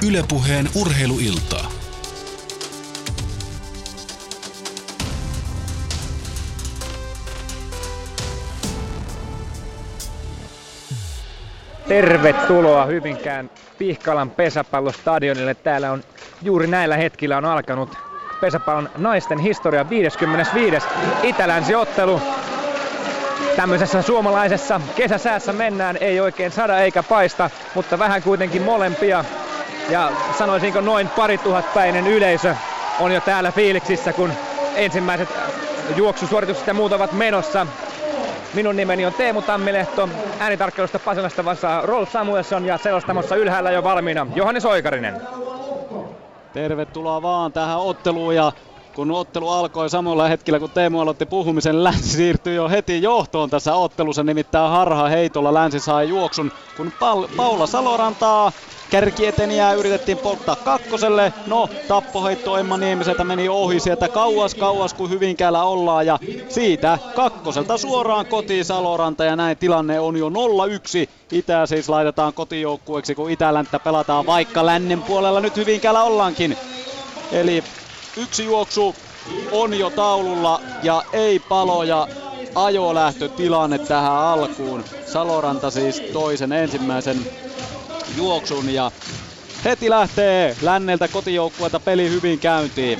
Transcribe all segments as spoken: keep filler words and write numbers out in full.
Yle Puheen urheiluiltaa. Tervetuloa Hyvinkään Pihkalan pesäpallostadionille. Täällä on juuri näillä hetkillä on alkanut pesäpallon naisten historian viideskymmenesviides Itä-Länsi-ottelu. Tämmöisessä suomalaisessa kesäsäässä mennään, ei oikein sada eikä paista, mutta vähän kuitenkin molempia. Ja sanoisinko noin parituhatpäinen yleisö on jo täällä fiiliksissä, kun ensimmäiset juoksusuoritukset ja muut ovat menossa. Minun nimeni on Teemu Tammilehto, äänitarkkailusta Pasilasta vastaa Rolf Samuelson ja selostamossa ylhäällä jo valmiina Johannes Oikarinen. Tervetuloa vaan tähän otteluun, ja kun ottelu alkoi samalla hetkellä kun Teemu aloitti puhumisen, Länsi siirtyi jo heti johtoon tässä ottelussa, nimittäin harha heitolla Länsi sai juoksun, kun Paula Salorantaa kärkieteniä yritettiin polttaa kakkoselle. No, tappoheitto Emma Niemiseltä meni ohi sieltä kauas kauas kun Hyvinkäällä ollaan, ja siitä kakkoselta suoraan kotiin Saloranta, ja näin tilanne on jo nolla yksi. Itää siis laitetaan kotijoukkueeksi, kun Itä-Länttä pelataan, vaikka lännen puolella nyt Hyvinkäällä ollaankin. Eli yksi juoksu on jo taululla ja ei paloja. Ajolähtötilanne tähän alkuun. Saloranta siis toisen ensimmäisen juoksun ja heti lähtee länneltä kotijoukkueelta peli hyvin käyntiin.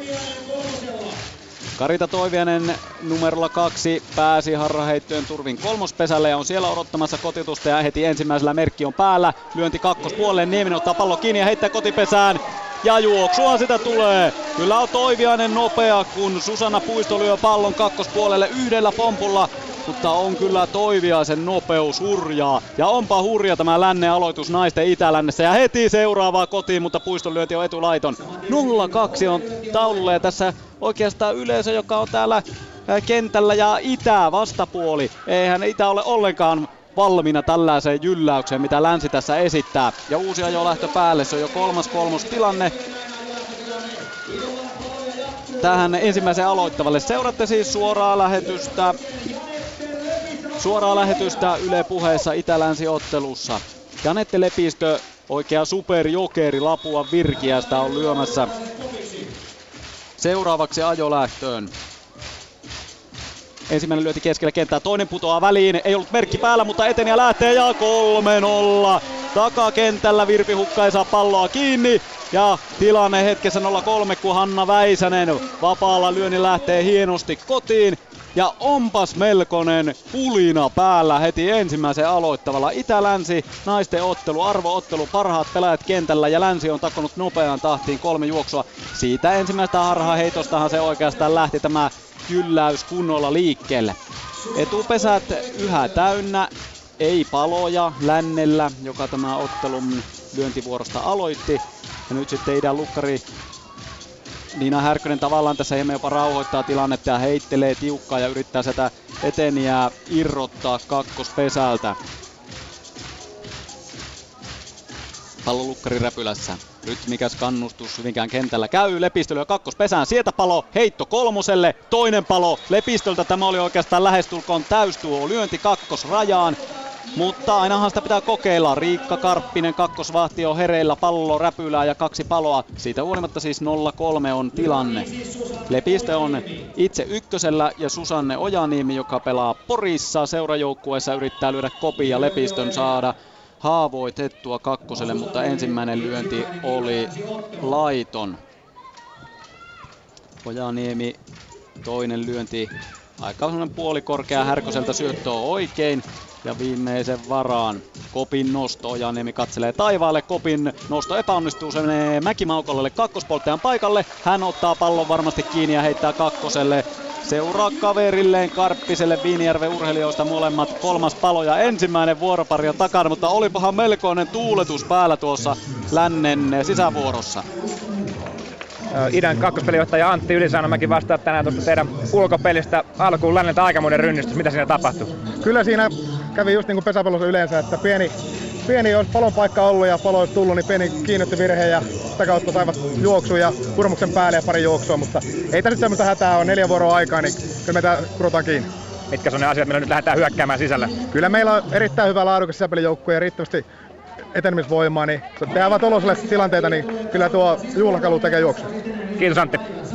Karita Toiviainen numerolla kaksi pääsi harraheittojen turvin kolmospesälle ja on siellä odottamassa kotitusta, ja heti ensimmäisellä merkki on päällä. Lyönti kakkospuolelle, Nieminen ottaa pallo kiinni ja heittää kotipesään. Ja juoksua sitä tulee. Kyllä on Toiviainen nopea, kun Susanna Puisto lyö pallon kakkospuolelle yhdellä pompulla. Mutta on kyllä Toiviaisen nopeus hurjaa. Ja onpa hurja tämä lännen aloitus naisten Itä-Lännessä. Ja heti seuraavaa kotiin, mutta Puiston lyönti on etulaiton. nolla kaksi on taululle, ja tässä oikeastaan yleisö, joka on täällä kentällä, ja Itä vastapuoli. Eihän Itä ole ollenkaan valmiina tällaiseen jylläykseen, mitä Länsi tässä esittää. Ja uusi ajolähtö päälle, se on jo kolmas kolmos tilanne tähän ensimmäiseen aloittavalle. Seuraatte siis suoraa lähetystä, suoraa lähetystä Yle Puheessa Itä-Länsi-ottelussa. Janette Lepistö, oikea superjokeri Lapua Virkiästä, on lyömässä seuraavaksi ajolähtöön. Ensimmäinen lyöti keskellä kenttää, toinen putoaa väliin, ei ollut merkki päällä, mutta eteni ja lähtee, ja kolme nolla. Takakentällä Virpi Hukka ei saa palloa kiinni, ja tilanne hetkessä nolla kolme, kun Hanna Väisänen vapaalla lyönnin lähtee hienosti kotiin. Ja onpas melkoinen pulina päällä heti ensimmäisen aloittavalla. Itä-Länsi naisten ottelu, arvoottelu, parhaat pelaajat kentällä, ja Länsi on takkonut nopeaan tahtiin kolme juoksua. Siitä ensimmäistä harhaheitostahan se oikeastaan lähti tämä jylläys kunnolla liikkeelle. Etupesät yhä täynnä, ei paloja lännellä, joka tämä ottelun lyöntivuorosta aloitti. Ja nyt sitten idän lukkari Niina Härkönen tavallaan tässä hieman jopa rauhoittaa tilannetta ja heittelee tiukkaa ja yrittää sitä eteniä irrottaa kakkospesältä. Pallo lukkari räpylässä. Rytmikäs kannustus Hyvinkään kentällä. Käy Lepistöllä kakkospesään. Sieltä palo heitto kolmoselle. Toinen palo Lepistöltä. Tämä oli oikeastaan lähestulkoon täystuo lyönti kakkosrajaan. Mutta ainahan sitä pitää kokeilla. Riikka Karppinen kakkosvahti on hereillä, pallo räpylää ja kaksi paloa. Siitä huolimatta siis nolla kolme on tilanne. Lepistö on itse ykkösellä ja Susanne Ojaniemi, joka pelaa Porissa seurajoukkueessa, yrittää lyödä kopin ja Lepistön saada haavoitettua kakkoselle, mutta ensimmäinen lyönti oli laiton. Ojaniemi, toinen lyönti aika sellainen puolikorkea Härköseltä, syöttö on oikein. Ja viimeisen varaan kopin nosto. Ojaniemi katselee taivaalle. Kopin nosto epäonnistuu. Se menee Mäki-Maukolalle kakkospolttajan paikalle. Hän ottaa pallon varmasti kiinni ja heittää kakkoselle. Seuraa kaverilleen Karppiselle Viinijärven urheilijoista molemmat kolmas palo ja ensimmäinen vuoropari on takana, mutta olipahan melkoinen tuuletus päällä tuossa lännen sisävuorossa. Idän kakkospelijohtaja Antti Ylisanomäki vastaa tänään tuosta teidän ulkopelistä alkuun länneltä aikamoinen rynnistys. Mitä siinä tapahtui? Kyllä siinä kävi just niin kuin pesäpallossa yleensä, että pieni, pieni olisi palon paikka ollut ja palo olisi tullut, niin pieni kiinnitti virhe ja sitä kautta saivat juoksun ja kurmuksen päälle ja pari juoksua, mutta ei tässä nyt semmoista hätää ole, neljä vuoroa aikaa, niin kyllä me tää kurotaan kiinni. Mitkä on ne asiat, millä nyt lähdetään hyökkäämään sisällä? Kyllä meillä on erittäin hyvä laadukas sisäpelijoukkue ja riittävästi etenemisvoimaa, niin kun tehdään vaan toloselle tilanteita, niin kyllä tuo juhlakalu tekee juoksu. Kiitos Antti.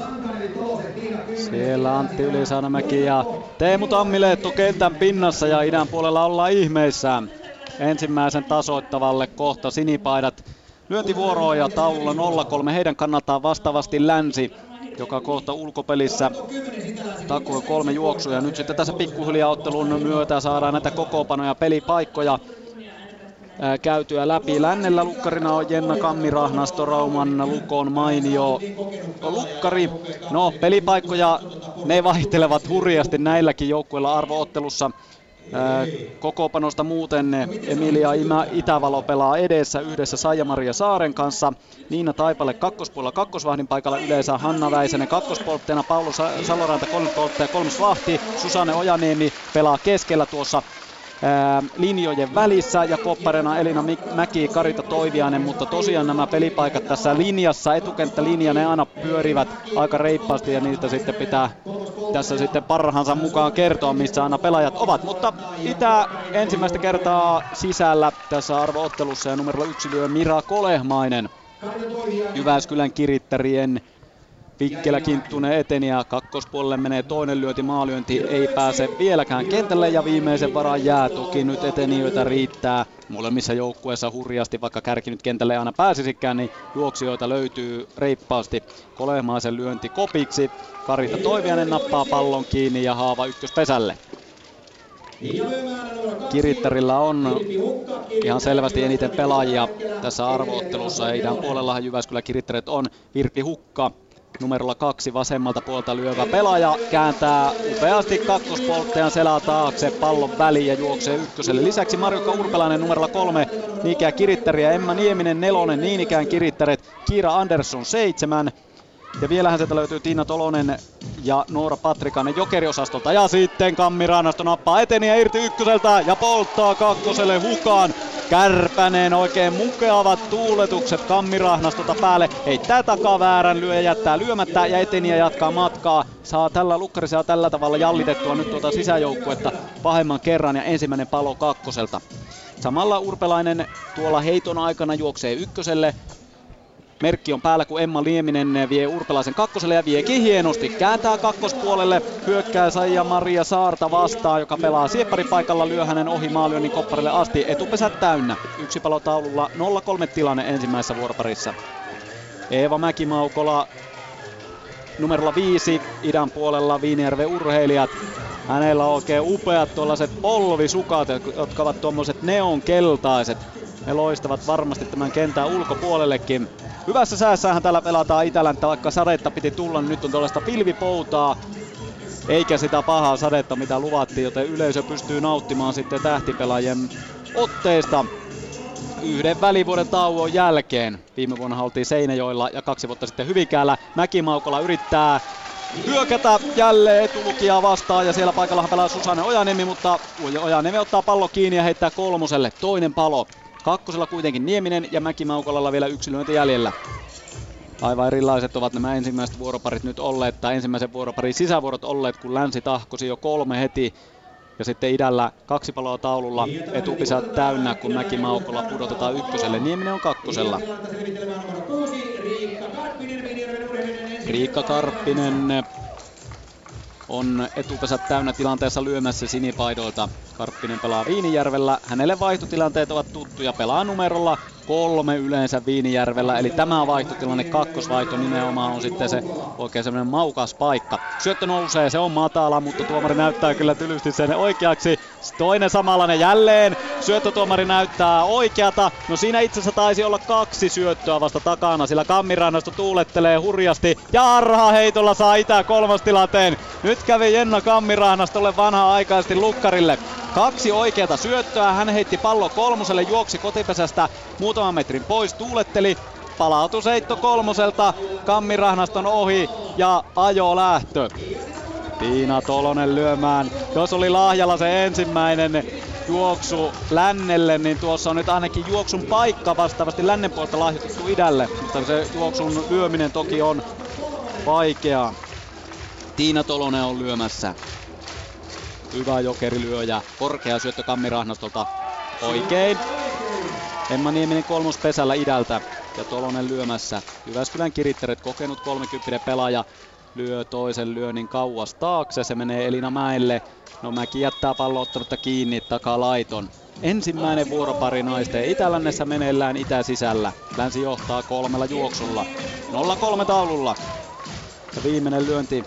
Siellä Antti Ylisaanamäki ja Teemu Tammileetto kentän pinnassa ja idän puolella ollaan ihmeissään. Ensimmäisen tasoittavalle kohta sinipaidat lyöntivuoroon ja taululla nolla kolme heidän kannaltaan vastaavasti Länsi, joka kohta ulkopelissä takoi kolme juoksua. Nyt sitten tässä pikkuhiljaa ottelun myötä saadaan näitä kokoopanoja pelipaikkoja ää, käytyä läpi. Lännellä lukkarina on Jenna Kammirahnasto, Rauman Lukon mainio lukkari. No pelipaikkoja ne vaihtelevat hurjasti näilläkin joukkueilla arvoottelussa. Ää, kokoopanosta muuten Emilia Itävalo pelaa edessä yhdessä Saija-Maria Saaren kanssa. Niina Taipale kakkospuolella kakkosvahdin paikalla yleensä. Hanna Väisänen kakkospoltteena, Paulu Saloranta kolmospolttaja kolmosvahti. Susanne Ojaniemi pelaa keskellä tuossa ää, linjojen välissä ja kopparena Elina Mäki, Karita Toiviainen, mutta tosiaan nämä pelipaikat tässä linjassa, etukenttälinja, ne aina pyörivät aika reippaasti ja niitä sitten pitää tässä sitten parhaansa mukaan kertoa, missä aina pelaajat ovat, mutta Itä ensimmäistä kertaa sisällä tässä arvoottelussa ja numero yksi lyö Mira Kolehmainen. Jyväskylän Kirittärien Pikkelä Kinttunen eteni ja kakkospuolelle menee toinen lyönti, maalyönti ei pääse vieläkään kentälle ja viimeisen varaan jää. Toki nyt etenijöitä riittää molemmissa joukkueissa hurjasti, vaikka kärki nyt kentälle aina pääsisikään, niin juoksijoita löytyy reippaasti. Kolehmaisen lyönti kopiksi, Karita Toiviainen nappaa pallon kiinni ja haava ykköspesälle. Kirittärillä on ihan selvästi eniten pelaajia tässä arvoottelussa. Idän puolellahan Jyväskylän Kirittäret on Virpi Hukka. Numerolla kaksi vasemmalta puolta lyövä pelaaja kääntää upeasti kakkospolttajan selää taakse pallon väliin ja juoksee ykköselle. Lisäksi Marjukka Urpelainen numerolla kolme, niin ikään Kirittäriä, Emma Nieminen nelonen, niin ikään Kirittäret, Kiira Andersson seitsemän. Ja vielähän sieltä löytyy Tiina Tolonen ja Noora Patrikainen jokeriosastolta. Ja sitten Kammirahnasto nappaa eteniä irti ykköseltä ja polttaa kakkoselle Hukaan. Kärpänen oikein mukeavat tuuletukset Kammirahnastosta päälle. Heittää takaa väärän, lyö ja jättää lyömättä ja eteniä jatkaa matkaa. Saa tällä lukkari saa tällä tavalla jallitettua nyt tuota sisäjoukkuetta pahemman kerran ja ensimmäinen palo kakkoselta. Samalla Urpelainen tuolla heiton aikana juoksee ykköselle. Merkki on päällä, kun Emma Lieminen vie Urpelaisen kakkoselle ja viekin hienosti. Kääntää kakkospuolelle, hyökkää Saija-Maria Saarta vastaan, joka pelaa siepparipaikalla, lyö hänen ohi maalyönnin kopparille asti. Etupesät täynnä. Yksi palo taululla, nolla kolme tilanne ensimmäisessä vuoroparissa. Eeva Mäkimaukola numerolla viisi, idän puolella Viinijärven urheilijat. Hänellä on oikein upeat tuollaiset polvisukat, jotka ovat tuommoiset neonkeltaiset. Ne loistavat varmasti tämän kentän ulkopuolellekin. Hyvässä säässähän täällä pelataan Itälänttä, vaikka sadetta piti tulla, niin nyt on tuollaista pilvipoutaa. Eikä sitä pahaa sadetta, mitä luvattiin, joten yleisö pystyy nauttimaan sitten tähtipelaajien otteista yhden välivuoden tauon jälkeen. Viime vuonna oltiin Seinäjoella ja kaksi vuotta sitten Hyvinkäällä. Mäkimaukola yrittää hyökätä jälleen etulukijaa vastaan ja siellä paikallahan pelaa Susanne Ojaniemi, mutta Ojaniemi ottaa pallo kiinni ja heittää kolmoselle. Toinen palo. Kakkosella kuitenkin Nieminen ja Mäkimaukolalla vielä yksi lyönti jäljellä. Aivan erilaiset ovat nämä ensimmäiset vuoroparit nyt olleet, tai ensimmäisen vuoroparin sisävuorot olleet, kun Länsi tahkosi jo kolme heti. Ja sitten idällä kaksi paloa taululla, etupisät täynnä, kun Mäkimaukola pudotetaan ykköselle. Nieminen on kakkosella. Riikka Karppinen on etupesät täynnä tilanteessa lyömässä sinipaidoilta. Karppinen pelaa Viinijärvellä. Hänelle vaihtotilanteet ovat tuttuja. Pelaa numerolla kolme yleensä Viinijärvellä. Eli tämä vaihtotilanne, kakkosvaihto nimenomaan on sitten se oikein semmoinen maukas paikka. Syöttö nousee, se on matala, mutta tuomari näyttää kyllä tylysti sen oikeaksi. Toinen samanlainen jälleen. Syöttötuomari näyttää oikeata. No siinä itse asiassa taisi olla kaksi syöttöä vasta takana, sillä Kammirahnasto tuulettelee hurjasti. Ja Arha heitolla saa Itä kolmostilanteen. Nyt kävi Jenna Kammirahnastolle vanha-aikaisesti lukkarille. Kaksi oikeata syöttöä, hän heitti pallo kolmoselle, juoksi kotipesästä muutaman metrin pois, tuuletteli, palautusheitto kolmoselta, Kammirahnaaston ohi ja ajo lähtö. Tiina Tolonen lyömään, jos oli Lahjalla se ensimmäinen juoksu Lännelle, niin tuossa on nyt ainakin juoksun paikka vastaavasti Lännen puolesta lahjoitettu idälle, mutta se juoksun lyöminen toki on vaikeaa. Tiina Tolonen on lyömässä. Hyvä jokerilyöjä, korkea syöttö Kammirahnaastolta oikein. Emma Nieminen kolmospesällä idältä ja Tolonen lyömässä. Jyväskylän Kirittäret, kokenut kolmekymppinen pelaaja, lyö toisen lyönnin kauas taakse. Se menee Elina Mäelle. No Mäki jättää pallo ottanutta kiinni, takaa laiton. Ensimmäinen vuoropari naisten Itä-lännessä meneillään itä-sisällä. Länsi johtaa kolmella juoksulla. nolla kolme taululla. Ja viimeinen lyönti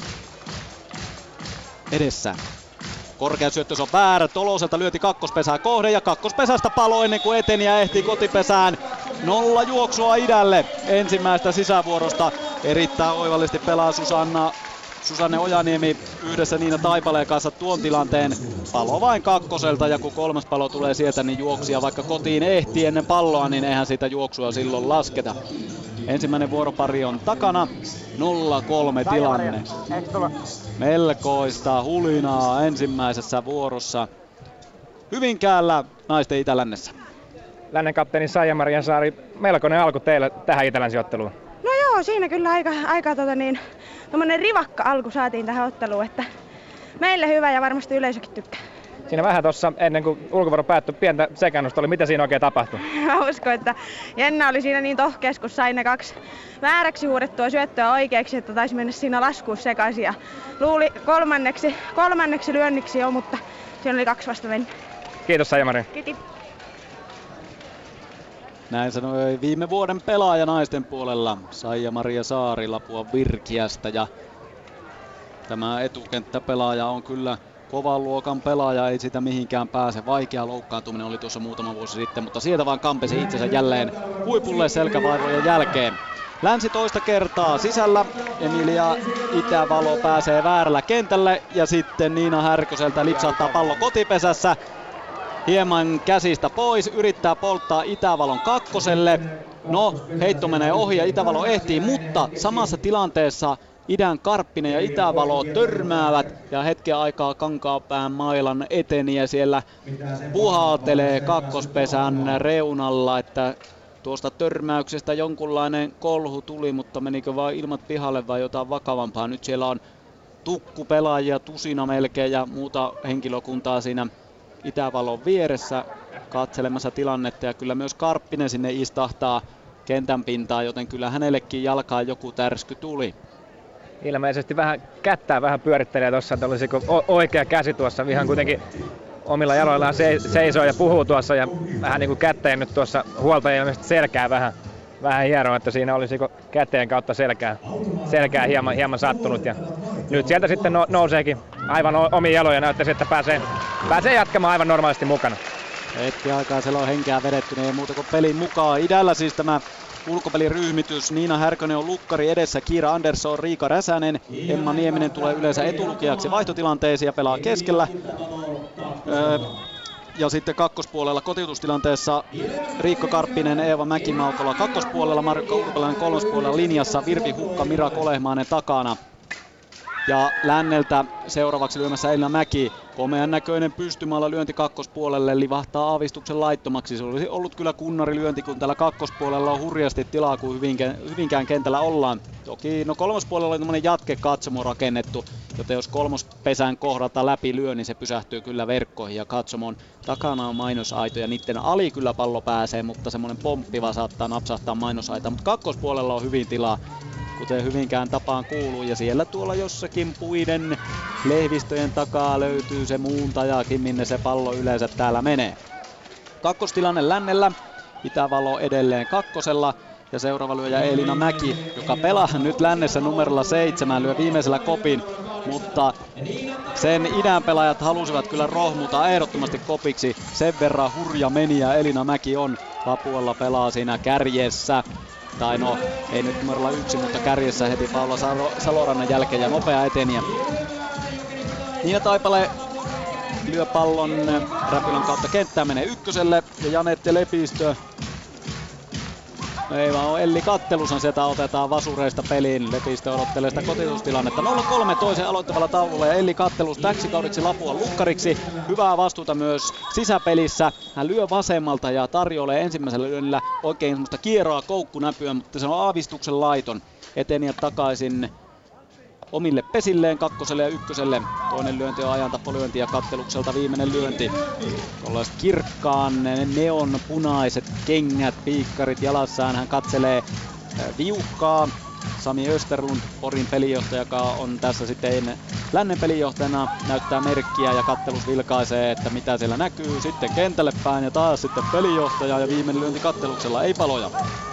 edessä. Korkea syöttö, se on väärä. Toloselta lyönti kakkospesää kohde ja kakkospesästä palo ennen kuin eteni ja ehtii kotipesään. Nolla juoksua idälle ensimmäistä sisävuorosta. Erittäin oivallisesti pelaa Susanna, Susanne Ojaniemi yhdessä Niina Taipaleen kanssa tuon tilanteen. Palo vain kakkoselta ja kun kolmas palo tulee sieltä, niin juoksia vaikka kotiin ehtii ennen palloa, niin eihän sitä juoksua silloin lasketa. Ensimmäinen vuoropari on takana. nolla kolme tilanne. Melkoista hulinaa ensimmäisessä vuorossa Hyvinkäällä naisten Itä-lännessä. Lännen kapteeni Saija-Maria Saari, melkoinen alku teille tähän Itä-länsiotteluun. No joo, siinä kyllä aika, aika tota niin, tommonen rivakka alku saatiin tähän otteluun, että meille hyvä ja varmasti yleisökin tykkää. Siinä vähän tuossa ennen kuin ulkovuoro päättyi pientä sekannusta oli. Mitä siinä oikein tapahtui? Mä uskon, että Jenna oli siinä niin tohkeas, kun sai ne kaksi vääräksi huudettua syöttöä oikeaksi, että taisi mennä siinä laskuun sekaisin. Ja luuli kolmanneksi, kolmanneksi lyönniksi jo, mutta siinä oli kaksi vasta mennyt. Kiitos Saija-Maria. Kiitos. Näin sanoi viime vuoden pelaaja naisten puolella Saija-Maria Saari Lapua Virkiästä. Ja tämä etukenttäpelaaja on kyllä kovan luokan pelaaja, ei sitä mihinkään pääse. Vaikea loukkaantuminen oli tuossa muutama vuosi sitten, mutta sieltä vaan kampesi itsensä jälleen huipulle selkävaivojen jälkeen. Länsi toista kertaa sisällä. Emilia Itävalo pääsee väärällä kentälle ja sitten Niina Härköseltä lipsahtaa pallo kotipesässä. Hieman käsistä pois, yrittää polttaa Itävalon kakkoselle. No, heitto menee ohi ja Itävalo ehtii, mutta samassa tilanteessa Idän Karppinen ja Itävalo törmäävät ja hetken aikaa Kankaanpään mailan eteniä siellä puhaltelee kakkospesän reunalla, että tuosta törmäyksestä jonkunlainen kolhu tuli, mutta menikö vaan ilmat pihalle vai jotain vakavampaa. Nyt siellä on tukkupelaajia, tusina melkein ja muuta henkilökuntaa siinä Itävalon vieressä katselemassa tilannetta ja kyllä myös Karppinen sinne istahtaa kentän pintaan, joten kyllä hänellekin jalkaan joku tärsky tuli. Ilmeisesti vähän kättää vähän pyörittelee tuossa, että olisiko oikea käsi tuossa ihan kuitenkin omilla jaloillaan seisoo ja puhuu tuossa ja vähän niin kuin kätteen nyt tuossa huoltaja ilmeisesti selkää vähän, vähän hieroa, että siinä olisiko käteen kautta selkää, selkää hieman, hieman sattunut ja nyt sieltä sitten no, nouseekin aivan omiin jaloja ja näyttäisi, että pääsee, pääsee jatkamaan aivan normaalisti mukana. Hetki aikaa siellä on henkeä vedetty, niin ei muuta kuin pelin mukaan. Idällä siis tämä ulkopeliryhmitys. Niina Härkönen on lukkari edessä, Kiira Andersson, Riika Räsänen. Emma Nieminen tulee yleensä etulukijaksi vaihtotilanteisiin ja pelaa keskellä. Öö, ja sitten kakkospuolella kotiutustilanteessa Riikka Karppinen, Eeva Mäkimaukola kakkospuolella, Marjukka Urpalainen kolmospuolella linjassa, Virpi Hukka, Mira Kolehmainen takana. Ja länneltä seuraavaksi lyömässä Elina Mäki. Komean näköinen pystymaalla lyönti kakkospuolelle, livahtaa aavistuksen laittomaksi. Se olisi ollut kyllä kunnarilyönti, kun tällä kakkospuolella on hurjasti tilaa, kun Hyvinkään, Hyvinkään kentällä ollaan. Toki no kolmospuolella on tämmöinen jatkekatsomo rakennettu, joten jos kolmospesän kohdalta läpi lyö, niin se pysähtyy kyllä verkkoihin. Ja katsomon takana on mainosaito ja niiden ali kyllä pallo pääsee, mutta semmoinen pomppiva saattaa napsahtaa mainosaita. Mutta kakkospuolella on hyvin tilaa, kuten Hyvinkään tapaan kuuluu, ja siellä tuolla jossakin puiden lehvistöjen takaa löytyy se muuntajakin, minne se pallo yleensä täällä menee. Kakkostilanne lännellä, Itävalo edelleen kakkosella, ja seuraava lyöjä Elina Mäki, joka pelaa nyt lännessä numerolla seitsemän, lyö viimeisellä kopin, mutta sen idän pelaajat halusivat kyllä rohmuta ehdottomasti kopiksi, sen verran hurja meni ja Elina Mäki on Lapualla pelaa siinä kärjessä. Tai no, ei nyt numerolla yksi, mutta kärjessä heti Paula Salorannan jälkeen ja nopea eteniä. Niina Taipale lyö pallon räpylän kautta kenttään, menee ykköselle ja Janette Lepistö. Ei vaan Elli Kattelushan sieltä otetaan vasureista peliin. Lepistö odottelee sitä kotitustilannetta. nolla kolme toisen aloittavalla taululla ja Elli Kattelus täksi kaudeksi Lapuan lukkariksi. Hyvää vastuuta myös sisäpelissä. Hän lyö vasemmalta ja tarjoilee ensimmäisellä lyönnillä oikein semmoista kieroa koukkunäpyä, mutta se on aavistuksen laiton. Eteniä takaisin omille pesilleen kakkoselle ja ykköselle. Toinen lyönti on ajantapolyönti ja kattelukselta viimeinen lyönti. Tuollaiset kirkkaan neon punaiset kengät, piikkarit jalassaan. Hän katselee viuhkaa. Sami Österlund, Porin pelijohtaja, joka on tässä sitten lännen pelijohtajana, näyttää merkkiä ja kattelus vilkaisee, että mitä siellä näkyy. Sitten kentälle päin ja taas sitten pelijohtaja ja viimeinen lyönti katteluksella, ei paloja.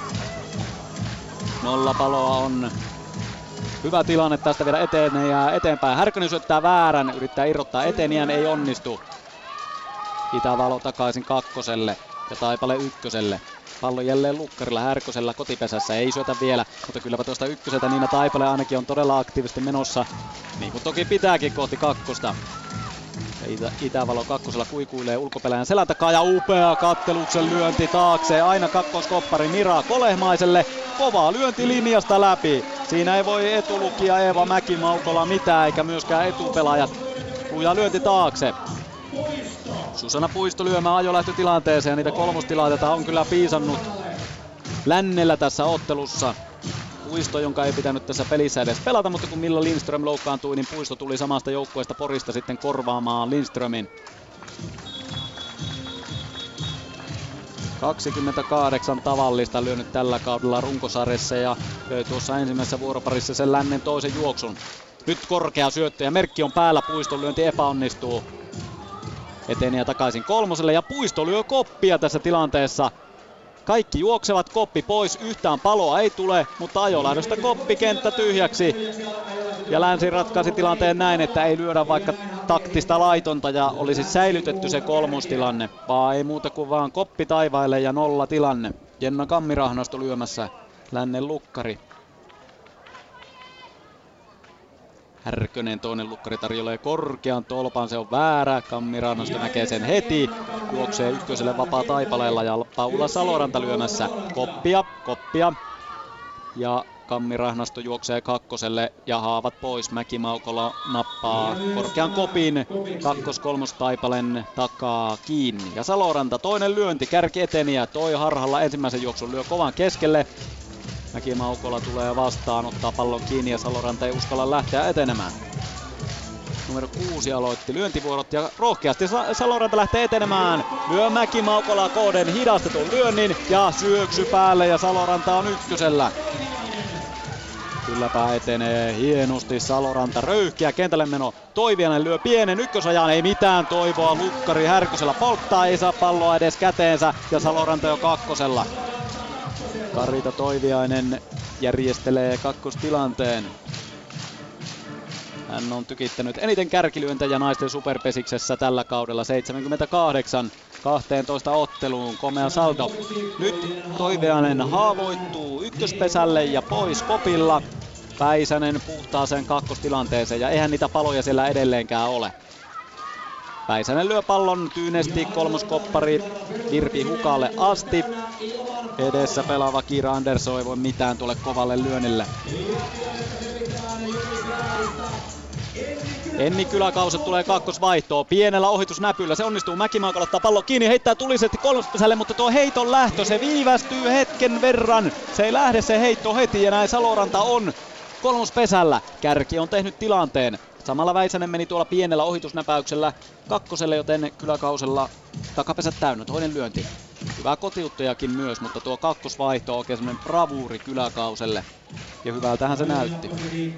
Nolla paloa on hyvä tilanne tästä vielä eteen ja eteenpäin. Härkönen syöttää väärän, yrittää irrottaa eteniään, ei onnistu. Itävalo takaisin kakkoselle ja Taipale ykköselle. Pallo jälleen Lukkarilla, Härkösellä kotipesässä, ei syötä vielä, mutta kylläpä tuosta ykköseltä Niina Taipale ainakin on todella aktiivisesti menossa, niin kuin toki pitääkin kohti kakkosta. Itä- Itävalo kakkosella kuikuilee ulkopelaajan selän takaa ja upea katteluksen lyönti taakse, aina kakkoskoppari Mira Kolehmaiselle, kova lyönti linjasta läpi. Siinä ei voi etulukija Eeva Mäki-Maukola mitään, eikä myöskään etupelaajat. Luja lyönti taakse. Susanna Puisto lyömään ajolähtötilanteeseen ja niitä kolmostilanteita on kyllä piisannut lännellä tässä ottelussa. Puisto, jonka ei pitänyt tässä pelissä edes pelata, mutta kun Milla Lindström loukkaantui, niin Puisto tuli samasta joukkueesta Porista sitten korvaamaan Lindströmin. kaksikymmentäkahdeksan tavallista lyönyt tällä kaudella runkosarjassa ja löi tuossa ensimmäisessä vuoroparissa sen lännen toisen juoksun. Nyt korkea syöttö ja merkki on päällä, Puiston lyönti epäonnistuu. Eteniä takaisin kolmoselle ja Puisto lyö koppia tässä tilanteessa. Kaikki juoksevat, koppi pois, yhtään paloa ei tule, mutta ajolähdöstä koppi, kenttä tyhjäksi. Ja Länsi ratkaisi tilanteen näin, että ei lyödä vaikka taktista laitonta ja olisi säilytetty se kolmostilanne, vaan ei muuta kuin vaan koppi taivaille ja nolla tilanne. Jenna Kammirahnasto lyömässä, lännen lukkari. Härkönen toinen lukkari tarjoilee korkean tolpan, se on väärä. Kammirahnasto näkee sen heti. Juoksee ykköselle vapaa Taipaleella ja Paula Saloranta lyömässä koppia, koppia. Ja Kammirahnasto juoksee kakkoselle ja haavat pois. Mäki-Maukola nappaa korkean kopin kakkos-kolmos Taipalen takaa kiinni. Ja Saloranta toinen lyönti, kärki eteniä. Toi harhalla ensimmäisen juoksun lyö kovan keskelle. Mäki-Maukola tulee vastaan, ottaa pallon kiinni ja Saloranta ei uskalla lähteä etenemään. Numero kuusi aloitti lyöntivuorot ja rohkeasti Saloranta lähtee etenemään. Lyö Mäki-Maukola kohden hidastetun lyönnin ja syöksy päälle ja Saloranta on ykkösellä. Kylläpä etenee hienosti Saloranta, röyhkeä kentälle meno. Toiviainen lyö pienen ykkösajan, ei mitään toivoa. Lukkari Härkösellä polttaa, ei saa palloa edes käteensä ja Saloranta jo kakkosella. Karita Toiviainen järjestelee kakkostilanteen. Hän on tykittänyt eniten kärkilyöntejä naisten superpesiksessä tällä kaudella, seitsemänkymmentäkahdeksan kaksitoista otteluun, komea saldo. Nyt Toiviainen haavoittuu ykköspesälle ja pois kopilla. Päisänen puhtaaseen kakkostilanteeseen ja eihän niitä paloja siellä edelleenkään ole. Päisänen lyö pallon tyynesti kolmoskoppari Virpi Hukalle asti. Edessä pelaava Kiira Andersson ei voi mitään tuolle kovalle lyönnille. Enni Kyläkauset tulee kakkosvaihtoon. Pienellä ohitusnäpyllä se onnistuu. Mäki-Maukola ottaa pallon kiinni, heittää tulisesti kolmospesälle, mutta tuo heiton lähtö, se viivästyy hetken verran. Se ei lähde se heitto heti ja näin Saloranta on kolmospesällä. Kärki on tehnyt tilanteen. Samalla Väisänen meni tuolla pienellä ohitusnäpäyksellä kakkoselle, joten Kyläkausella takapesät täynnä. Toinen lyönti. Hyvää kotiuttajakin myös, mutta tuo kakkosvaihto on oikein semmoinen bravuuri Kyläkauselle. Ja hyvältähän se näytti.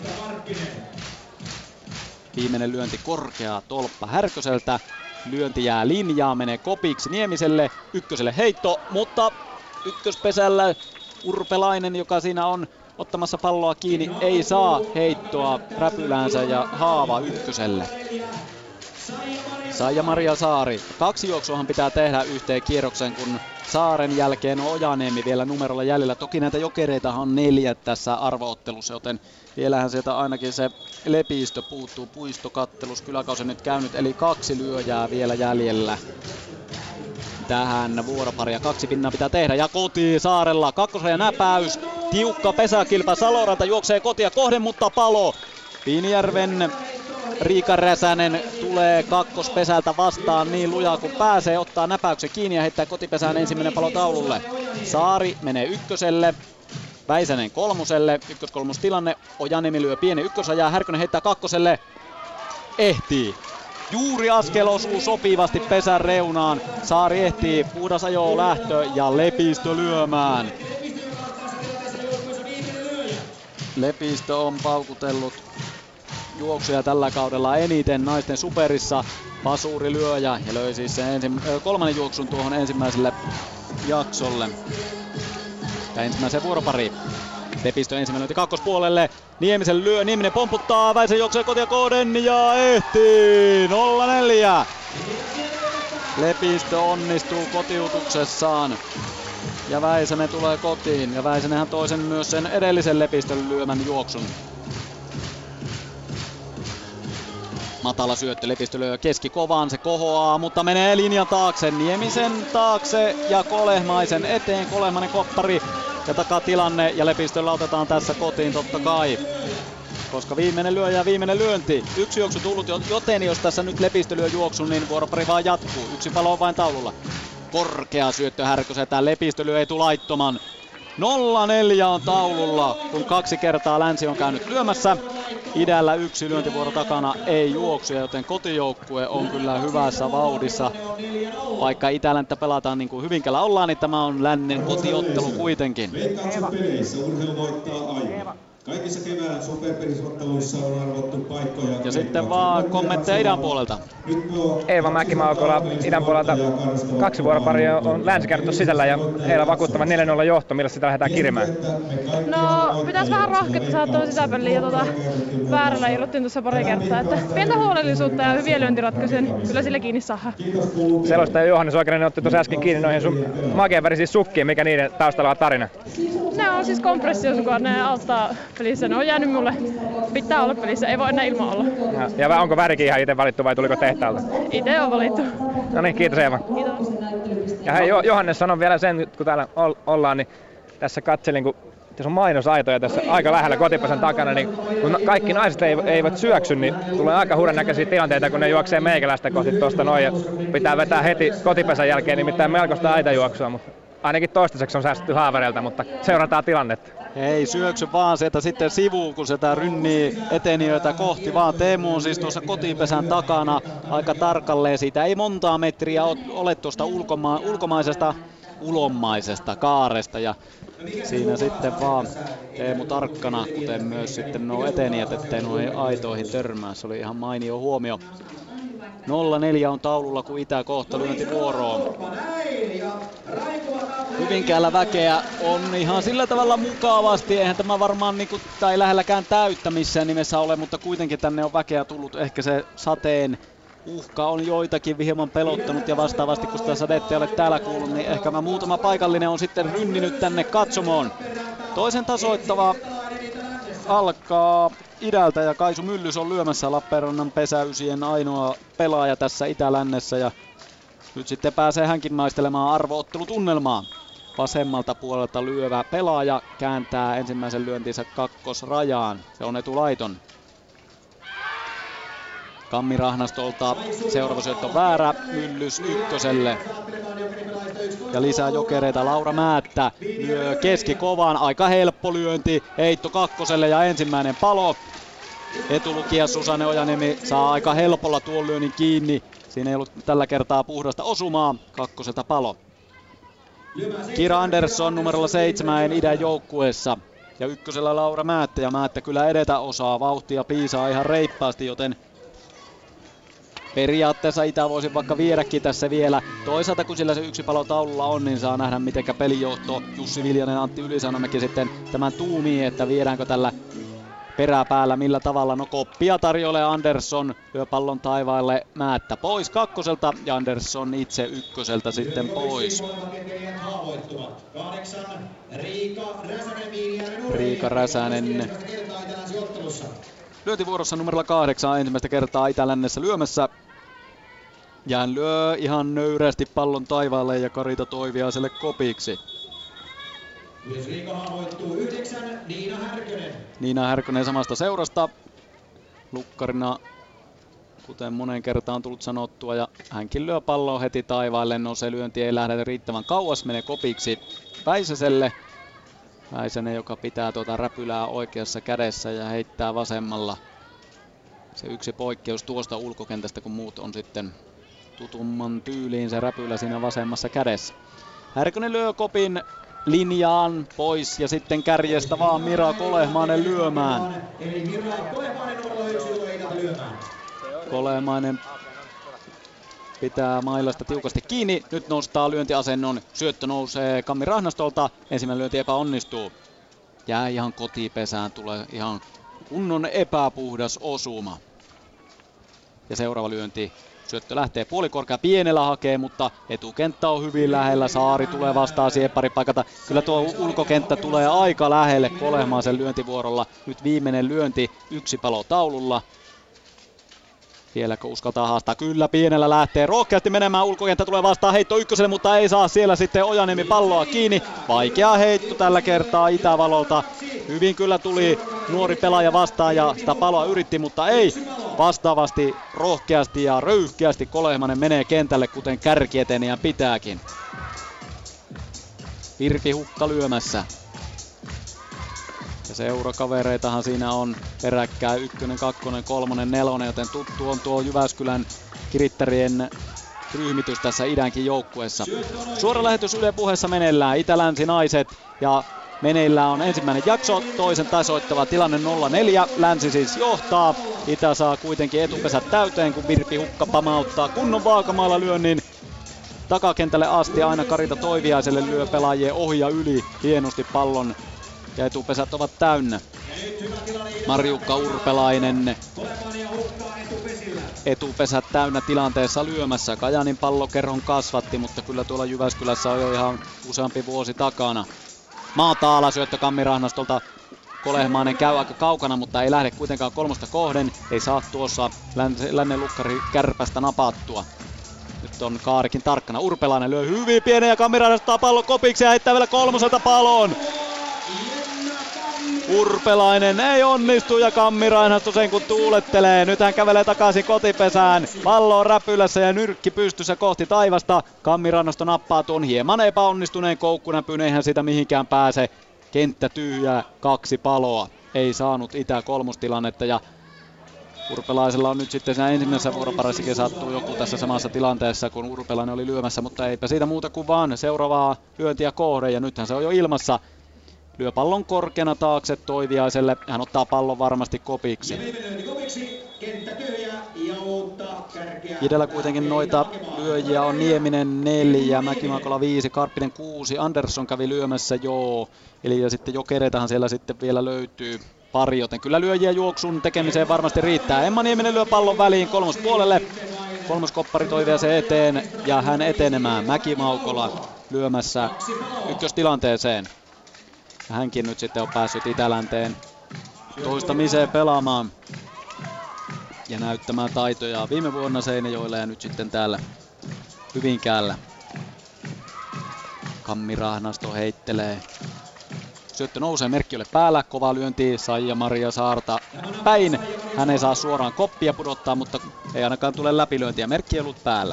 Viimeinen lyönti, korkea tolppa Härköseltä. Lyönti jää linjaan, menee kopiksi Niemiselle. Ykköselle heitto, mutta ykköspesällä Urpelainen, joka siinä on ottamassa palloa kiinni, ei saa heittoa räpyläänsä ja haava ykköselle. Saija-Maria Saari. Kaksi juoksuahan pitää tehdä yhteen kierrokseen, kun Saaren jälkeen on Ojaniemi vielä numerolla jäljellä. Toki näitä jokereitahan on neljä tässä arvoottelussa, joten vielähän sieltä ainakin se Lepistö puuttuu. Puistokattelus Kyläkausi nyt käynyt, eli kaksi lyöjää vielä jäljellä. Tähän vuoroparia kaksi pinnaa pitää tehdä ja koti Saarella. Kakkosraja näpäys. Tiukka pesäkilpä. Saloranta juoksee kotia kohden, mutta palo. Piinijärven Riika Räsänen tulee kakkospesältä vastaan niin lujaa kun pääsee, ottaa näpäyksen kiinni ja heittää kotipesään ensimmäinen palo taululle. Saari menee ykköselle. Väisänen kolmoselle, ykkös-kolmostilanne, Ojaniemi lyö pieni ykkösajaa, Härkönen heittää kakkoselle, ehtii. Juuri askel osuu sopivasti pesän reunaan, Saari ehtii, puhdas ajo lähtö ja Lepistö lyömään. Lepistö on paukutellut juoksuja tällä kaudella eniten naisten superissa. Pasuri lyöjä ja löi siis sen ensi, kolmannen juoksun tuohon ensimmäiselle jaksolle. Ja ensimmäiseen vuoropariin. Lepistö ensimmäinen lyönti kakkospuolelle. Niemisen lyö, Nieminen pomputtaa, Väisen juoksee kotia kohden ja ehtii nolla neljä. Lepistö onnistuu kotiutuksessaan. Ja Väisänen tulee kotiin. Ja Väisänenhän toisen myös sen edellisen Lepistön lyömän juoksun. Matala syöttö, Lepistö lyö keskikovaan, se kohoaa, mutta menee linjan taakse. Niemisen taakse ja Kolehmaisen eteen. Kolehmainen koppari ja takatilanne ja Lepistöllä otetaan tässä kotiin totta kai. Koska viimeinen lyö ja viimeinen lyönti. Yksi juoksu tullut, joten jos tässä nyt Lepistö lyö juoksun, niin vuoropari vaan jatkuu. Yksi palo on vain taululla. Korkea syöttö Härköseltä, Lepistö lyö etulaittoman. nolla neljä on taululla, kun kaksi kertaa Länsi on käynyt lyömässä. Idällä yksi lyöntivuoro takana, ei juoksuja, joten kotijoukkue on kyllä hyvässä vauhdissa. Vaikka Itälänttä pelataan niin kuin Hyvinkäällä ollaan, niin tämä on lännen kotiottelu kuitenkin. Kaikissa kevään superpelisotteluissa on arvottu paikkoja. Ja sitten vaan kommentteja idän puolelta. Eeva Mäki-Maukola idän puolelta. Kaksi vuoroparia on Länsi käynyt sisällä ja heillä on vakuuttava neljä nolla johto. Millä sitä lähdetään kirimään? No, pitäisi vähän rohkeutta saada tuohon sisäpeliin ja tuota, väärällä irrottiin tuossa pari kertaa. Että pientä huolellisuutta ja hyviä lyöntiratkaisuja, niin kyllä sille kiinni saadaan. Selostaja Johannes Oikeinen otti tuossa äsken kiinni noihin sun makeanvärisiin sukkiin. Mikä niiden taustalla on tarina? Ne on siis kompressiosukat, ne auttaa pelissä. Ne on jäänyt mulle. Pitää olla pelissä, ei voi enää ilman olla. Ja, ja onko värikin ihan itse valittu vai tuliko tehtaalta? Itse on valittu. No niin, kiitos Eeva. Kiitos. Ja hei Johannes, sanon vielä sen, kun täällä ollaan, niin tässä katselin, kun tässä on mainosaitoja tässä aika lähellä kotipesän takana, niin kun kaikki naiset eivät syöksy, niin tulee aika hurjan näköisiä tilanteita, kun ne juoksee meikäläistä kohti tuosta noin ja pitää vetää heti kotipesän jälkeen, nimittäin melkoista aitajuoksua, mutta ainakin toistaiseksi on säästetty haavereilta, mutta seurataan tilannetta. Ei syöksy vaan sieltä sitten sivuun, kun sitä rynnii etenijöitä kohti, vaan Teemu on siis tuossa kotipesän takana aika tarkalleen. Siitä ei montaa metriä ole tuosta ulkoma- ulkomaisesta ulommaisesta kaaresta ja siinä sitten vaan Teemu tarkkana, kuten myös sitten nuo etenijät, ettei noihin aitoihin törmää. Se oli ihan mainio huomio. nolla neljä on taululla, kun Itä kohta lyönti vuoroon. Hyvinkäällä väkeä on ihan sillä tavalla mukavasti. Eihän tämä varmaan niinku, tai lähelläkään täyttä missään nimessä ole, mutta kuitenkin tänne on väkeä tullut. Ehkä se sateen uhka on joitakin hieman pelottanut ja vastaavasti, kun sitä sadetta ei ole täällä kuullut, niin ehkä mä muutama paikallinen on sitten rynninyt tänne katsomoon. Toisen tasoittava alkaa idältä ja Kaisu Myllys on lyömässä Lappeenrannan pesäysien ainoa pelaaja tässä Itä-lännessä ja nyt sitten pääsee hänkin maistelemaan arvoottelutunnelmaa. Vasemmalta puolelta lyövä pelaaja kääntää ensimmäisen lyöntinsä kakkosrajaan. Se on etulaiton. Kammi Rahnastolta seuraava syöttö on väärä, Myllys ykköselle. Ja lisää jokereita Laura Määttä lyö keskikovan, aika helppo lyönti, heitto kakkoselle ja ensimmäinen palo. Etulukija Susanne Ojaniemi saa aika helpolla tuon lyönnin kiinni. Siinä ei ollut tällä kertaa puhdasta osumaa, kakkoselta palo. Kira Andersson numerolla seitsemän idän joukkueessa. Ja ykkösellä Laura Määttä ja Määttä kyllä edetä osaa, vauhtia piisaa ihan reippaasti, joten periaatteessa Itä voisi vaikka viedäkin tässä vielä. Toisaalta kun sillä se yksi palo taululla on, niin saa nähdä mitenkä pelijohto Jussi Viljanen, Antti Ylisanomäki sitten tämän tuumii, että viedäänkö tällä peräpäällä millä tavalla. No koppia tarjoilee Andersson, lyö pallon taivaalle, Määttä pois kakkoselta ja Andersson itse ykköseltä sitten pois. Riika Räsänen. Lyöntivuorossa numerolla kahdeksan ensimmäistä kertaa Itä-lännessä lyömässä. Ja hän lyö ihan nöyrästi pallon taivaalle ja Karita Toiviaiselle kopiksi. Niina Härkönen. Niina Härkönen samasta seurasta. Lukkarina, kuten monen kertaan on tullut sanottua, ja hänkin lyö palloa heti taivaalle. No se lyönti ei lähde riittävän kauas, menee kopiksi Väisäselle. Väisänen, joka pitää tuota räpylää oikeassa kädessä ja heittää vasemmalla. Se yksi poikkeus tuosta ulkokentästä, kun muut on sitten tutumman tyyliin se räpylä siinä vasemmassa kädessä. Härkönen lyö kopin linjaan pois ja sitten kärjestä vaan Mira Kolehmainen lyömään. Kolehmainen pitää mailasta tiukasti kiinni. Nyt nostaa lyöntiasennon. Syöttö nousee Kammi Rahnastolta. Ensimmäinen lyönti epäonnistuu. Jää ihan kotipesään. Tulee ihan kunnon epäpuhdas osuma. Ja seuraava lyönti. Syöttö lähtee puolikorkea, pienellä hakee, mutta etukenttä on hyvin lähellä. Saari tulee vastaan siihen pari paikalta. Kyllä tuo ulkokenttä tulee aika lähelle Kolehmaisen lyöntivuorolla. Nyt viimeinen lyönti, yksi palo taululla. Vieläkö uskaltaa haastaa? Kyllä, pienellä lähtee rohkeasti menemään. Ulkokenttä tulee vastaan, heitto ykköselle, mutta ei saa siellä sitten Ojaniemi palloa kiinni. Vaikea heitto tällä kertaa Itävalolta. Hyvin kyllä tuli nuori pelaaja vastaan ja sitä paloa yritti, mutta ei. Vastaavasti rohkeasti ja röyhkeästi Kolehmainen menee kentälle, kuten kärkietenijän pitääkin. Virpi Hukka lyömässä. Ja seurakavereitahan siinä on peräkkäin ykkönen, kakkonen, kolmonen, nelonen, joten tuttu on tuo Jyväskylän Kirittärien ryhmitys tässä idänkin joukkueessa. Suora lähetys Yle Puheessa meneillään, Itä-Länsi-naiset ja meneillään on ensimmäinen jakso, toisen tasoittava tilanne nolla neljä, Länsi siis johtaa. Itä saa kuitenkin etupesät täyteen, kun Virpi Hukka pamauttaa kunnon vaakamaalla lyönnin takakentälle asti. Aina Karita Toiviaiselle lyö pelaajien ohi ja yli hienosti pallon ja etupesät ovat täynnä. Marjukka Urpelainen etupesät täynnä tilanteessa lyömässä. Kajanin pallokerhon kasvatti, mutta kyllä tuolla Jyväskylässä on jo ihan useampi vuosi takana. Maataala syöttö Kammi Rahnastolta. Kolehmainen käy aika kaukana, mutta ei lähde kuitenkaan kolmosta kohden. Ei saa tuossa lännen lukkari kärpästä napattua. Nyt on Kaarikin tarkkana. Urpelainen lyö hyvin pienen ja Kammi Rahnastolta pallo kopiksi ja heittää vielä kolmoselta palon. Urpelainen ei onnistu ja Kammi Rainasto sen kun tuulettelee. Nyt hän kävelee takaisin kotipesään. Pallo on räpylässä ja nyrkki pystyssä kohti taivasta. Kammi Rainasto nappaa tuon hieman epäonnistuneen koukkunäpyn. Eihän sitä mihinkään pääse. Kenttä tyhjää, kaksi paloa. Ei saanut Itä kolmostilannetta ja Urpelaisella on nyt sitten siinä ensimmäisessä vuoroparissakin sattuu joku tässä samassa tilanteessa, kun Urpelainen oli lyömässä, mutta eipä siitä muuta kuin vaan seuraavaa lyöntiä kohde ja nythän se on jo ilmassa. Lyö pallon korkeana taakse Toiviaiselle. Hän ottaa pallon varmasti kopiksi. Idellä kuitenkin noita lyöjiä on Nieminen neljä, Mäkimakola viisi, Karppinen kuusi, Andersson kävi lyömässä joo. Eli ja sitten Jokereitahan siellä sitten vielä löytyy pari, joten kyllä lyöjiä juoksun tekemiseen varmasti riittää. Emma Nieminen lyö pallon väliin kolmospuolelle. Kolmoskoppari Toiviaisen eteen ja hän etenemään. Mäkimaukola lyömässä ykköstilanteeseen. Hänkin nyt sitten on päässyt Itälänteen toistamiseen pelaamaan ja näyttämään taitojaa viime vuonna Seinäjoella ja nyt sitten täällä Hyvinkäällä. Kammi Rahnasto heittelee. Syöttö nousee, merkki ole päällä, kova lyönti Saija Maria Saarta päin. Hän ei saa suoraan koppia pudottaa, mutta ei ainakaan tule läpilyöntiä, merkki ei ollut päällä.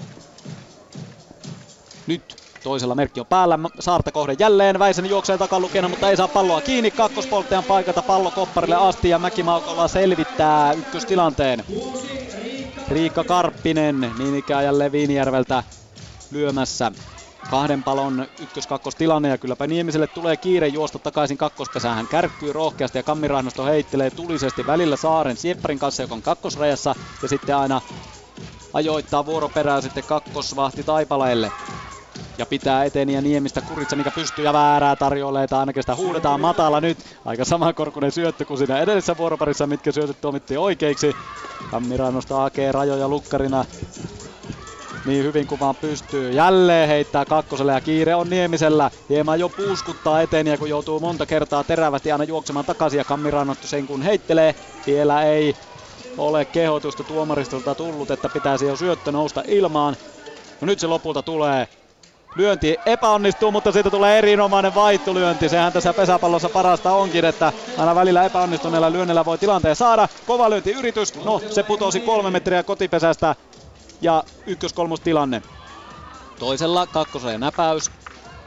Nyt toisella merkki on päällä, Saarta kohde jälleen, Väisänen juoksee takalukena, mutta ei saa palloa kiinni, kakkospolttajan paikalta pallo kopparille asti ja Mäkimaukola selvittää ykköstilanteen. Riikka Karppinen niin ikään jälleen Viinijärveltä lyömässä. Kahden palon ykkös-kakkostilanne ja kylläpä Niemiselle tulee kiire juosta takaisin kakkospesään. Hän kärkkyy rohkeasti ja Kammi Rahnasto heittelee tulisesti välillä Saaren Siepparin kanssa, joka on kakkosrajassa ja sitten aina ajoittaa vuoroperää sitten kakkosvahti Taipaleelle. Ja pitää eteen ja Niemistä Kuritsa, mikä pystyy ja väärää tarjoilee, tai ainakin sitä huudetaan matala nyt. Aika samankorkuinen syöttö kuin siinä edellisessä vuoroparissa, mitkä syötöt tuomittiin oikeiksi. Kammi Rahnasto hakee rajoja lukkarina niin hyvin kuin vaan pystyy. Jälleen heittää kakkoselle ja kiire on Niemisellä. Hieman jo puuskuttaa eteen ja kun joutuu monta kertaa terävästi aina juoksemaan takaisin ja Kammi Rahnasto sen kun heittelee. Vielä ei ole kehotusta tuomaristolta tullut, että pitäisi jo syöttö nousta ilmaan. No nyt se lopulta tulee. Lyönti epäonnistuu, mutta siitä tulee erinomainen vaihtolyönti. Sehän tässä pesäpallossa parasta onkin, että aina välillä epäonnistuneella lyönnillä voi tilanteen saada. Kova lyöntiyritys, no se putosi kolme metriä kotipesästä ja ykkös-kolmostilanne. Toisella kakkosrajan näpäys.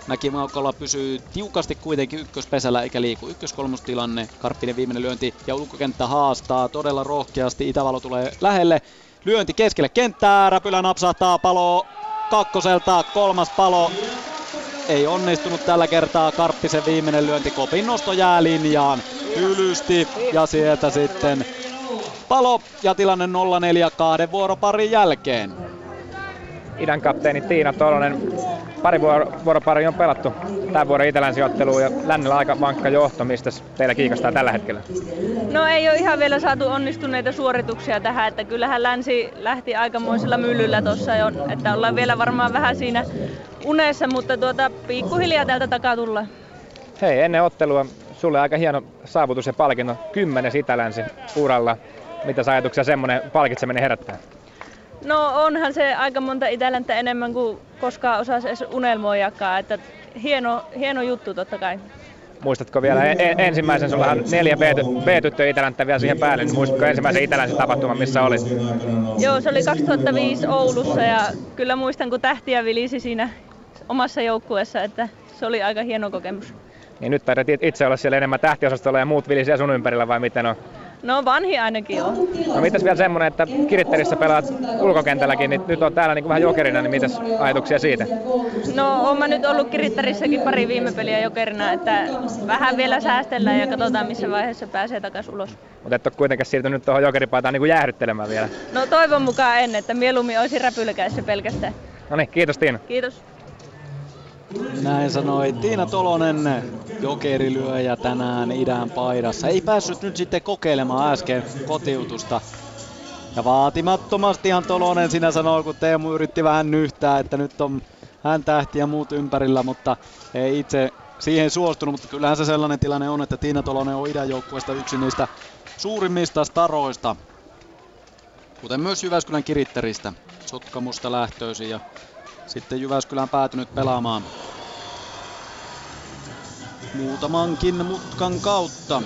Mäki-Maukola pysyy tiukasti kuitenkin ykköspesällä eikä liiku. Ykkös-kolmostilanne, Karppinen viimeinen lyönti ja ulkokenttä haastaa todella rohkeasti. Itävalo tulee lähelle. Lyönti keskelle kenttää, Räpylä napsahtaa Palo kakkoselta, kolmas palo. Ei onnistunut tällä kertaa, Karppisen viimeinen lyönti, Kopin nosto jää linjaan. Ylysti ja sieltä sitten Palo ja tilanne nolla neljä kahden vuoroparin jälkeen. Idän kapteeni Tiina Tolonen, pari vuoropari on pelattu tämän vuoden Itä-Länsi-otteluun ja lännellä aika vankka johto. Mistä teillä kiikastaa tällä hetkellä? No ei ole ihan vielä saatu onnistuneita suorituksia tähän, että kyllähän Länsi lähti aikamoisella myllyllä tuossa jo, että ollaan vielä varmaan vähän siinä unessa, mutta tuota pikkuhiljaa täältä takaa tullaan. Hei, ennen ottelua sulle aika hieno saavutus ja palkinto, kymmenes Itä-Länsi uralla. Mitä ajatuksia semmoinen palkitseminen herättää? No onhan se aika monta Itä-Länttä enemmän kuin koskaan osasi edes unelmoijakaan, että hieno, hieno juttu totta kai. Muistatko vielä en, ensimmäisen, sullahan neljä B-tyttöä Itä-Länttä vielä siihen päälle, niin muistatko ensimmäisen Itä-Länsin tapahtuman, missä olit? Joo, se oli kaksituhattaviisi Oulussa ja kyllä muistan, kun tähtiä vilisi siinä omassa joukkueessa, että se oli aika hieno kokemus. Niin nyt taidat itse olla siellä enemmän tähtiosastolla ja muut vilisiä sun ympärillä vai miten on? No vanhi ainakin on. No mitäs vielä semmonen, että Kiritterissä pelaat ulkokentälläkin, niin nyt on täällä niin vähän jokerina, niin mitäs ajatuksia siitä? No oon mä nyt ollut Kiritterissäkin pari viime peliä jokerina, että vähän vielä säästellään ja katsotaan missä vaiheessa pääsee takaisin ulos. Mutta et ole kuitenkaan siirtynyt tuohon jokeripaitaan niin kuin jäähdyttelemään vielä? No toivon mukaan en, että mieluummin olisi räpyläkäissä pelkästään. No niin, kiitos Tiina. Kiitos. Näin sanoi Tiina Tolonen, jokerilyöjä tänään idän paidassa. Ei päässyt nyt sitten kokeilemaan äsken kotiutusta. Ja vaatimattomastihan Tolonen siinä sanoi, kun Teemu yritti vähän nyhtää, että nyt on hän tähti ja muut ympärillä, mutta ei itse siihen suostunut. Mutta kyllähän se sellainen tilanne on, että Tiina Tolonen on idän joukkueesta yksi niistä suurimmista staroista. Kuten myös Jyväskylän Kiritteristä, Sotkamosta lähtöisin ja sitten Jyväskylään päätynyt pelaamaan muutamankin mutkan kautta.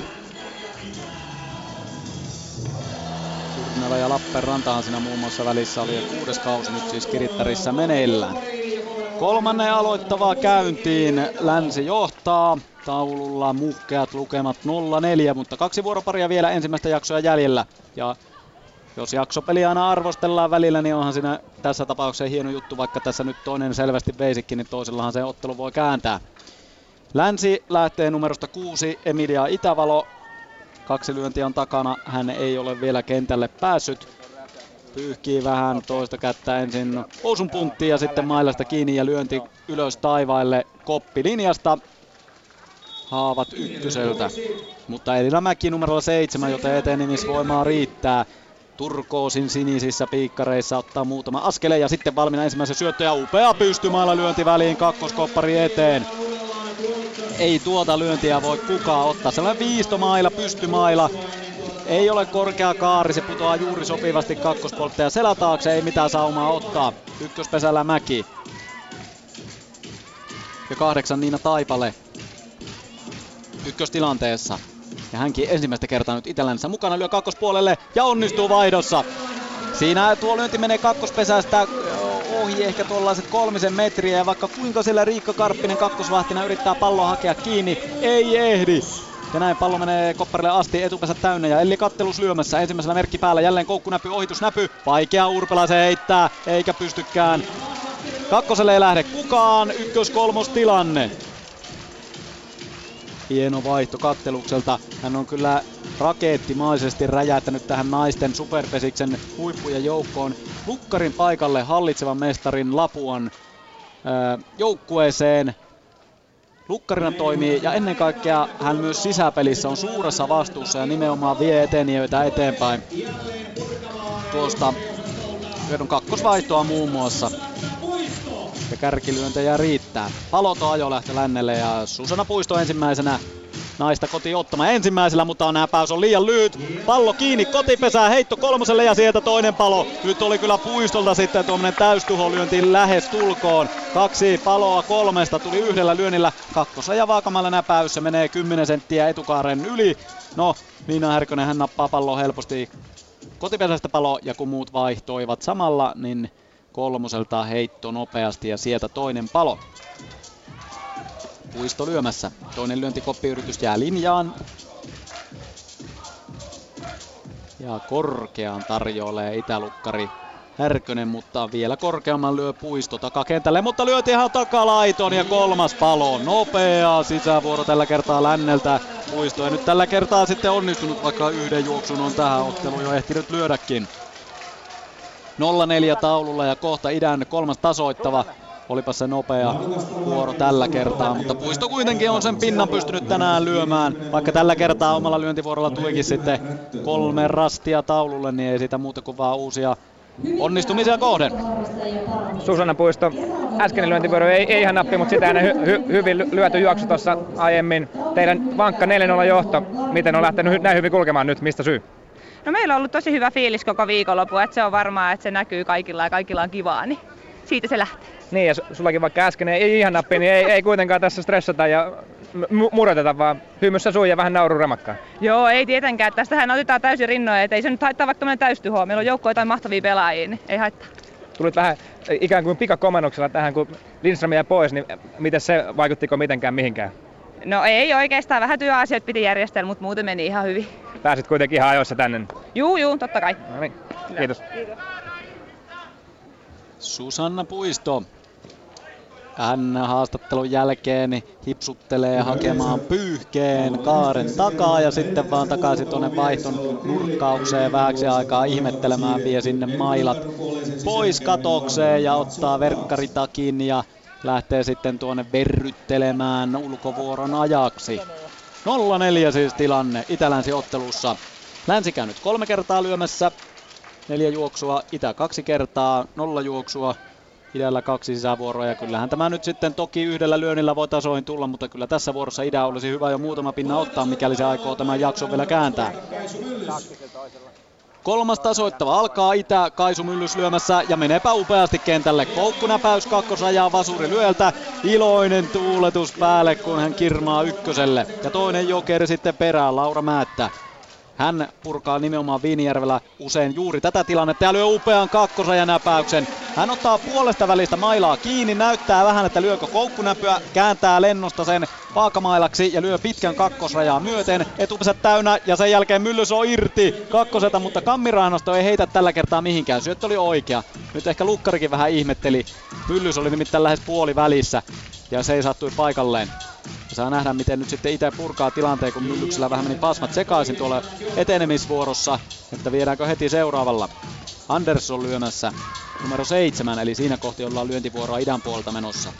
Tyrnälä ja Lappeenrantahan siinä muun muassa välissä oli, ja kuudes kausi nyt siis Kiritterissä meneillään. Kolmannen aloittavaa käyntiin Länsi johtaa. Taululla muhkeat lukemat nolla neljä, mutta kaksi vuoroparia vielä ensimmäistä jaksoa jäljellä. Ja jos jaksopeliä aina arvostellaan välillä, niin onhan siinä tässä tapauksessa hieno juttu, vaikka tässä nyt toinen selvästi veisikin, niin toisellahan se ottelu voi kääntää. Länsi lähtee numerosta kuusi, Emilia Itävalo. Kaksi lyöntiä on takana, hän ei ole vielä kentälle päässyt. Pyyhkii vähän toista kättä ensin housun punttiin ja sitten mailasta kiinni ja lyönti ylös taivaille Koppi linjasta. Haavat ykköseltä, mutta Elina Mäki numerolla seitsemän, joten etenemisvoimaa riittää. Turkoosin sinisissä piikkareissa ottaa muutama askeleen ja sitten valmiina ensimmäisen syöttö ja upea pystymailla lyönti väliin kakkoskoppari eteen. Ei tuota lyöntiä voi kukaan ottaa. Sellainen viistomaila, pystymaila. Ei ole korkea kaari, se putoaa juuri sopivasti kakkospoltteja selä taakse, ei mitään saumaa ottaa. Ykköspesällä Mäki. Ja kahdeksan Niina Taipale ykköstilanteessa. Ja hänkin ensimmäistä kertaa nyt Itä-Länsissä mukana, lyö kakkospuolelle ja onnistuu vaihdossa. Siinä tuo lyönti menee kakkospesästä ohi ehkä tuollaiset kolmisen metriä, ja vaikka kuinka siellä Riikka Karppinen kakkosvahtina yrittää palloa hakea kiinni, ei ehdi. Ja näin pallo menee kopparille asti, etupesä täynnä ja Elli Kattelus lyömässä ensimmäisellä merkki päällä, jälleen koukkunäpy, ohitusnäpy, vaikea Urpilaisen heittää, eikä pystykään. Kakkoselle ei lähde kukaan, ykkös-kolmos tilanne. Hieno vaihto Kattelukselta. Hän on kyllä rakeettimaisesti räjähtänyt tähän naisten superpesiksen huippujen joukkoon. Lukkarin paikalle hallitsevan mestarin Lapuan ää, joukkueeseen. Lukkarina toimii ja ennen kaikkea hän myös sisäpelissä on suuressa vastuussa ja nimenomaan vie etenijöitä eteenpäin. Tuosta hyödyn kakkosvaihtoa muun muassa. Ja kärkilyöntejä riittää. Paloto ajo lähtö lännelle ja Susanna Puisto ensimmäisenä naista kotiin ottamaan ensimmäisellä, mutta näpäys on liian lyhyt. Pallo kiinni kotipesään, heitto kolmoselle ja sieltä toinen palo. Nyt oli kyllä Puistolta sitten tuommoinen täystuholyönti lähes tulkoon. Kaksi paloa kolmesta tuli yhdellä lyönnillä. Kakkosa ja Vaakamalla näpäys, se menee kymmenen senttiä etukaaren yli. No, Niina Härkönen hän nappaa palloa helposti kotipesästä palo ja kun muut vaihtoivat samalla, niin kolmoselta heitto nopeasti ja sieltä toinen palo. Puisto lyömässä. Toinen lyöntikoppiyritys jää linjaan. Ja korkean tarjoilee itälukkari Härkönen, mutta vielä korkeamman lyö Puisto takakentälle, mutta lyötiin ihan takalaiton ja kolmas palo. Nopea sisävuoro tällä kertaa Länneltä. Puisto ei nyt tällä kertaa sitten onnistunut, vaikka yhden juoksun on tähän otteluun jo ehtinyt lyödäkin. nolla neljä taululla ja kohta idän kolmas tasoittava. Olipa se nopea vuoro tällä kertaa, mutta Puisto kuitenkin on sen pinnan pystynyt tänään lyömään. Vaikka tällä kertaa omalla lyöntivuorolla tuikin sitten kolme rastia taululle, niin ei siitä muuta kuin vaan uusia onnistumisia kohden. Susanna Puisto, äskeinen lyöntivuoro ei, ei ihan nappi, mutta sitä ennen hy, hy, hyvin lyöty juoksu tuossa aiemmin. Teidän vankka neljä nolla johto, miten on lähtenyt näin hyvin kulkemaan nyt, mistä syy? No meillä on ollut tosi hyvä fiilis koko viikonloppu, että se on varmaa, että se näkyy kaikilla ja kaikilla on kivaa, niin siitä se lähtee. Niin, ja sullakin vaikka äsken ei ihan nappi, niin ei, ei kuitenkaan tässä stressata ja m- muroteta, vaan hymyssä suu ja vähän nauru ramakkaa. Joo, ei tietenkään. Tästähän otetaan täysin rinnoja, että ei se nyt haittaa vaikka tämmöinen täystyho. Meillä on joukko jotain mahtavia pelaajia, niin ei haittaa. Tulit vähän ikään kuin pikakomennuksella tähän, kun Lindström jäi pois, niin miten se vaikuttiko mitenkään mihinkään? No ei oikeastaan, vähän työasioita piti järjestellä, mutta muuten meni ihan hyvin. Pääsit kuitenkin ihan ajoissa tänne? Juu, juu, totta kai. No niin, kiitos. Kiitos. Susanna Puisto. Hän haastattelun jälkeen hipsuttelee hakemaan pyyhkeen kaaren takaa ja sitten vaan takaisin tuonne vaihton nurkkaukseen vähäksi aikaa ihmettelemään, vie sinne mailat pois katokseen ja ottaa verkkaritakin ja lähtee sitten tuonne verryttelemään ulkovuoron ajaksi. nolla neljä siis tilanne Itä-Länsi-ottelussa. Länsi käynyt kolme kertaa lyömässä, neljä juoksua, Itä kaksi kertaa, nolla juoksua. Idällä kaksi sisävuoroa ja kyllähän tämä nyt sitten toki yhdellä lyönnillä voi tasoihin tulla, mutta kyllä tässä vuorossa Itä olisi hyvä jo muutama pinna ottaa, mikäli se aikoo tämän jakson vielä kääntää. Kolmas tasoittava alkaa Itä, Kaisu Myllys lyömässä ja meneepä upeasti kentälle. Koukkunäpäys kakkosrajaa Vasuri lyöltä, iloinen tuuletus päälle kun hän kirmaa ykköselle. Ja toinen jokeri sitten perään, Laura Määttä. Hän purkaa nimenomaan Viinijärvellä usein juuri tätä tilannetta ja lyö upean kakkosrajanäpäyksen. Hän ottaa puolesta välistä mailaa kiinni, näyttää vähän, että lyökö koukkunäpyä, kääntää lennosta sen vaakamailaksi ja lyö pitkän kakkosrajaa myöten. Etupesät täynnä ja sen jälkeen Myllys on irti kakkoselta, mutta Kammirahanasto ei heitä tällä kertaa mihinkään. Syöttö oli oikea. Nyt ehkä Lukkarikin vähän ihmetteli. Myllys oli nimittäin lähes puoli välissä ja se ei sattui paikalleen. Ja saa nähdä, miten nyt sitten Itä purkaa tilanteen, kun Myllyksellä vähän meni pasmat sekaisin tuolla etenemisvuorossa, että viedäänkö heti seuraavalla. Andersson lyömässä numero seitsemän, eli siinä kohti ollaan lyöntivuoroa idän puolta menossa.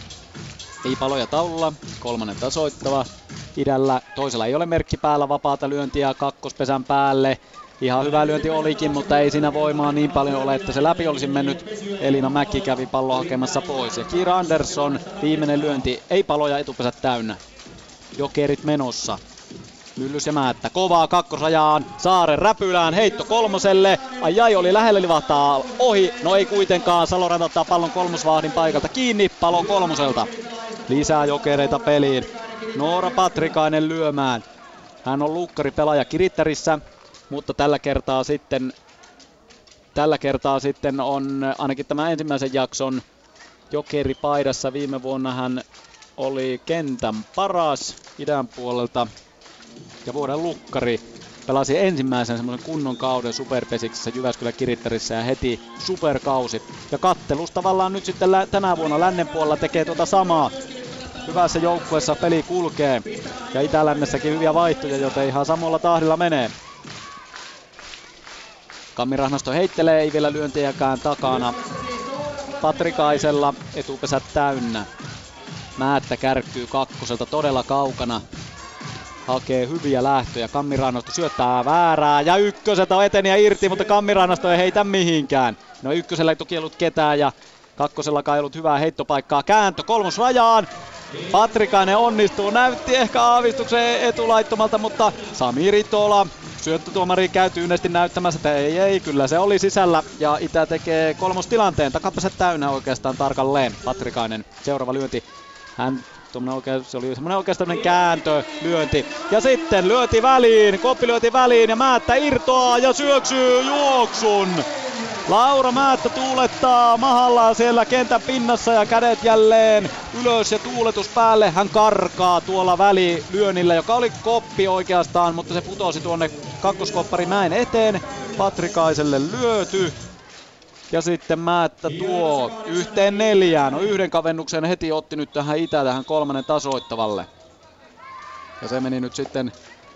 Ei paloja taululla, kolmannen tasoittava Idällä. Toisella ei ole merkki päällä, vapaata lyöntiä kakkospesän päälle. Ihan hyvä lyönti olikin, mutta ei siinä voimaa niin paljon ole, että se läpi olisi mennyt. Elina Mäki kävi pallo hakemassa pois. Ja Kiira Andersson, viimeinen lyönti, ei paloja, etupesät täynnä. Jokerit menossa. Myllys ja Määttä kovaa kakkosrajaan, Saaren räpylään, heitto kolmoselle. Ai ai, oli lähellä, livahtaa ohi, no ei kuitenkaan. Saloranta ottaa pallon kolmosvahdin paikalta kiinni, palo kolmoselta. Lisää jokereita peliin. Noora Patrikainen lyömään. Hän on lukkari pelaaja Kirittärissä. Mutta tällä kertaa sitten tällä kertaa sitten on ainakin tämän ensimmäisen jakson jokeri paidassa. Viime vuonna hän oli kentän paras idän puolelta ja vuoden lukkari. Pelasi ensimmäisen semmoisen kunnon kauden Superpesiksessä Jyväskylän Kirittärissä ja heti superkausi. Ja kattelus tavallaan nyt sitten tänä vuonna lännen puolella tekee tuota samaa. Hyvässä joukkueessa peli kulkee ja Itä-Lännessäkin hyviä vaihtoja, joten ihan samalla tahdilla menee. Kammirahnasto heittelee, ei vielä lyöntiäkään takana. Patrikaisella etupesät täynnä. Määttä kärkkyy kakkoselta todella kaukana. Hakee hyviä lähtöjä. Kammirahnasto syöttää väärää ja ykköseltä eteni ja irti, mutta Kammirahnasto ei heitä mihinkään. No ykkösellä ei toki ollut ketään ja kakkosellakaan ei ollut hyvää heittopaikkaa. Kääntö kolmosrajaan. Patrikainen onnistuu, näytti ehkä aavistuksen etulaittomalta, mutta Sami Ritola syöttötuomari käy tyynesti näyttämässä, että ei ei, kyllä se oli sisällä ja Itä tekee kolmostilanteen, takapesät täynnä oikeastaan tarkalleen. Patrikainen seuraava lyönti, hän oikein, se oli semmoinen oikeastaan kääntö, lyönti ja sitten lyöti väliin, Koppi lyöti väliin ja Määttä irtoaa ja syöksyy juoksun. Laura Määttä tuulettaa mahallaan siellä kentän pinnassa ja kädet jälleen ylös ja tuuletus päälle. Hän karkaa tuolla välilyönnillä, joka oli koppi oikeastaan, mutta se putosi tuonne kakkoskopparimäen eteen. Patrikaiselle lyöty. Ja sitten Määttä tuo yhteen neljään. No yhden kavennuksen heti otti nyt tähän Itä tähän kolmannen tasoittavalle. Ja se meni nyt sitten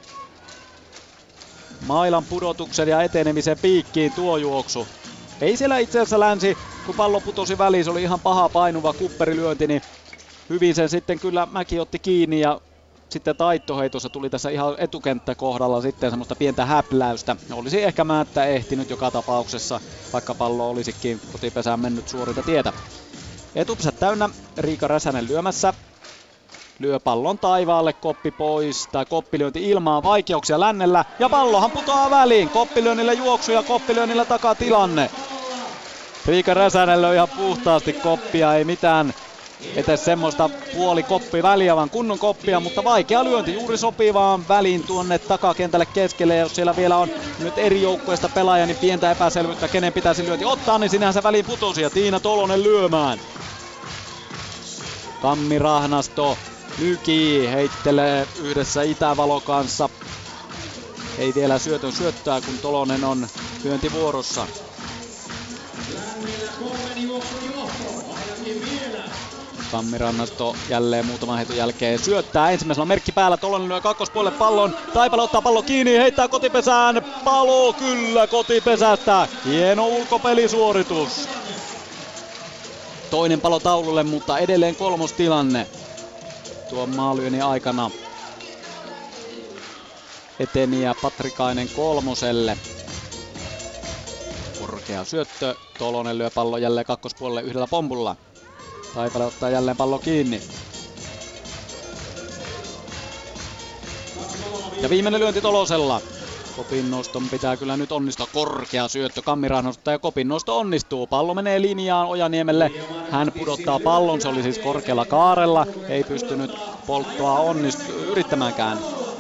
mailan pudotuksen ja etenemisen piikkiin tuo juoksu. Ei siellä itse asiassa Länsi, kun pallo putosi väliin, se oli ihan paha painuva kupperilyönti, niin hyvin sen sitten kyllä Mäki otti kiinni ja sitten taittoheitossa tuli tässä ihan etukenttäkohdalla sitten semmoista pientä häpläystä. Olisi ehkä Määttä ehtinyt joka tapauksessa, vaikka pallo olisikin kotipesään mennyt suorilta tietä. Etupesä täynnä, Riika Räsänen lyömässä. Lyö pallon taivaalle, koppi pois, tai koppilyönti ilmaan, vaikeuksia Lännellä, ja pallohan putoaa väliin. Koppilyönnillä juoksu ja koppilyönnillä takatilanne. Riika Räsänen löi ihan puhtaasti koppia, ei mitään etes semmoista puoli koppi väliä, vaan kunnon koppia, mutta vaikea lyönti juuri sopivaan väliin tuonne takakentälle keskelle. Ja jos siellä vielä on nyt eri joukkueista pelaaja, niin pientä epäselvyyttä, kenen pitäisi lyönti ottaa, niin sinähän se väliin putosi ja Tiina Tolonen lyömään. Kammi Rahnasto Nyki heittelee yhdessä Itävalo kanssa. Ei vielä syötön syöttää, kun Tolonen on lyöntivuorossa. Kammi Rannasto jälleen muutaman heiton jälkeen syöttää. Ensimmäisellä merkki päällä, Tolonen lyö kakkospuolelle pallon. Taipale ottaa pallo kiinni, heittää kotipesään. Palo kyllä kotipesästä. Hieno ulkopelisuoritus. Toinen palo taululle, mutta edelleen kolmostilanne. Tuon maalyönnin aikana eteni ja Patrikainen kolmoselle. Korkea syöttö. Tolonen lyö pallo jälleen kakkospuolelle yhdellä pompulla. Taipale ottaa jälleen pallo kiinni. Ja viimeinen lyönti Tolosella. Kopin noston pitää kyllä nyt onnistua. Korkea syöttö Kammi Rahnasto ja kopin nosto onnistuu. Pallo menee linjaan Ojaniemelle. Hän pudottaa pallon. Se oli siis korkealla kaarella. Ei pystynyt polttoa onnistu yrittämäänkään.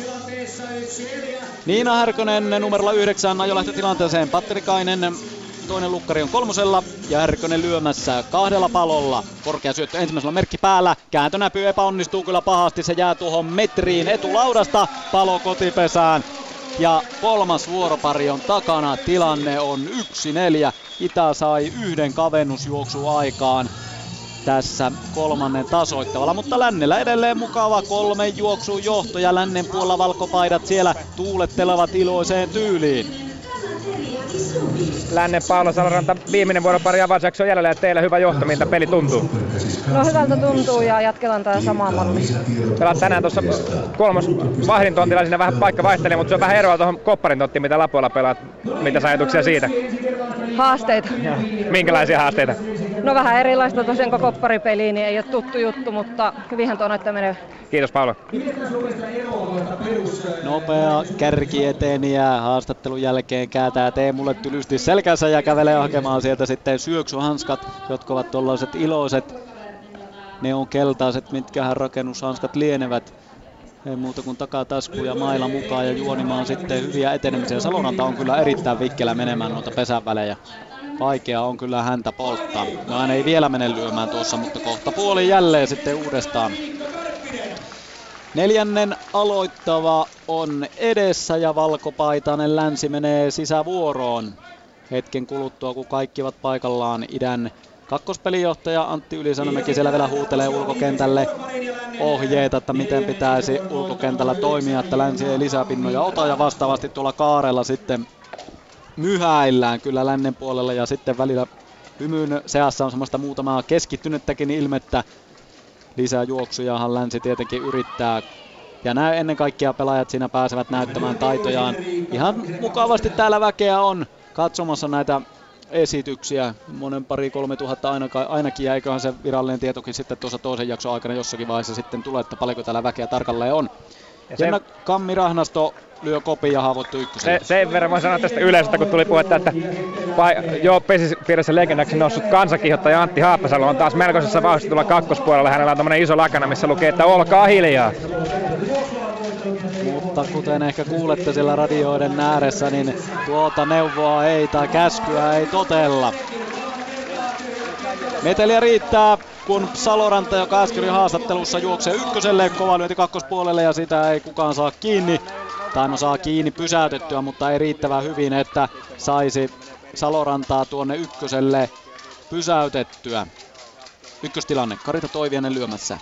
Niina Härkönen numerolla yhdeksän ajolähtötilanteeseen. Patrikainen toinen lukkari on kolmosella ja Härkönen lyömässä kahdella palolla. Korkea syöttö ensimmäisellä merkki päällä. Kääntönäpy epäonnistuu kyllä pahasti. Se jää tuohon metriin etulaudasta. Palo kotipesään. Ja kolmas vuoropari on takana. Tilanne on yksi neljä. Itä sai yhden kavennusjuoksu aikaan tässä kolmannen tasoittavalla, mutta Lännellä edelleen mukava kolmen juoksun johto ja Lännen puolella valkopaidat siellä tuulettelevat iloiseen tyyliin. Lännen Paula Saloranta viimeinen vuoropari avausjakso on jäljellä ja teillä hyvä johto, miltä peli tuntuu? No hyvältä tuntuu ja jatketaan tätä samaa mallia. Pelaat tänään tuossa kolmos vahdin tontilla, siinä vähän paikka vaihtelee, mutta se on vähän eroa tuohon kopparin tonttiin, mitä Lapualla pelaat. Mitä ajatuksia siitä? Haasteita. Ja. Minkälaisia haasteita? No vähän erilaista tosiaan kuin kopparipeliin, niin ei ole tuttu juttu, mutta hyvinhän tuo näyttää menee. Kiitos Paula. Nopea kärki eteni ja haastattelun jälkeen kääntää Teemulle tylysti selkänsä ja kävelee hakemaan sieltä sitten syöksyhanskat, jotka ovat tollaiset iloiset. Ne on keltaiset, mitkähän rakennushanskat lienevät. Ei muuta kuin takatasku ja maila mukaan ja juonimaan sitten hyviä etenemisiä. Saloranta on kyllä erittäin vikkelä menemään noita pesänvälejä. Vaikea on kyllä häntä polttaa. No hän ei vielä mene lyömään tuossa, mutta kohta puoli jälleen sitten uudestaan. Neljännen aloittava on edessä ja valkopaitainen Länsi menee sisävuoroon. Hetken kuluttua, kun kaikki ovat paikallaan, idän kakkospelijohtaja Antti Ylisanomäki siellä vielä huutelee ulkokentälle ohjeita, että miten pitäisi ulkokentällä toimia, että Länsi ei lisäpinnoja ota ja vastaavasti tuolla kaarella sitten myhäillään kyllä Lännen puolella ja sitten välillä hymyyn seassa on semmoista muutamaa keskittynyttäkin ilmettä. Lisää juoksujahan Länsi tietenkin yrittää. Ja nämä ennen kaikkea pelaajat siinä pääsevät näyttämään taitojaan. Ihan mukavasti täällä väkeä on katsomassa näitä esityksiä. Monen pari kolme tuhatta ainakin, ja eiköhän se virallinen tietokin sitten tuossa toisen jakson aikana jossakin vaiheessa sitten tulee, että paljonko täällä väkeä tarkalleen on. Ja Jenna se... Kammi Rahnasto lyö kopin ja haavoittuu ykköselle. Se, sen verran voin sanoa tästä yleisöstä, kun tuli puhetta, että vai, joo, pesipiirissä legendaksi noussut kansakihottaja Antti Haappasalo on taas melkoisessa vauhdissa tulla kakkospuolella. Hänellä on tämmönen iso lakana, missä lukee, että olkaa hiljaa. mutta kuten ehkä kuulette siellä radioiden ääressä, niin tuota neuvoa ei tai käskyä ei totella. Meteliä riittää, kun Saloranta, joka äsken oli haastattelussa, juoksee ykköselle, kova lyönti kakkospuolelle ja sitä ei kukaan saa kiinni. Tai no saa kiinni pysäytettyä, mutta ei riittävän hyvin, että saisi Salorantaa tuonne ykköselle pysäytettyä. Ykköstilanne, Karita Toiviainen lyömässä.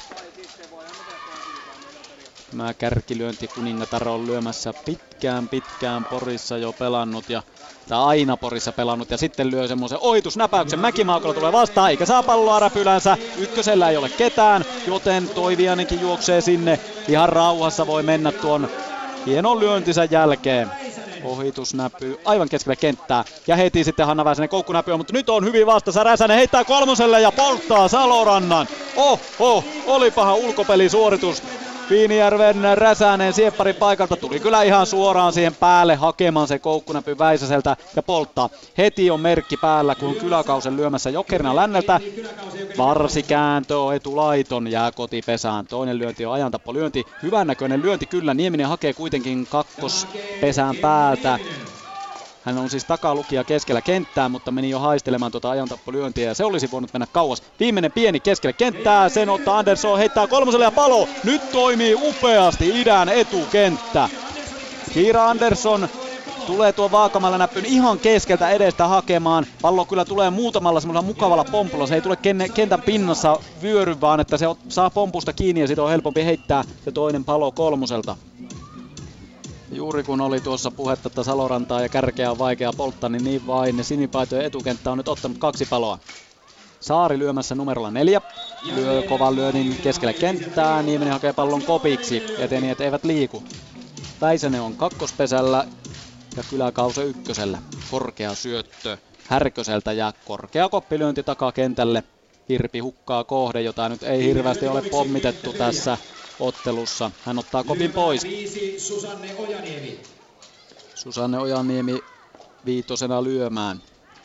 Tämä kärkilyönti Kuningatar on lyömässä pitkään pitkään Porissa jo pelannut ja tai aina Porissa pelannut ja sitten lyö semmoisen ohitusnäpäyksen. Mäkimaakolla tulee vastaan eikä saa palloa räpylänsä. Ykkösellä ei ole ketään, joten Toiviainenkin juoksee sinne. Ihan rauhassa voi mennä tuon hienon lyöntinsä jälkeen. Ohitus näpyy aivan keskelle kenttää ja heti sitten Hanna Väisänen koukkunäpyä, mutta nyt on hyvin vastassa. Räsänen heittää kolmoselle ja polttaa Salorannan. Oho, olipahan ulkopelisuoritus. Viinijärven Räsänen siepparin paikalta tuli kyllä ihan suoraan siihen päälle hakemaan se koukkunäpy Väisäseltä ja polttaa. Heti on merkki päällä, kun Kyläkausen lyömässä Jokerina länneltä. Varsikääntö on etulaiton, jää kotipesään. Toinen lyönti on ajantappolyönti. Hyvännäköinen lyönti kyllä. Nieminen hakee kuitenkin kakkospesään päältä. Hän on siis takalukija keskellä kenttää, mutta meni jo haistelemaan tuota ajantappolyöntiä ja se olisi voinut mennä kauas. Viimeinen pieni keskelle kenttää, sen ottaa Andersson, heittää kolmoselle ja palo. Nyt toimii upeasti idän etukenttä. Kiira Andersson tulee tuon Vaakamaalla näppyn ihan keskeltä edestä hakemaan. Pallo kyllä tulee muutamalla semmoisella mukavalla pompulla. Se ei tule kentän pinnassa vyöry, vaan että se saa pompusta kiinni ja siitä on helpompi heittää se toinen palo kolmoselta. Juuri kun oli tuossa puhetta, että Salorantaa ja Kärkeä on vaikea polttaa, niin niin vain sinipaitojen etukenttä on nyt ottanut kaksi paloa. Saari lyömässä numerolla neljä. Lyö kovan lyönnin keskelle kenttää. Nieminen hakee pallon kopiksi. Eteniet eivät liiku. Väisänen on kakkospesällä ja Kyläkause ykkösellä. Korkea syöttö Härköseltä ja korkea koppilyönti takakentälle. Virpi hukkaa kohde, jota nyt ei hirveästi ole pommitettu tässä ottelussa. Hän ottaa kopin pois. Susanne Ojaniemi. Susanne Ojaniemi viitosena lyömään.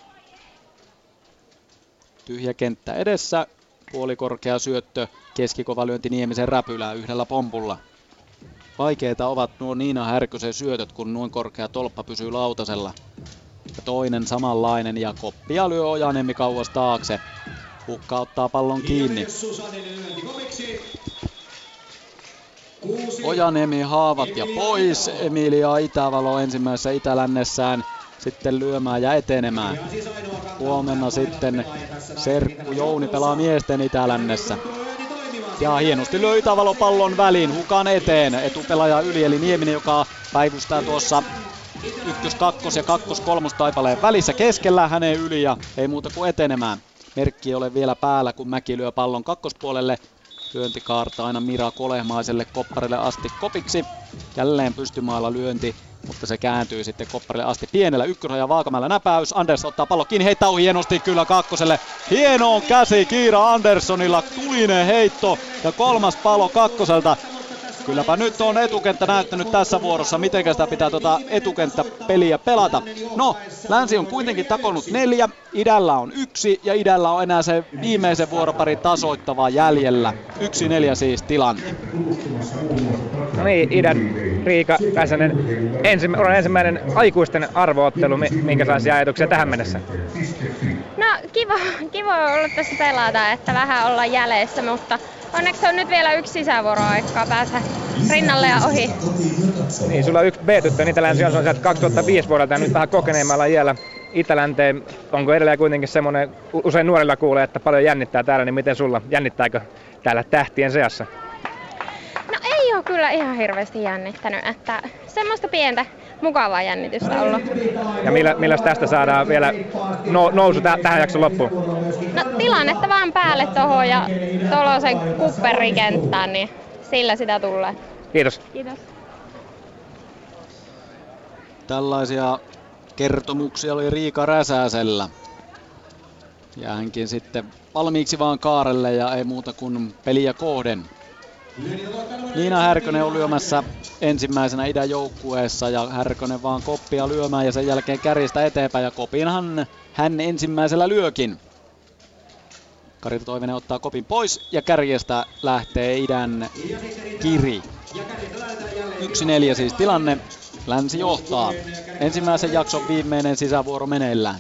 Tyhjä kenttä edessä. Puolikorkea syöttö. Keskikova lyönti Niemisen räpylään yhdellä pompulla. Vaikeita ovat nuo Niina Härkösen syötöt, kun noin korkea tolppa pysyy lautasella. Ja toinen samanlainen ja koppia lyö Ojaniemi kauas taakse. Hukka ottaa pallon kiinni. Ojaniemi haavat ja pois. Emilia Itävalo ensimmäisessä itälännessään sitten lyömään ja etenemään. Huomenna sitten serkku Jouni pelaa miesten itälännessä. Ja hienosti lyö Itävalo pallon väliin, Hukan eteen. Etupelaaja yli eli Nieminen, joka päivystää tuossa ykkös, kakkos ja kakkos kolmos taipaleen välissä keskellä hänen yli ja ei muuta kuin etenemään. Merkki ei ole vielä päällä, kun Mäki lyö pallon kakkospuolelle. Lyöntikaarta aina Mira Kolehmaiselle kopparille asti kopiksi. Jälleen pystymaalla lyönti, mutta se kääntyy sitten kopparille asti pienellä ykkösraja Vaakamäellä näpäys. Andersson ottaa pallo kiinni, heittää hienosti kyllä kakkoselle. Hieno käsi Kiira Anderssonilla, tulinen heitto ja kolmas palo kakkoselta. Kylläpä nyt on etukenttä näyttänyt tässä vuorossa, miten sitä pitää tuota etukenttäpeliä pelata. No, länsi on kuitenkin takonut neljä, idällä on yksi ja idällä on enää se viimeisen vuoroparin tasoittava jäljellä. Yksi neljä siis tilanne. No niin, idän Riika Väisänen, ensimmä, ensimmäinen aikuisten arvoottelu, minkälaisia ajatuksia tähän mennessä? No kiva, kiva olla tässä pelata, että vähän ollaan jäljessä, mutta onneksi on nyt vielä yksi sisävuoroaikaa päästä rinnalle ja ohi. Niin, sulla on yksi B-tyttö, Itä-Länsi on sieltä kaksituhattaviisi vuodelta ja nyt vähän kokeneemmalla iällä Itä-Länteen. Onko edelleen kuitenkin semmoinen, usein nuorilla kuulee, että paljon jännittää täällä, niin miten sulla, jännittääkö täällä tähtien seassa? No ei ole kyllä ihan hirveästi jännittänyt, että semmoista pientä mukavaa jännitystä ollut. Ja millä, milläs tästä saadaan vielä no, nousu täh- tähän jakson loppuun? No tilannetta vaan päälle tohon ja tuollaisen kupperikenttään, niin sillä sitä tulee. Kiitos. Kiitos. Tällaisia kertomuksia oli Riika Räsäsellä. Ja hänkin sitten valmiiksi vaan kaarelle ja ei muuta kuin peliä kohden. Niina Härkönen on lyömässä ensimmäisenä idän joukkueessa ja Härkönen vaan koppia lyömään ja sen jälkeen kärjestä eteenpäin ja kopinhan hän ensimmäisellä lyökin. Karita Toivonen ottaa kopin pois ja kärjestä lähtee idän Kiri. yksi neljä siis tilanne. Länsi johtaa. Ensimmäisen jakson viimeinen sisävuoro meneillään.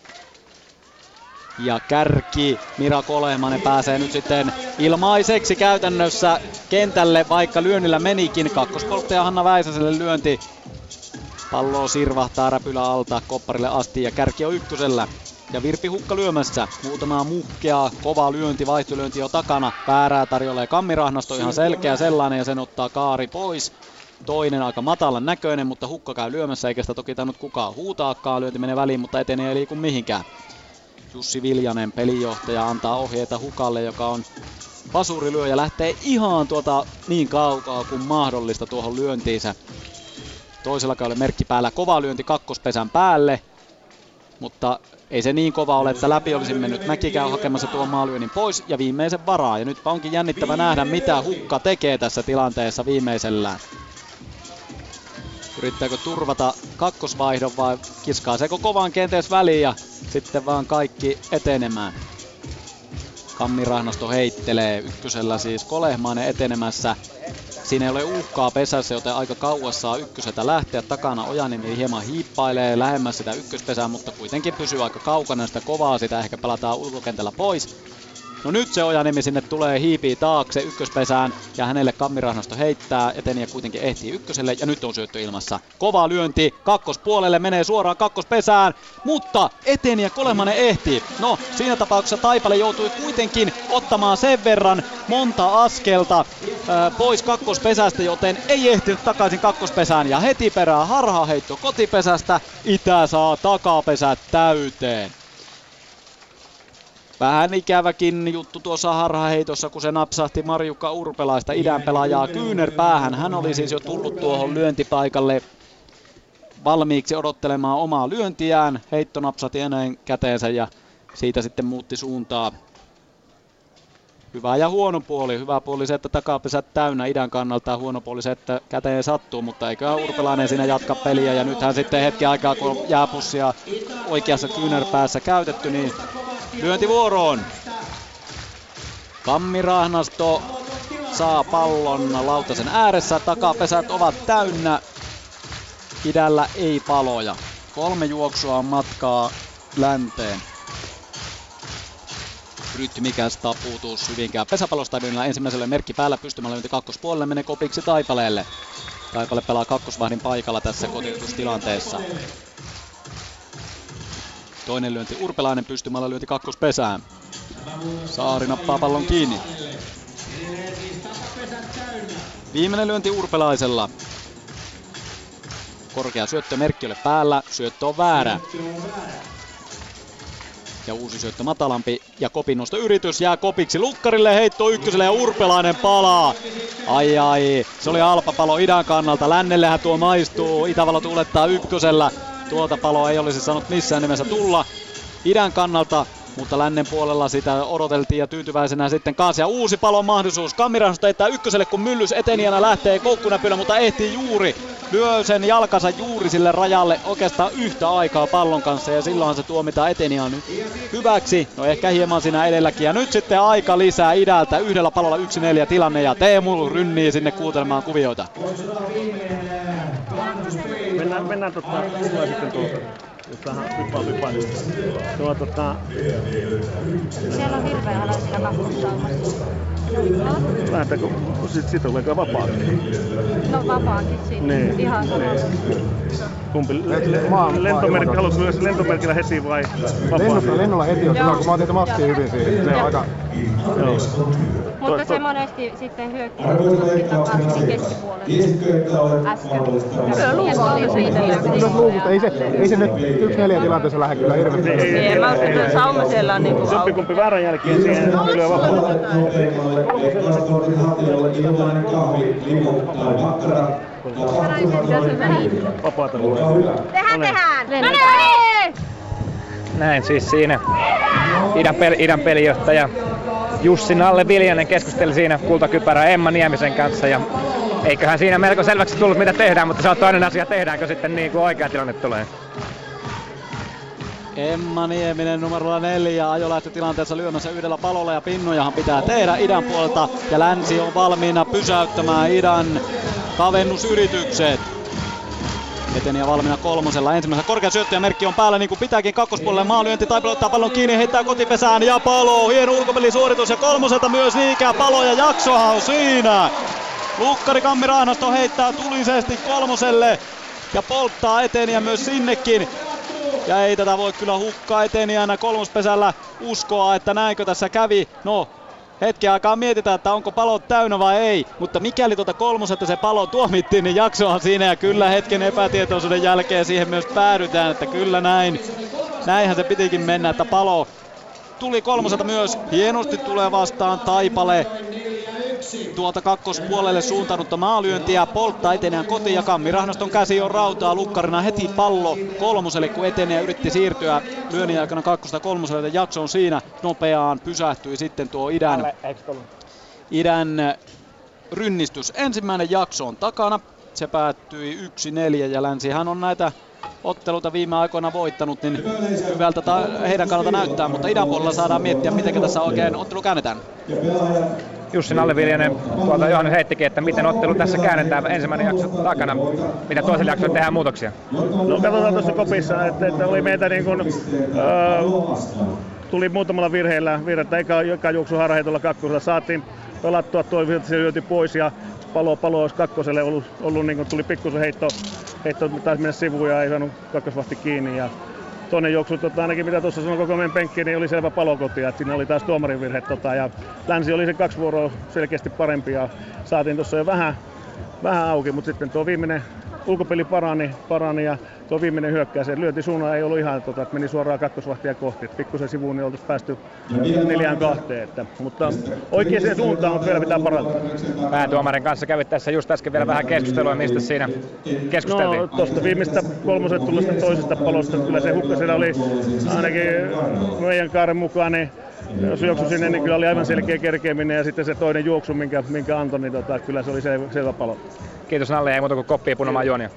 Ja kärki Mira Kolehmainen pääsee nyt sitten ilmaiseksi käytännössä kentälle, vaikka lyönnillä menikin. Kakkospolttaja Hanna Väisäselle lyönti. Pallo sirvahtaa räpylä alta kopparille asti ja kärki on ykkösellä. Ja Virpi Hukka lyömässä. Muutamaa muhkeaa, kova lyönti, vaihtolyönti jo takana. Väärää tarjoilee Kammirahnasto, ihan selkeä sellainen ja sen ottaa Kaari pois. Toinen aika matalan näköinen, mutta Hukka käy lyömässä eikä sitä toki tainnut kukaan huutaakaan. Lyönti menee väliin, mutta etenee ei liiku mihinkään. Jussi Viljanen, pelijohtaja, antaa ohjeita Hukalle, joka on pasurilyö ja lähtee ihan tuota niin kaukaa kuin mahdollista tuohon lyöntiinsä. Toisella kaudella merkki päällä, kova lyönti kakkospesän päälle, mutta ei se niin kova ole, että läpi olisi mennyt. Mäki käy hakemassa tuon maalyönnin pois ja viimeisen varaa. Ja nyt onkin jännittävä nähdä, mitä Hukka tekee tässä tilanteessa viimeisellään. Yrittääkö turvata kakkosvaihdon vai kiskaaseeko kovaan kenties väliin ja sitten vaan kaikki etenemään. Kammirahnasto heittelee ykkösellä siis Kolehmainen etenemässä. Siinä ei ole uhkaa pesässä, joten aika kauas saa ykköseltä lähteä. Takana Ojanimi hieman hiippailee lähemmäs sitä ykköspesää, mutta kuitenkin pysyy aika kaukana sitä kovaa. Sitä ehkä pelataan ulkokentällä pois. No nyt se Ojanimi sinne tulee, hiipii taakse ykköspesään ja hänelle Kammirahnasto heittää. Eteniä kuitenkin ehtii ykköselle ja nyt on syöttö ilmassa. Kova lyönti kakkospuolelle, menee suoraan kakkospesään, mutta Eteniä Kolehmainen ehtii. No siinä tapauksessa Taipale joutui kuitenkin ottamaan sen verran monta askelta ää, pois kakkospesästä, joten ei ehtinyt takaisin kakkospesään. Ja heti perään harhaheitto kotipesästä, Itä saa takapesät täyteen. Vähän ikäväkin juttu tuossa harhaheitossa, kun se napsahti Marjukka Urpelaista, idän pelaajaa kyynärpäähän. Hän oli siis jo tullut tuohon lyöntipaikalle valmiiksi odottelemaan omaa lyöntiään. Heitto napsahti enää käteensä ja siitä sitten muutti suuntaa. Hyvä ja huono puoli. Hyvä puoli se, että takapesät täynnä idän kannalta. Huono puoli se, että käteen sattuu, mutta eiköhän Urpelainen siinä jatka peliä. Ja nythän sitten hetki aikaa, kun on jääpussia oikeassa kyynärpäässä käytetty, niin lyöntivuoroon. Kammirahnasto saa pallon lautasen ääressä. Takapesät ovat täynnä. Idällä ei paloja. Kolme juoksua on matkaa länteen. Rytmikäs taputus Hyvinkään pesäpallostadionilla. Ensimmäiselle merkki päällä, pystymällä lyönti kakkospuolelle, menee kopiksi Taipaleelle. Taipale pelaa kakkosvahdin paikalla tässä kotitustilanteessa. Toinen lyönti Urpelainen, pystymällä lyönti kakkospesään. Saari nappaa pallon kiinni. Viimeinen lyönti Urpelaisella. Korkea syöttö, merkki ole päällä, syöttö on väärä. Ja uusi syöttö matalampi ja kopin nosto yritys jää kopiksi lukkarille, heitto ykköselle ja Urpelainen palaa. Ai ai, se oli halpa palo idän kannalta, lännellehän tuo maistuu, Itävalo tuulettaa ykkösellä. Tuota paloa ei olisi saanut missään nimessä tulla idän kannalta, mutta lännen puolella sitä odoteltiin ja tyytyväisenä sitten kanssa. Ja uusi palon mahdollisuus. Kammirahnasto heittää ykköselle, kun Myllys etenijänä lähtee koukkunäpylä, mutta ehtii juuri. Lyö sen jalkansa juuri sille rajalle oikeastaan yhtä aikaa pallon kanssa ja silloinhan se tuomitaan Eteniaan nyt hyväksi. No ehkä hieman siinä edelläkin. Ja nyt sitten aika lisää idältä. Yhdellä palolla yksi neljä tilanne ja Teemu rynnii sinne kuuntelemaan kuvioita. Mennään, mennään tota, sitten tuolta. Tähän hyppaa hyppailista. Tuo tota... Siellä on hirveän ala siinä kakkosalmassa. Lähdetäänkö, sit, sit on vapaakin? No vapaakin siitä. Niin. Ihan samassa. Kumpi? Lentomerkki, haluatko lyödä lentomerkillä heti vai vapaa? Lennolla heti on hyvä, kun mä oon tehty massia hyvin siihen. Se on aika... Mutta se monesti sitten hyökkää takaisin keskipuolelle äsken. Luukko siitä luukusta. Ei se, ei se nyt yksi neljä tilanteessa lähde kyllä hirveästi. Ei, mä uskon, että sauma siellä on niinku auki. Jompikumpi väärän jälkeen siihen lyö vapaa. Vapaata luo. Tehdään, tehdään! No niin! Näin siis siinä idän, pel- idän pelijohtaja Jussi Nalle Viljanen keskusteli siinä kultakypärä Emma Niemisen kanssa ja eiköhän siinä melko selväksi tullut mitä tehdään, mutta se on toinen asia, tehdäänkö sitten niin kuin oikea tilanne tulee. Emma Nieminen numerolla neljä ajolähtötilanteessa lyömässä yhdellä palolla ja pinnojahan pitää tehdä idän puolelta ja länsi on valmiina pysäyttämään idän kavennusyritykset. Eteni ja valmiina kolmosella. Ensimmäisellä korkea syöttäjämerkki on päällä niin kuin pitääkin kakkospuolelle. Maalyönti Taipale ottaa pallon kiinni, heittää kotipesään ja Palo. Hieno ulkopelisuoritus ja kolmoselta myös Niikää Palo ja jaksohan siinä. Lukkari Kammi Rahnasto heittää tulisesti kolmoselle ja polttaa Eteniä myös sinnekin. Ja ei tätä voi kyllä hukkaa Eteniänä kolmospesällä uskoa, että näinkö tässä kävi. No, hetken aikaa mietitään, että onko palot täynnä vai ei, mutta mikäli tuota kolmoselta se palo tuomittiin, niin jaksohan siinä ja kyllä hetken epätietoisuuden jälkeen siihen myös päädytään, että kyllä näin. Näinhän se pitikin mennä, että Palo tuli kolmoselta myös, hienosti tulee vastaan Taipale. Tuolta kakkospuolelle suuntaanutta maalyöntiä polttaa Eteneen kotiin ja Kammi Rahnaston käsi on rautaa lukkarina heti pallo kolmoselle, kun Eteneen yritti siirtyä lyönnin aikana kakkosta kolmoselle, ja jakso on siinä nopeaan pysähtyi sitten tuo idän, idän rynnistys. Ensimmäinen jakso on takana, se päättyi yksi neljä ja länsihän on näitä otteluita viime aikoina voittanut, niin hyvältä ta- heidän kannalta näyttää, mutta idän puolella saadaan miettiä, miten tässä oikein ottelu käännetään. Jussi Nalleviljanen tuolta Johannes heittikin, että miten ottelu tässä käännetään ensimmäinen jakso takana, mitä toisella jaksolla tehdään muutoksia. No katsotaan tuossa kopissa, että, että oli meitä niin kuin, äh, tuli muutamalla virheellä, virhettä eka, eka juoksu harhaheitolla kakkosella, saatiin pelattua tuo se lyöti pois ja palo, palo olisi kakkoselle ollut, ollut niin kuin tuli pikkusen heitto, heitto taisi mennä sivuun ja ei saanut kakkosvahti kiinni. Ja toinen juoksu, tota, ainakin mitä tuossa sanoi koko meidän penkkiin, niin oli selvä palokoti, että siinä oli taas tuomarin virhe. Tota, ja länsi oli se kaksi vuoroa selkeästi parempi ja saatiin tuossa jo vähän, vähän auki, mutta sitten tuo viimeinen ulkopeli parani, parani ja tuo viimeinen hyökkäys, se lyönti suunnan ei ollut ihan, tota, että meni suoraan kakkosvahtia kohti. Et pikkusen sivuun niin oltaisiin päästy neljään kahteen, että, mutta oikeaan suuntaan, mutta vielä pitää parantaa. Päätuomarin kanssa kävit tässä just äsken vielä vähän keskustelua, mistä siinä keskusteltiin? No tuosta viimeistä kolmoset tulleesta toisesta palosta, kyllä se hukka siellä oli ainakin meidän kaaren mukaan, niin jos juoksu sinne, niin kyllä oli aivan selkeä kerkeäminen ja sitten se toinen juoksu, minkä, minkä antoi, niin tota, kyllä se oli selvä, selvä palo. Kiitos Nalle, ei muuta kuin koppia punomaan juonia.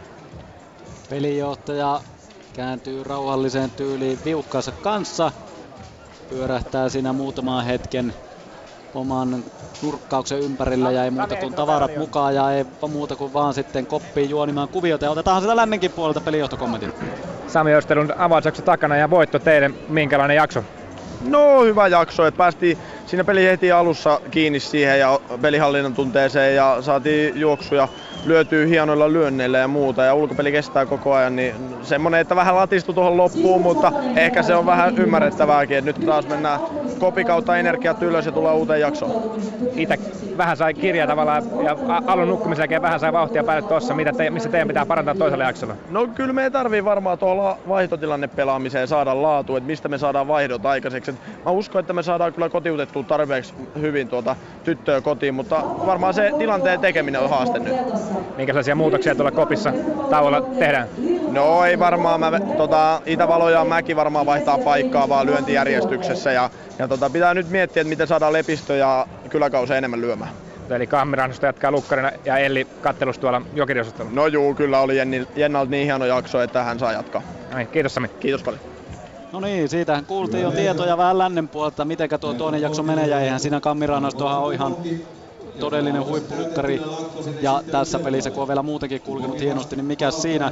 Pelijohtaja kääntyy rauhalliseen tyyliin viukkaansa kanssa. Pyörähtää siinä muutaman hetken oman nurkkauksen ympärillä ja ei muuta kuin tavarat mukaan ja ei muuta kuin vaan sitten koppiin juonimaan kuviota. Ja otetaan sitä lännenkin puolelta pelijohtokommentin. Sami Östelund avausjakso takana ja voitto teille. Minkälainen jakso? No hyvä jakso, että päästiin siinä peli heti alussa kiinni siihen ja pelihallinnan tunteeseen ja saatiin juoksuja lyötyy hienoilla lyönneillä ja muuta ja ulkopeli kestää koko ajan, niin semmonen, että vähän latistui tuohon loppuun, mutta ehkä se on vähän ymmärrettävääkin, että nyt taas mennään kopikautta energiat ylös ja tulee uuteen jaksoon. Itse vähän sai kirjaa tavallaan ja alun nukkumisen jälkeen vähän sai vauhtia päälle tuossa, mitä te, missä teidän pitää parantaa toisella jaksolla? No kyllä me tarvii varmaan tuolla vaihtotilanne pelaamiseen saada laatu, että mistä me saadaan vaihdot aikaiseksi. Mä uskon, että me saadaan kyllä kotiutettua tarpeeksi hyvin tuota tyttöä kotiin, mutta varmaan se tilanteen tekeminen on haaste nyt. Minkälaisia muutoksia tuolla kopissa tauolla tehdään? No ei varmaan, mä, tota, Itävalo ja Mäki varmaan vaihtaa paikkaa vaan lyöntijärjestyksessä ja, ja tota, pitää nyt miettiä, että miten saadaan Lepistö ja Kyläkausi enemmän lyömään. Eli Kammi Rahnasta jatkaa lukkarina ja Elli kattelussa tuolla jokiriosastolla. No juu, kyllä oli Jenni, Jennalta niin hieno jakso, että hän saa jatkaa. Ai, kiitos Sami. Kiitos paljon. No niin, siitähän kuultiin jo tietoja vähän lännen puolelta, mitenkä tuo toinen jakso menee ja eihän siinä Kammi Rahnastohan ole ihan todellinen huippulukkari ja tässä pelissä kun on vielä muutenkin kulkenut hienosti, niin mikä siinä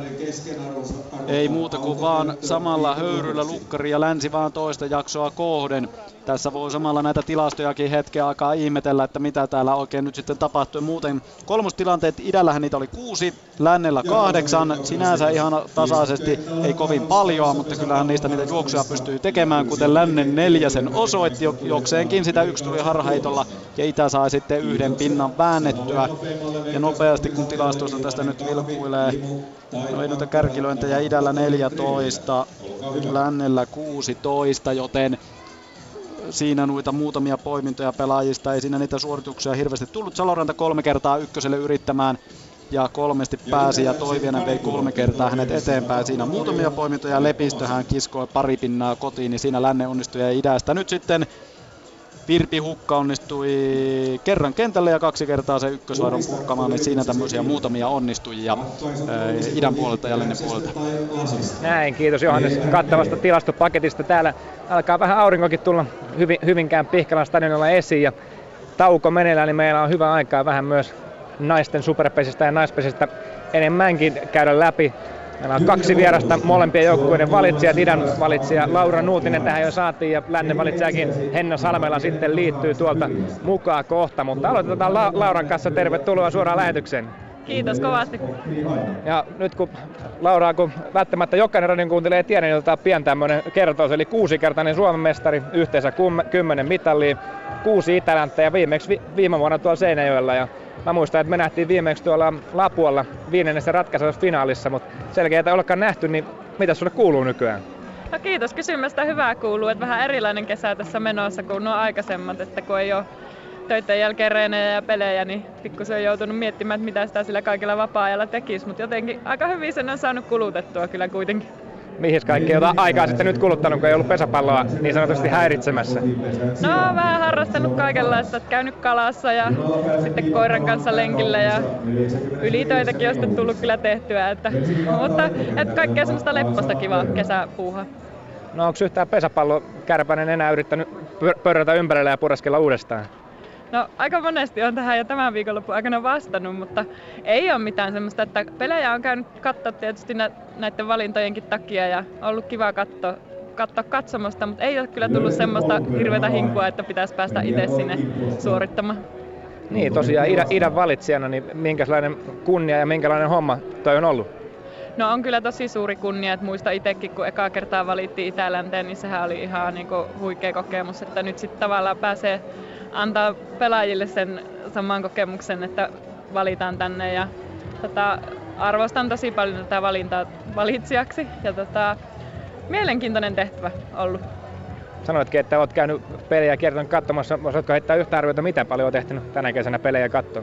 ei muuta kuin vaan samalla höyryllä lukkari ja länsi vaan toista jaksoa kohden. Tässä voi samalla näitä tilastojakin hetken aikaa ihmetellä, että mitä täällä oikein nyt sitten tapahtui. Muuten kolmostilanteet idällähän niitä oli kuusi, lännellä kahdeksan, sinänsä ihan tasaisesti, ei kovin paljon, mutta kyllähän niistä niitä juoksuja pystyy tekemään, kuten lännen neljäsen osoitti, jokseenkin sitä yksi tuli harhaitolla ja itä sai sitten yhden pinnan väännettyä. Ja nopeasti kun tilastosta tästä nyt vilkuilee, no ei noita kärkilöintejä idällä neljätoista, lännellä kuusitoista, joten siinä noita muutamia poimintoja pelaajista, ei siinä niitä suorituksia hirveästi tullut. Saloranta kolme kertaa ykköselle yrittämään ja kolmesti pääsi ja Toivianen vei kolme kertaa hänet eteenpäin. Siinä muutamia poimintoja, Lepistöhän kiskoi pari pinnaa kotiin, niin siinä länne onnistui ja idästä. Nyt sitten Virpi Hukka onnistui kerran kentälle ja kaksi kertaa se ykkösvaihdon purkamaan, niin siinä tämmöisiä muutamia onnistujia idän puolelta ja lännen puolelta. Näin, kiitos Johannes kattavasta tilastopaketista. Täällä alkaa vähän aurinkokin tulla hyvin, Hyvinkään Pihkalan stadionilla esiin ja tauko meneillään, niin meillä on hyvä aikaa vähän myös naisten superpesistä ja naispesistä enemmänkin käydä läpi. Meillä on kaksi vierasta, molempien joukkueiden valitsijat. Idän valitsija Laura Nuutinen tähän jo saatiin ja lännen valitsijakin Henna Salmela sitten liittyy tuolta mukaan kohta. Mutta aloitetaan La- Lauran kanssa. Tervetuloa suoraan lähetykseen. Kiitos kovasti. Ja nyt kun Laura, kun välttämättä jokainen radion kuuntelee tiedä, niin otetaan pian tämmöinen kertaus. Eli kuusikertainen Suomen mestari, yhteensä kymmenen mitallia, kuusi Itäläntä ja viimeksi vi- viime vuonna tuolla Seinäjoella. Ja mä muistan, että me nähtiin viimeksi tuolla Lapualla viidennessä ratkaisevassa finaalissa, mutta selkeä ei olekaan nähty, niin mitä sulle kuuluu nykyään? No kiitos kysymästä, hyvää kuuluu, että vähän erilainen kesä tässä menossa kuin nuo aikaisemmat, että kun ei ole töiden jälkeen reenejä ja pelejä, niin pikkusen on joutunut miettimään, että mitä sitä sillä kaikilla vapaa-ajalla tekisi, mutta jotenkin aika hyvin sen on saanut kulutettua kyllä kuitenkin. Mihin kaikki jota aikaa sitten nyt kuluttanut, kun ei ollut pesäpalloa niin sanotusti häiritsemässä? No vähän harrastanut kaikenlaista, käynyt kalassa ja sitten koiran kanssa lenkillä ja ylitöitäkin on sitten tullut kyllä tehtyä, että, mutta että kaikkea semmoista lepposta kivaa kesäpuuhaa. No onko yhtään pesäpallo Kärpänen enää yrittänyt pörrätä ympärillä ja pureskella uudestaan? No aika monesti on tähän jo tämän viikonlopun aikana vastannut, mutta ei ole mitään semmoista, että pelejä on käynyt katsoa tietysti nä- näiden valintojenkin takia ja ollut kiva katsoa, katsoa katsomusta, mutta ei ole kyllä tullut semmoista hirveätä hinkua, että pitäisi päästä itse sinne suorittamaan. Niin tosiaan idän, idän valitsijana, niin minkälainen kunnia ja minkälainen homma toi on ollut? No on kyllä tosi suuri kunnia, että muista itsekin, kun ekaa kertaa valittiin Itälänteen, niin sehän oli ihan niin kuin huikea kokemus, että nyt sitten tavallaan pääsee antaa pelaajille sen saman kokemuksen, että valitaan tänne ja tota, arvostan tosi paljon tätä valintaa valitsijaksi ja tota, mielenkiintoinen tehtävä ollut. Sanoitkin, että olet käynyt pelejä kertonut katsomassa. Osaatko heittää yhtä arviota, mitä paljon olet tehnyt tänä kesänä pelejä katsoa?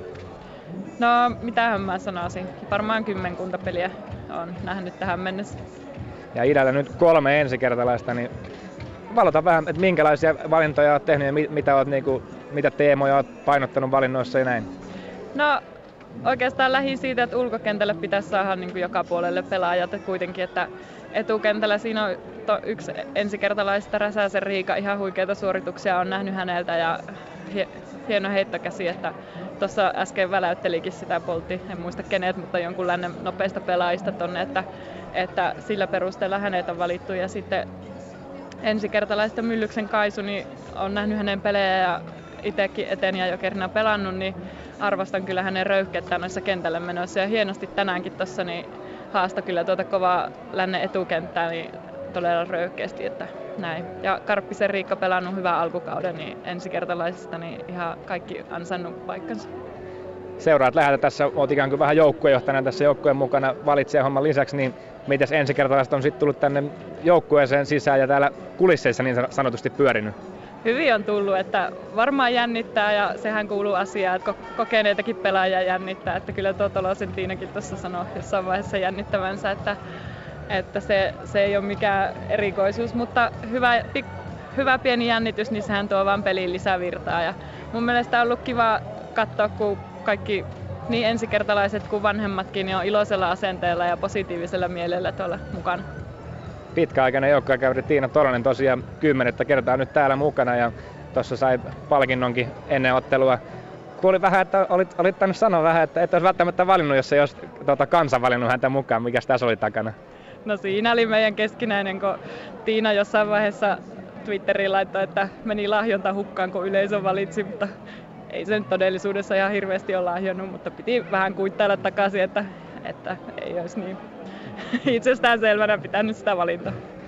No, mitähän mä sanoisin. Varmaan kymmenkunta peliä olen nähnyt tähän mennessä. Ja idällä nyt kolme ensikertalaista, niin valota vähän, että minkälaisia valintoja olet tehnyt ja mit, mitä, olet, niin kuin, mitä teemoja olet painottanut valinnoissa ja näin? No, oikeastaan lähdin siitä, että ulkokentälle pitäisi saada niin kuin joka puolelle pelaajat. Että kuitenkin, että etukentällä siinä on to, yksi ensikertalaisista Räsäsen Riika, ihan huikeita suorituksia on nähnyt häneltä ja hie, hieno heittokäsi, että tuossa äsken väläyttelikin sitä poltti, en muista kenet, mutta jonkun lännen nopeista pelaajista tonne, että, että sillä perusteella hänet on valittu ja sitten ensikertalaista Myllyksen Kaisu, niin on nähnyt hänen pelejä ja itsekin eteen ja jo kerran pelannut, niin arvostan kyllä hänen röyhkeyttään noissa kentälle menossa ja hienosti tänäänkin tuossa niin haasta kyllä tuota kovaa lännen etukenttää niin todella röyhkeästi, että näin. Ja Karppisen Riikka pelannut hyvän alkukauden, niin ensikertalaisista niin ihan kaikki ansainnut paikkansa. Seuraat läheltä tässä, olet ikään kuin vähän joukkuejohtajana tässä joukkueen mukana valitsijahomman lisäksi, niin mitäs ensikertalaiset on sitten tullut tänne joukkueeseen sisään ja täällä kulisseissa niin sanotusti pyörinyt? Hyvin on tullut, että varmaan jännittää ja sehän kuuluu asiaan, että kokeneitakin pelaajia jännittää, että kyllä tuo Tolosen Tiinakin tuossa sanoi jossain vaiheessa jännittävänsä, että, että se, se ei ole mikään erikoisuus, mutta hyvä, pik, hyvä pieni jännitys, niin sehän tuo vaan peliin lisävirtaa ja mun mielestä on ollut kiva katsoa, kun kaikki niin ensikertalaiset kuin vanhemmatkin niin on iloisella asenteella ja positiivisella mielellä tuolla mukana. Pitkäaikainen joukkuekaveri Tiina Tolonen tosiaan kymmenettä kertaa nyt täällä mukana ja tuossa sai palkinnonkin ennen ottelua. Kuulin vähän, että olit, olit tainnut sanoa vähän, että et olisi välttämättä valinnut, jos ei olisi tuota, kansa valinnut häntä mukaan. Mikäs tässä oli takana? No siinä oli meidän keskinäinen, kun Tiina jossain vaiheessa Twitteriin laittoi, että meni lahjonta hukkaan, kun yleisö valitsi, mutta ei se nyt todellisuudessa ihan hirveästi ole lahjonnut, mutta piti vähän kuittailla takaisin, että, että ei olisi niin itsestään selvänä pitänyt sitä valintaa.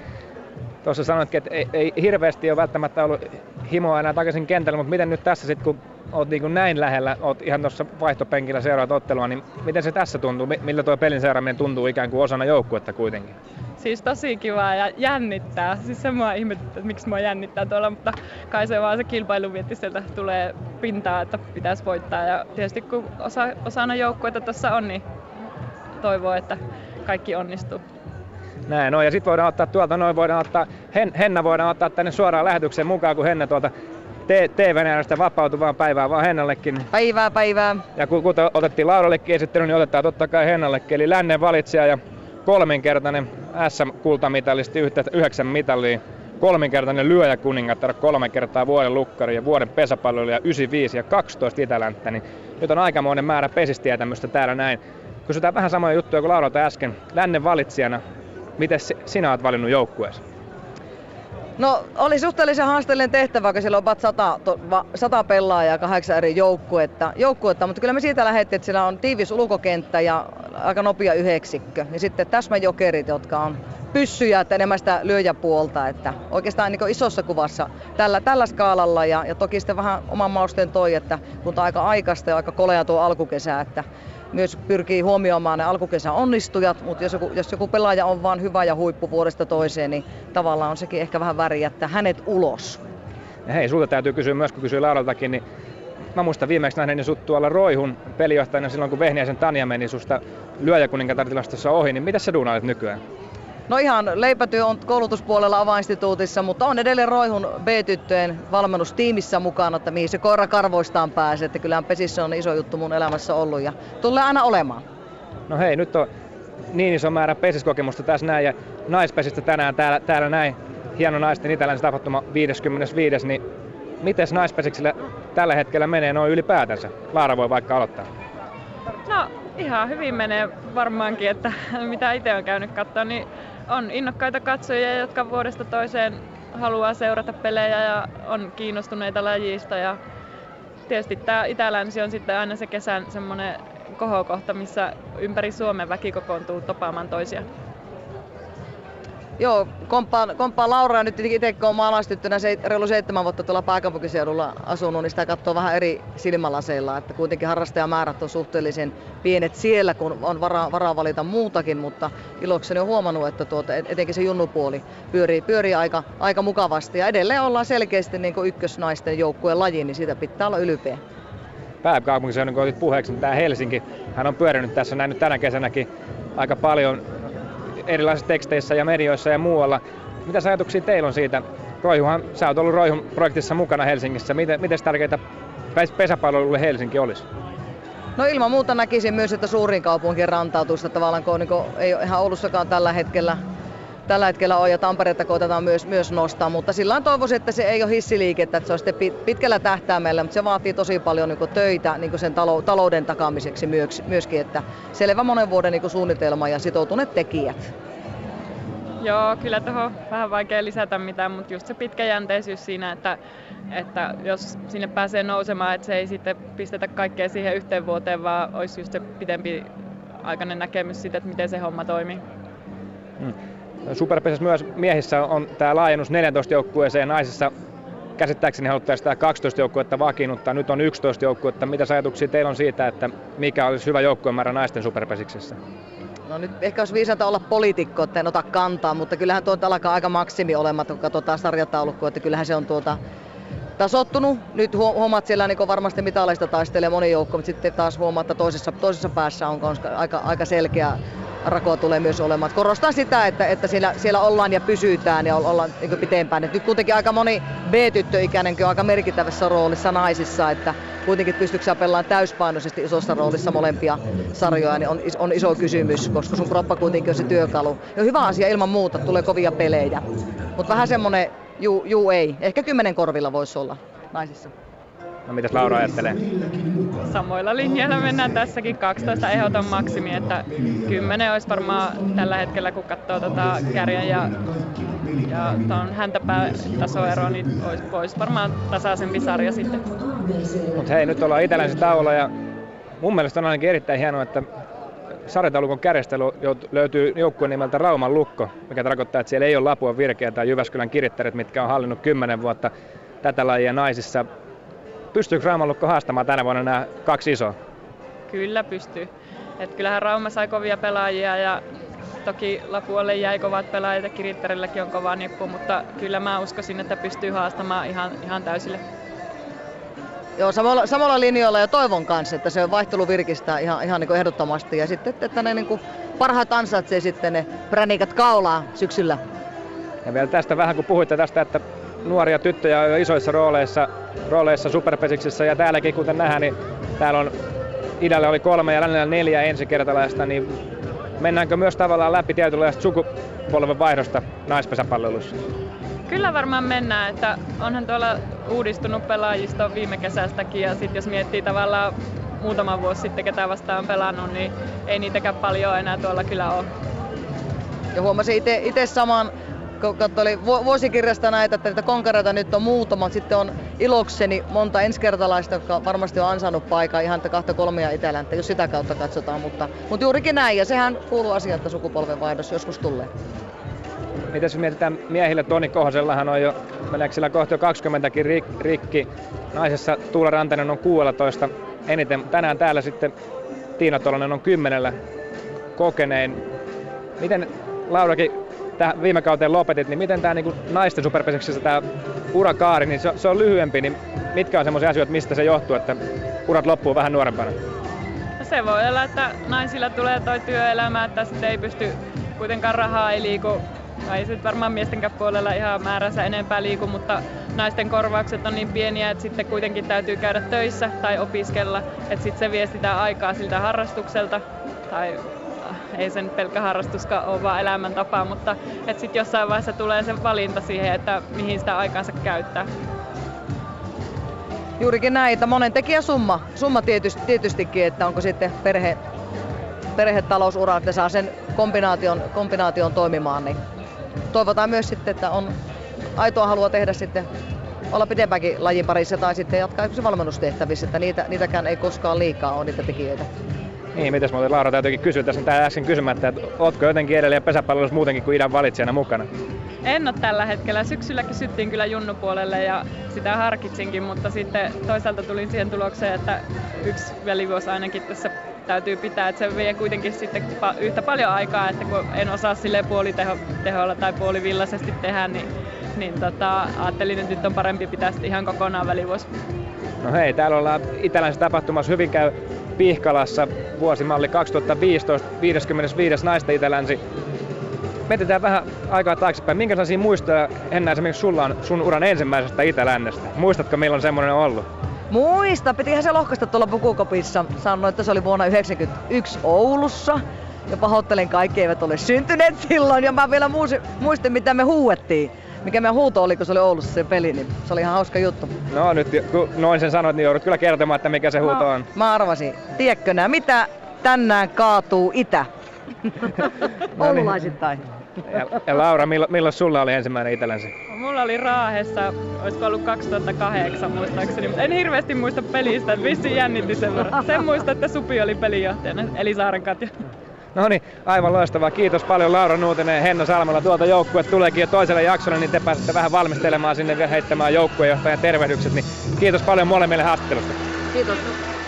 Tuossa sanoitkin, että ei, ei hirveästi ole välttämättä ollut himoa enää takaisin kentällä, mutta miten nyt tässä sitten, kun olet niin kuin näin lähellä, olet ihan tuossa vaihtopenkillä seuraat ottelua, niin miten se tässä tuntuu? Millä tuo pelin seuraaminen tuntuu ikään kuin osana joukkuetta kuitenkin? Siis tosi kivaa ja jännittää. Siis se mua ihmetyttää, että miksi mua jännittää tuolla, mutta kai se vaan se kilpailuvietti sieltä tulee pintaa, että pitäisi voittaa. Ja tietysti kun osa, osana joukkuetta tuossa on, niin toivoo, että kaikki onnistuu. Näin on, ja sitten voidaan ottaa tuolta noin, voidaan ottaa, Hen, Henna voidaan ottaa tänne suoraan lähetykseen mukaan, kun Henna tuolta T-Venäjästä vapautuvaa päivää vaan Hennallekin. Päivää, päivää. Ja kun otettiin Laurallekin esittely, niin otetaan totta kai Hennallekin. Eli lännen valitsija ja kolminkertainen S M-kultamitalisti, yhdeksän mitalia. Kolminkertainen lyöjäkuningatar, kolme kertaa vuoden lukkari ja vuoden pesäpalloilija yhdeksänkymmentäviisi ja kaksitoista itälänttä. Niin nyt on aikamoinen määrä pesistietämystä täällä näin. Kysytään vähän samoja juttuja kuin Lauralta äsken. Lännen valitsijana, miten sinä olet valinnut joukkueesi? No oli suhteellisen haasteellinen tehtävä, kun siellä on about sata, to, va, sata pelaajaa ja kahdeksan eri joukkuetta, joukkuetta, mutta kyllä me siitä lähdettiin, että siellä on tiivis ulkokenttä ja aika nopea yhdeksikkö. Ja sitten täsmäjokerit, jotka on pyssyjä, että enemmän sitä lyöjäpuolta, että oikeastaan niin isossa kuvassa tällä, tällä skaalalla ja, ja toki sitten vähän oman mausteen toi, että kun on aika aikaista ja aika kolea tuo alkukesä, että myös pyrkii huomioimaan ne alkukesän onnistujat, mutta jos joku, jos joku pelaaja on vaan hyvä ja huippu vuodesta toiseen, niin tavallaan on sekin ehkä vähän väri jättää hänet ulos. Ja hei, sulta täytyy kysyä myös, kun kysyin Lauraltakin, niin mä muistan viimeksi nähneeni sut tuolla Roihun pelijohtajana silloin, kun Vehniäisen Tanja meni susta lyöjäkuningatartilastossa ohi, niin mitä sä duunailet nykyään? No ihan leipätyö on koulutuspuolella avainstituutissa, mutta on edelleen Roihun B-tyttöjen valmennustiimissä mukana, että mihin se koira karvoistaan pääsee. Että kyllähän pesissä on iso juttu mun elämässä ollut ja tulee aina olemaan. No hei, nyt on niin iso määrä pesiskokemusta tässä näin ja naispesistä tänään täällä, täällä näin. Hieno naisten itälänsi tapahtuma viideskymmenesviides niin miten naispesiksillä tällä hetkellä menee noin ylipäätänsä? Laura voi vaikka aloittaa. No ihan hyvin menee varmaankin, että mitä itse on käynyt katsoa, niin on innokkaita katsojia, jotka vuodesta toiseen haluaa seurata pelejä ja on kiinnostuneita lajista. Ja tietysti tämä Itä-Länsi on sitten aina se kesän semmoinen kohokohta, missä ympäri Suomen väki kokoontuu topaamaan toisia. Joo, komppaan, komppaan Lauraa nyt itse kun olen maalaistyttönä se, reilu seitsemän vuotta tuolla pääkaupunkiseudulla asunut, niin sitä katsoo vähän eri silmälaseilla, että kuitenkin harrastajamäärät on suhteellisen pienet siellä, kun on varaa, varaa valita muutakin, mutta ilokseni on huomannut, että tuota, etenkin se junnupuoli pyörii, pyörii aika, aika mukavasti ja edelleen ollaan selkeästi niin kuin ykkösnaisten joukkueen laji, niin siitä pitää olla ylpeä. Pääkaupunkiseudun kun otit puheeksi, niin tämä Helsinki, hän on pyörinyt tässä näin nyt tänä kesänäkin aika paljon erilaisissa teksteissä ja medioissa ja muualla. Mitä ajatuksia teillä on siitä? Roihuhan, sä oot ollut Roihun projektissa mukana Helsingissä. Miten, miten tärkeää pesäpalloilulle Helsinki olisi? No ilman muuta näkisin myös, että suurin kaupunki rantautuu sitä tavallaan, kun niin ei ole ihan Oulussakaan tällä hetkellä, tällä hetkellä on ja Tampereetta koitetaan myös, myös nostaa, mutta sillä toivoisin, että se ei ole hissiliikettä, että se on sitten pitkällä tähtäimellä, mutta se vaatii tosi paljon niin töitä niin sen talouden takaamiseksi myöskin, että selvä monen vuoden niin suunnitelma ja sitoutuneet tekijät. Joo, kyllä tuohon vähän vaikea lisätä mitään, mutta just se pitkäjänteisyys siinä, että, että jos sinne pääsee nousemaan, että se ei sitten pistetä kaikkea siihen yhteen vuoteen, vaan olisi just se pidempi aikainen näkemys siitä, että miten se homma toimii. Hmm. Superpesessä myös miehissä on tämä laajennus neljätoista joukkueeseen, naisissa käsittääkseni haluttaisiin sitä kaksitoista joukkuetta vakiinnuttaa, nyt on yksitoista joukkuetta. Mitä ajatuksia teillä on siitä, että mikä olisi hyvä joukkuemäärä naisten superpesiksessä? No nyt ehkä olisi viisaata olla poliitikko, että en ota kantaa, mutta kyllähän tuota alkaa aika maksimi olemaan, kun katsotaan sarjataulukkoa, että kyllähän se on tuota tasottunut. Nyt huomaat siellä niin varmasti mitaleista taistelee moni joukko, mutta sitten taas huomaat, että toisessa, toisessa päässä on aika, aika selkeä rakoa tulee myös olemaan. Korostan sitä, että, että siellä, siellä ollaan ja pysytään ja ollaan niin pitempään. Et nyt kuitenkin aika moni B-tyttöikäinenkin on aika merkittävässä roolissa naisissa, että kuitenkin pystyykö pelaamaan täyspainoisesti isossa roolissa molempia sarjoja, niin on, on iso kysymys, koska sun kroppa kuitenkin on se työkalu. Ja hyvä asia ilman muuta, tulee kovia pelejä. Mutta vähän semmonen juu, juu ei, ehkä kymmenen korvilla voisi olla naisissa. No mitäs Laura ajattelee? Samoilla linjoilla mennään tässäkin, kaksitoista ehdoton maksimi, että kymmenen olisi varmaan tällä hetkellä, kun katsoo tota kärjen ja, ja tuon häntäpäätasoero, niin olisi, olisi varmaan tasaisempi sarja sitten. Mut hei, nyt ollaan Itä-Länsi tauolla ja mun mielestä on ainakin erittäin hienoa, että sarjataulukon kärjestä löytyy joukkueen nimeltä Rauman Lukko, mikä tarkoittaa, että siellä ei ole Lapuan Virkeä tai Jyväskylän Kirittäret, mitkä on hallinnut kymmenen vuotta tätä lajia naisissa. Pystyykö Rauman Lukko haastamaan tänä vuonna nämä kaksi isoa? Kyllä pystyy. Et kyllähän Rauma sai kovia pelaajia ja toki Lapualle jäi kovat pelaajat ja Kirittärilläkin on kova nippu, mutta kyllä mä uskoisin, että pystyy haastamaan ihan, ihan täysille. Joo, samalla, samalla linjoilla ja toivon kanssa, että se vaihtelu virkistää ihan, ihan niin kuin ehdottomasti ja sitten, että ne niin kuin parhaat ansaitsee sitten ne pränikat kaulaa syksyllä. Ja vielä tästä vähän, kun puhuitte tästä, että nuoria tyttöjä on jo isoissa rooleissa, rooleissa superpesiksissä ja täälläkin kuten nähdään, niin täällä on idällä oli kolme ja lännellä neljä ensikertalaista, niin mennäänkö myös tavallaan läpi tietynlaista sukupolven vaihdosta naispesäpalloilussa? Kyllä varmaan mennään, että onhan tuolla uudistunut pelaajisto viime kesästäkin ja sitten jos miettii tavallaan muutama vuosi sitten ketä vastaan on pelannut, niin ei niitäkään paljon enää tuolla kyllä ole. Ja huomasin itse saman, kun katsoin vuosikirjasta näitä, että niitä konkareita nyt on muutama, sitten on ilokseni monta ensikertalaista, jotka varmasti on ansainnut paikan ihan kahta kolmea Itä-Länttä, jos sitä kautta katsotaan, mutta, mutta juurikin näin ja sehän kuuluu asiaan, että sukupolvenvaihdos joskus tulee. Miten jos mietitään miehille, Toni Kohosellahan on jo, meneekö sillä kohta jo kaksikymmentäkin rik, rikki, naisessa Tuula Rantanen on kuusitoista eniten, tänään täällä sitten Tiina Tolonen on kymmenellä kokenein. Miten Laurakin tähän viime kauteen lopetit, niin miten tämä niin naisten superpesiksessä tämä urakaari, niin se, se on lyhyempi, niin mitkä on semmoisia asioita, mistä se johtuu, että urat loppuu vähän nuorempana? No se voi olla, että naisilla tulee toi työelämä, että sitten ei pysty, kuitenkaan rahaa ei liiku, ei sitten varmaan miestenkään puolella ihan määränsä enempää liiku, mutta naisten korvaukset on niin pieniä, että sitten kuitenkin täytyy käydä töissä tai opiskella, että sitten se vie sitä aikaa siltä harrastukselta tai ei sen pelkkä harrastuskaan ole vaan elämäntapa, mutta että sitten jossain vaiheessa tulee se valinta siihen, että mihin sitä aikaansa käyttää. Juurikin näin, että monen tekijä summa, summa tietysti, tietystikin, että onko sitten perhe, perhetalousura, että saa sen kombinaation, kombinaation toimimaan, niin toivotaan myös sitten, että on aitoa halua tehdä sitten, olla pitempäänkin lajin parissa tai sitten jatkaa esimerkiksi valmennustehtävissä, että niitä, niitäkään ei koskaan liikaa ole niitä tekijöitä. Niin, mitäs muuten Laura täytyykin kysyä tässä tää äsken kysymättä, että ootko jotenkin edelleen pesäpallossa muutenkin kuin idän valitsijana mukana? En ole tällä hetkellä. Syksyllä kysyttiin kyllä junnupuolelle ja sitä harkitsinkin, mutta sitten toisaalta tulin siihen tulokseen, että yksi välivuosi ainakin tässä täytyy pitää, että se vie kuitenkin sitten yhtä paljon aikaa, että kun en osaa silleen puoliteholla tai puolivillaisesti tehdä, niin, niin tota, ajattelin, että nyt on parempi pitää sitten ihan kokonaan välivuosi. No hei, täällä ollaan Itä-Länsi tapahtumassa hyvin käy Pihkalassa, vuosimalli kaksituhattaviisitoista, viideskymmenesviides naisten Itä-Länsi. Mietitään vähän aikaa taaksepäin. Minkälaisia muistoja, Henna, esimerkiksi sulla on sun uran ensimmäisestä Itä-Lännestä? Muistatko, milloin semmoinen on ollut? Muista, pitihän se lohkaista tuolla pukukopissa. Sanoin, että se oli vuonna yhdeksänkymmentäyksi Oulussa. Ja pahoittelen, kaikki eivät ole syntyneet silloin. Ja mä vielä muistin, mitä me huuettiin. Mikä meidän huuto oli, kun se oli Oulussa se peli, niin se oli ihan hauska juttu. No nyt, kun noin sen sanoit, niin joudut kyllä kertomaan, että mikä se huuto no, on. Mä arvasin. Tiedätkö nää, mitä tänään kaatuu Itä? Oululaisittain. Ja, ja Laura, milloin, milloin sulla oli ensimmäinen Itä-Länsi? Mulla oli Raahessa, olisiko ollut kaksituhattakahdeksan muistaakseni, mutta en hirveästi muista pelistä, että vissiin jännitti sen verran. Sen muista, että Supi oli pelinjohtajana, eli Saaren-Katja. No niin, aivan loistavaa. Kiitos paljon Laura Nuutinen ja Henna Salmela. Tuolta joukkue tuleekin jo toiselle jaksolle, niin te pääsette vähän valmistelemaan sinne vielä heittämään joukkuejohtajan tervehdykset. Niin kiitos paljon molemmille haastattelusta. Kiitos.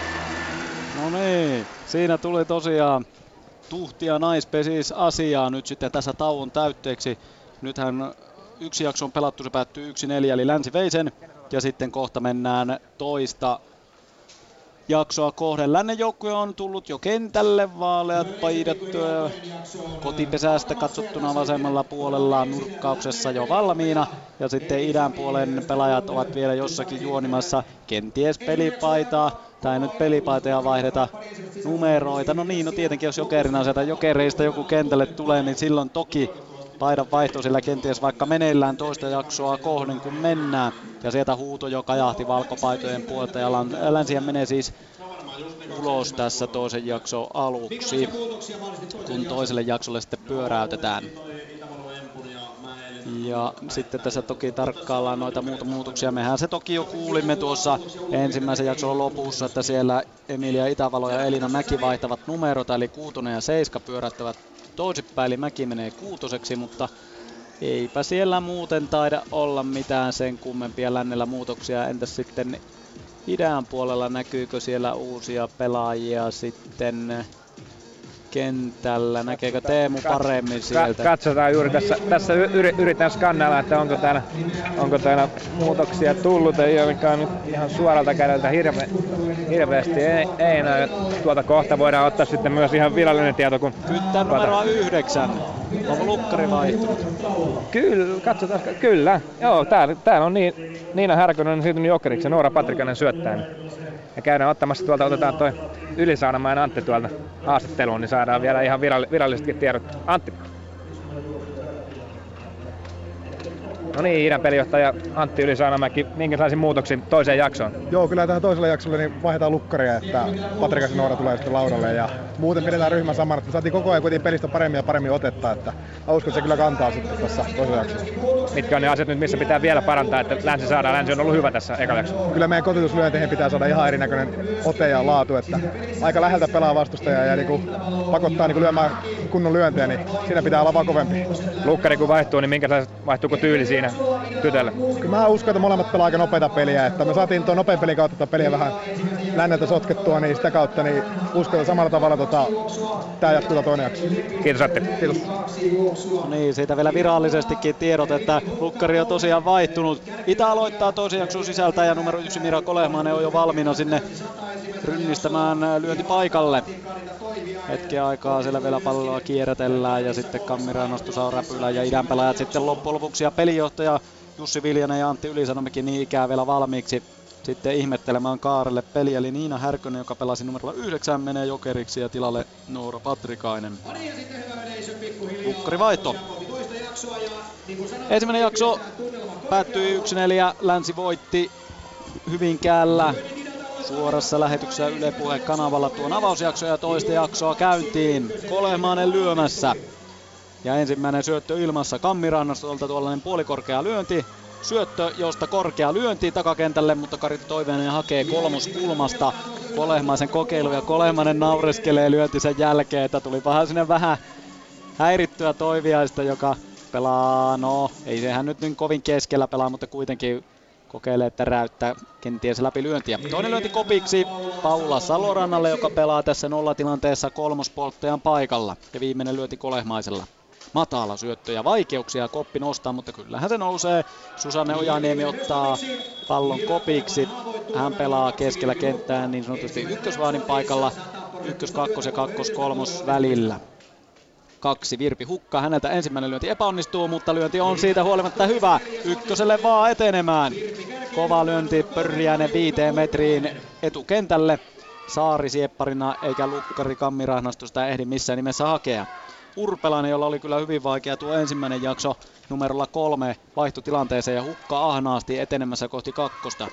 No niin, siinä tuli tosiaan tuhtia naispesis asiaa nyt sitten tässä tauon täytteeksi. Nythän yksi jakso on pelattu, se päättyy yksi neljä eli Länsi vei sen. Ja sitten kohta mennään toista jaksoa kohden. Lännen joukkue on tullut jo kentälle, vaaleat paidat kotipesästä katsottuna vasemmalla puolella nurkkauksessa jo valmiina. Ja sitten idän puolen pelaajat ovat vielä jossakin juonimassa kenties pelipaitaa. Tai nyt pelipaitoja vaihdeta numeroita. No niin, no tietenkin jos jokerina sieltä jokereista joku kentälle tulee, niin silloin toki paidan vaihto sillä kenties vaikka meneillään toista jaksoa kohden kun mennään. Ja sieltä huuto jo kajahti valkopaitojen puolta ja Länsihän menee siis ulos tässä toisen jakson aluksi, kun toiselle jaksolle sitten pyöräytetään. Ja sitten tässä toki tarkkaillaan noita muuta muutoksia. Mehän se toki jo kuulimme tuossa ensimmäisen jakson lopussa, että siellä Emilia Itävalo ja Elina Mäki vaihtavat numeroita, eli kuutonen ja seiska pyöräyttävät toisinpäin, eli Mäki menee kuutoseksi, mutta eipä siellä muuten taida olla mitään sen kummempia Lännellä muutoksia. Entäs sitten idän puolella, näkyykö siellä uusia pelaajia sitten kentällä? Näkeekö Teemu paremmin sieltä? Katsotaan juuri tässä, tässä yritän skannailla, että onko täällä, onko täällä muutoksia tullut. Ei ole mikään nyt ihan suoralta kädeltä hirve, hirveästi ei, ei näy. Tuolta kohta voidaan ottaa sitten myös ihan virallinen tieto. Kun Kyttää numero yhdeksän. Onko Lukkari vaihtunut? Kyllä, katsotaan. Kyllä. Joo, täällä, täällä on niin, Niina Härkönen on siirtynyt Jokeriksi ja Noora Patrikainen syöttää. Ja käydään ottamassa tuolta, otetaan toi Ylisaarnamäen Antti tuolta haastatteluun, niin saadaan vielä ihan virallisetkin tiedot. Antti. No niin, Iidan pelijohtaja Antti Ylisaarnamäki, minkälaisiin muutoksiin toiseen jaksoon? Joo, kyllä tähän toiselle jaksolle niin vaihdetaan Lukkaria, että Patrikas Noora tulee sitten laudalle ja muuten pidetään ryhmän samana, että me saatiin koko ajan kuitenkin pelistä paremmin ja paremmin otetta, että mä uskon, että se kyllä kantaa sitten tässä toisella jaksossa. Mitkä on ne asiat nyt, missä pitää vielä parantaa, että Länsi saadaan? Länsi on ollut hyvä tässä ekalla jaksossa. Kyllä meidän kotituslyönteihin pitää saada ihan erinäköinen ote ja laatu, että aika läheltä pelaa vastustajaa ja niinku pakottaa niinku lyömään kunnon lyöntejä, niin siinä pitää olla vaan kovempi. Lukkari kun vaihtuu, niin minkälaista vaihtuuko tyyli siinä tytölle? Kyllä mä uskon, että molemmat pelaa aika nopeita peliä, että me saatiin tuon nopean pelin kautta tätä peliä vähän länneltä sotkettua, niin sitä kautta niin uskon, että samalla tavalla tota, tää jatkuu toinen jakso. Kiitos Antti. Kiitos. No niin, siitä vielä virallisestikin tiedot, että Lukkari on tosiaan vaihtunut. Itä aloittaa toisen jakson sisältä ja numero yksi Mira Kolehmainen on jo valmiina sinne rynnistämään lyöntipaikalle. Hetken aikaa siellä vielä palloa kierrätellään ja sitten Kammirannosto saa räpylän ja idän pelaajat sitten loppujen lopuksi ja pelijohtaja Jussi Viljanen ja Antti Ylisaarnamäki niin ikää vielä valmiiksi sitten ihmettelemään Kaarelle peli, eli Niina Härkönen, joka pelasi numerolla yhdeksän, menee Jokeriksi ja tilalle Noora Patrikainen. Lukkari vaihto. Ensimmäinen jakso päättyi yksi neljä, Länsi voitti Hyvinkäällä. Suorassa lähetyksessä Yle Puhe kanavalla tuon avausjakso ja toista jaksoa käyntiin. Kolehmainen lyömässä. Ja ensimmäinen syöttö ilmassa Kammirannastolta, tuollainen puolikorkea lyönti. Syöttö, josta korkea lyönti takakentälle, mutta Kari Toiveinen hakee kolmoskulmasta Kolehmaisen kokeilu ja Kolehmainen naureskelee lyöntisen jälkeen, että tuli vähän sinne vähän häirittyä Toiviaista, joka pelaa, no ei sehän nyt niin kovin keskellä pelaa, mutta kuitenkin kokeilee, että räyttää kenties läpi lyöntiä. Toinen lyönti kopiksi Paula Salorannalle, joka pelaa tässä nollatilanteessa kolmospolttajan paikalla. Ja viimeinen lyönti Kolehmaisella. Matala syöttö ja vaikeuksia Koppi nostaa, mutta kyllähän se nousee. Susanne Ojaniemi ottaa pallon kopiksi. Hän pelaa keskellä kenttää niin sanotusti ykkösvaanin paikalla. Ykkös, kakkos ja kakkos, kolmos välillä. Kaksi Virpi Hukka, häneltä ensimmäinen lyönti epäonnistuu, mutta lyönti on siitä huolimatta hyvä. Ykköselle vaan etenemään. Kova lyönti Pörjäinen viiteen metriin etukentälle. Saari siepparina eikä Lukkari Kammirahnastusta ehdi missään nimessä hakea. Urpelainen, jolla oli kyllä hyvin vaikea tuo ensimmäinen jakso numerolla kolme, vaihtui tilanteeseen ja Hukka ahnaasti etenemässä kohti kakkosta.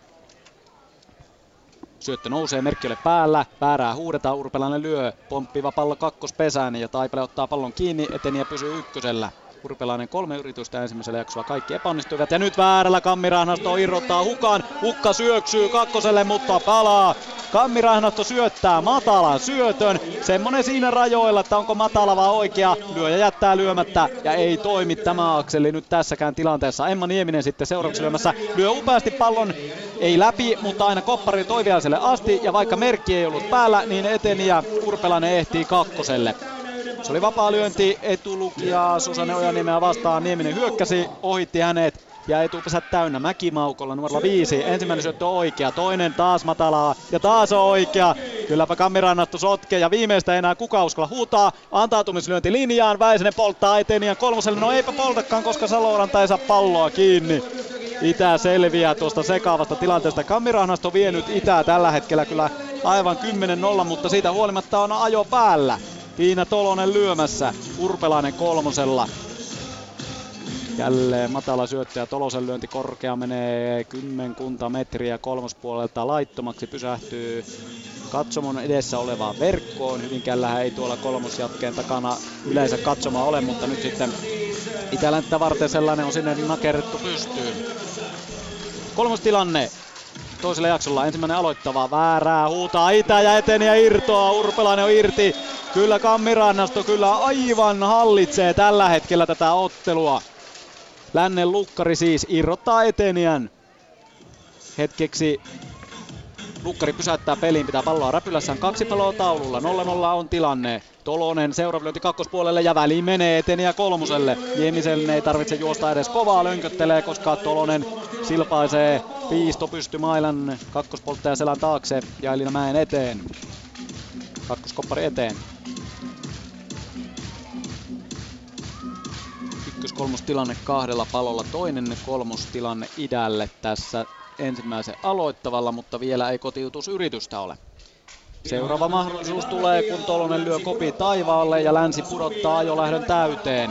Syöttö nousee, merkki oli päällä, väärää huudetaan, Urpelainen lyö, pomppiva pallo kakkospesään ja Taipale ottaa pallon kiinni, eteni ja pysyy ykkösellä. Urpelainen kolme yritystä ensimmäisellä jaksolla, kaikki epäonnistuivat ja nyt väärällä Kammirahnasto irrottaa Hukan, Hukka syöksyy kakkoselle mutta palaa. Kammirahnasto syöttää matalan syötön, semmonen siinä rajoilla, että onko matala vai oikea, lyöjä jättää lyömättä ja ei toimi tämä akseli nyt tässäkään tilanteessa. Emma Nieminen sitten seuraavaksi lyömässä, lyö upeasti pallon, ei läpi, mutta aina koppari Toiviaiselle asti ja vaikka merkki ei ollut päällä, niin eteni ja Urpelainen ehtii kakkoselle. Se oli vapaa lyönti, etulukija Susanne Ojaniemeä vastaan, Nieminen hyökkäsi, ohitti hänet ja etupesät täynnä Mäkimaukolla numerolla viisi. Ensimmäinen syöttö oikea, toinen taas matalaa ja taas on oikea. Kylläpä Kammirannasto sotkee ja viimeistä enää kuka uskalla huutaa. Antautumislyönti linjaan, Väisänen polttaa eteniä kolmoselle, no eipä poltakaan, koska Saloranta ei saa palloa kiinni. Itä selviää tuosta sekaavasta tilanteesta. Kammirahnasto vie nyt Itää tällä hetkellä kyllä aivan kymmenen nolla, mutta siitä huolimatta on ajo päällä. Tiina Tolonen lyömässä, Urpelainen kolmosella. Jälleen matala syöttö ja Tolosen lyönti korkea menee kymmenkunta metriä kolmospuolelta laittomaksi, pysähtyy katsomon edessä olevaan verkkoon. Hyvinkäällähän ei tuolla kolmosjatkeen takana yleensä katsomaa ole, mutta nyt sitten Itälänttä varten sellainen on sinne nakerrettu pystyyn. Kolmostilanne. Toisella jaksolla ensimmäinen aloittava, väärää, huutaa Itä ja eteni ja irtoaa, Urpelainen on irti. Kyllä Kammirannasto kyllä aivan hallitsee tällä hetkellä tätä ottelua. Lännen Lukkari siis irrottaa eteniän. Hetkeksi Lukkari pysäyttää peliin, pitää palloa räpylässään, kaksi palloa taululla, nolla nolla on tilanne. Tolonen seuraava lyönti kakkospuolelle ja väliin menee eteniä kolmoselle. Niemisen ei tarvitse juosta edes kovaa, lönköttelee, koska Tolonen silpaisee piisto pystymailan kakkospolttaja selän taakse ja Elina Mäen eteen. Kakkoskoppari eteen. ykkös-kolmostilanne kahdella palolla. Toinen kolmostilanne idälle tässä ensimmäisen aloittavalla, mutta vielä ei kotiutusyritystä ole. Seuraava mahdollisuus tulee, kun Tolonen lyö kopi taivaalle ja Länsi pudottaa ajolähdön täyteen.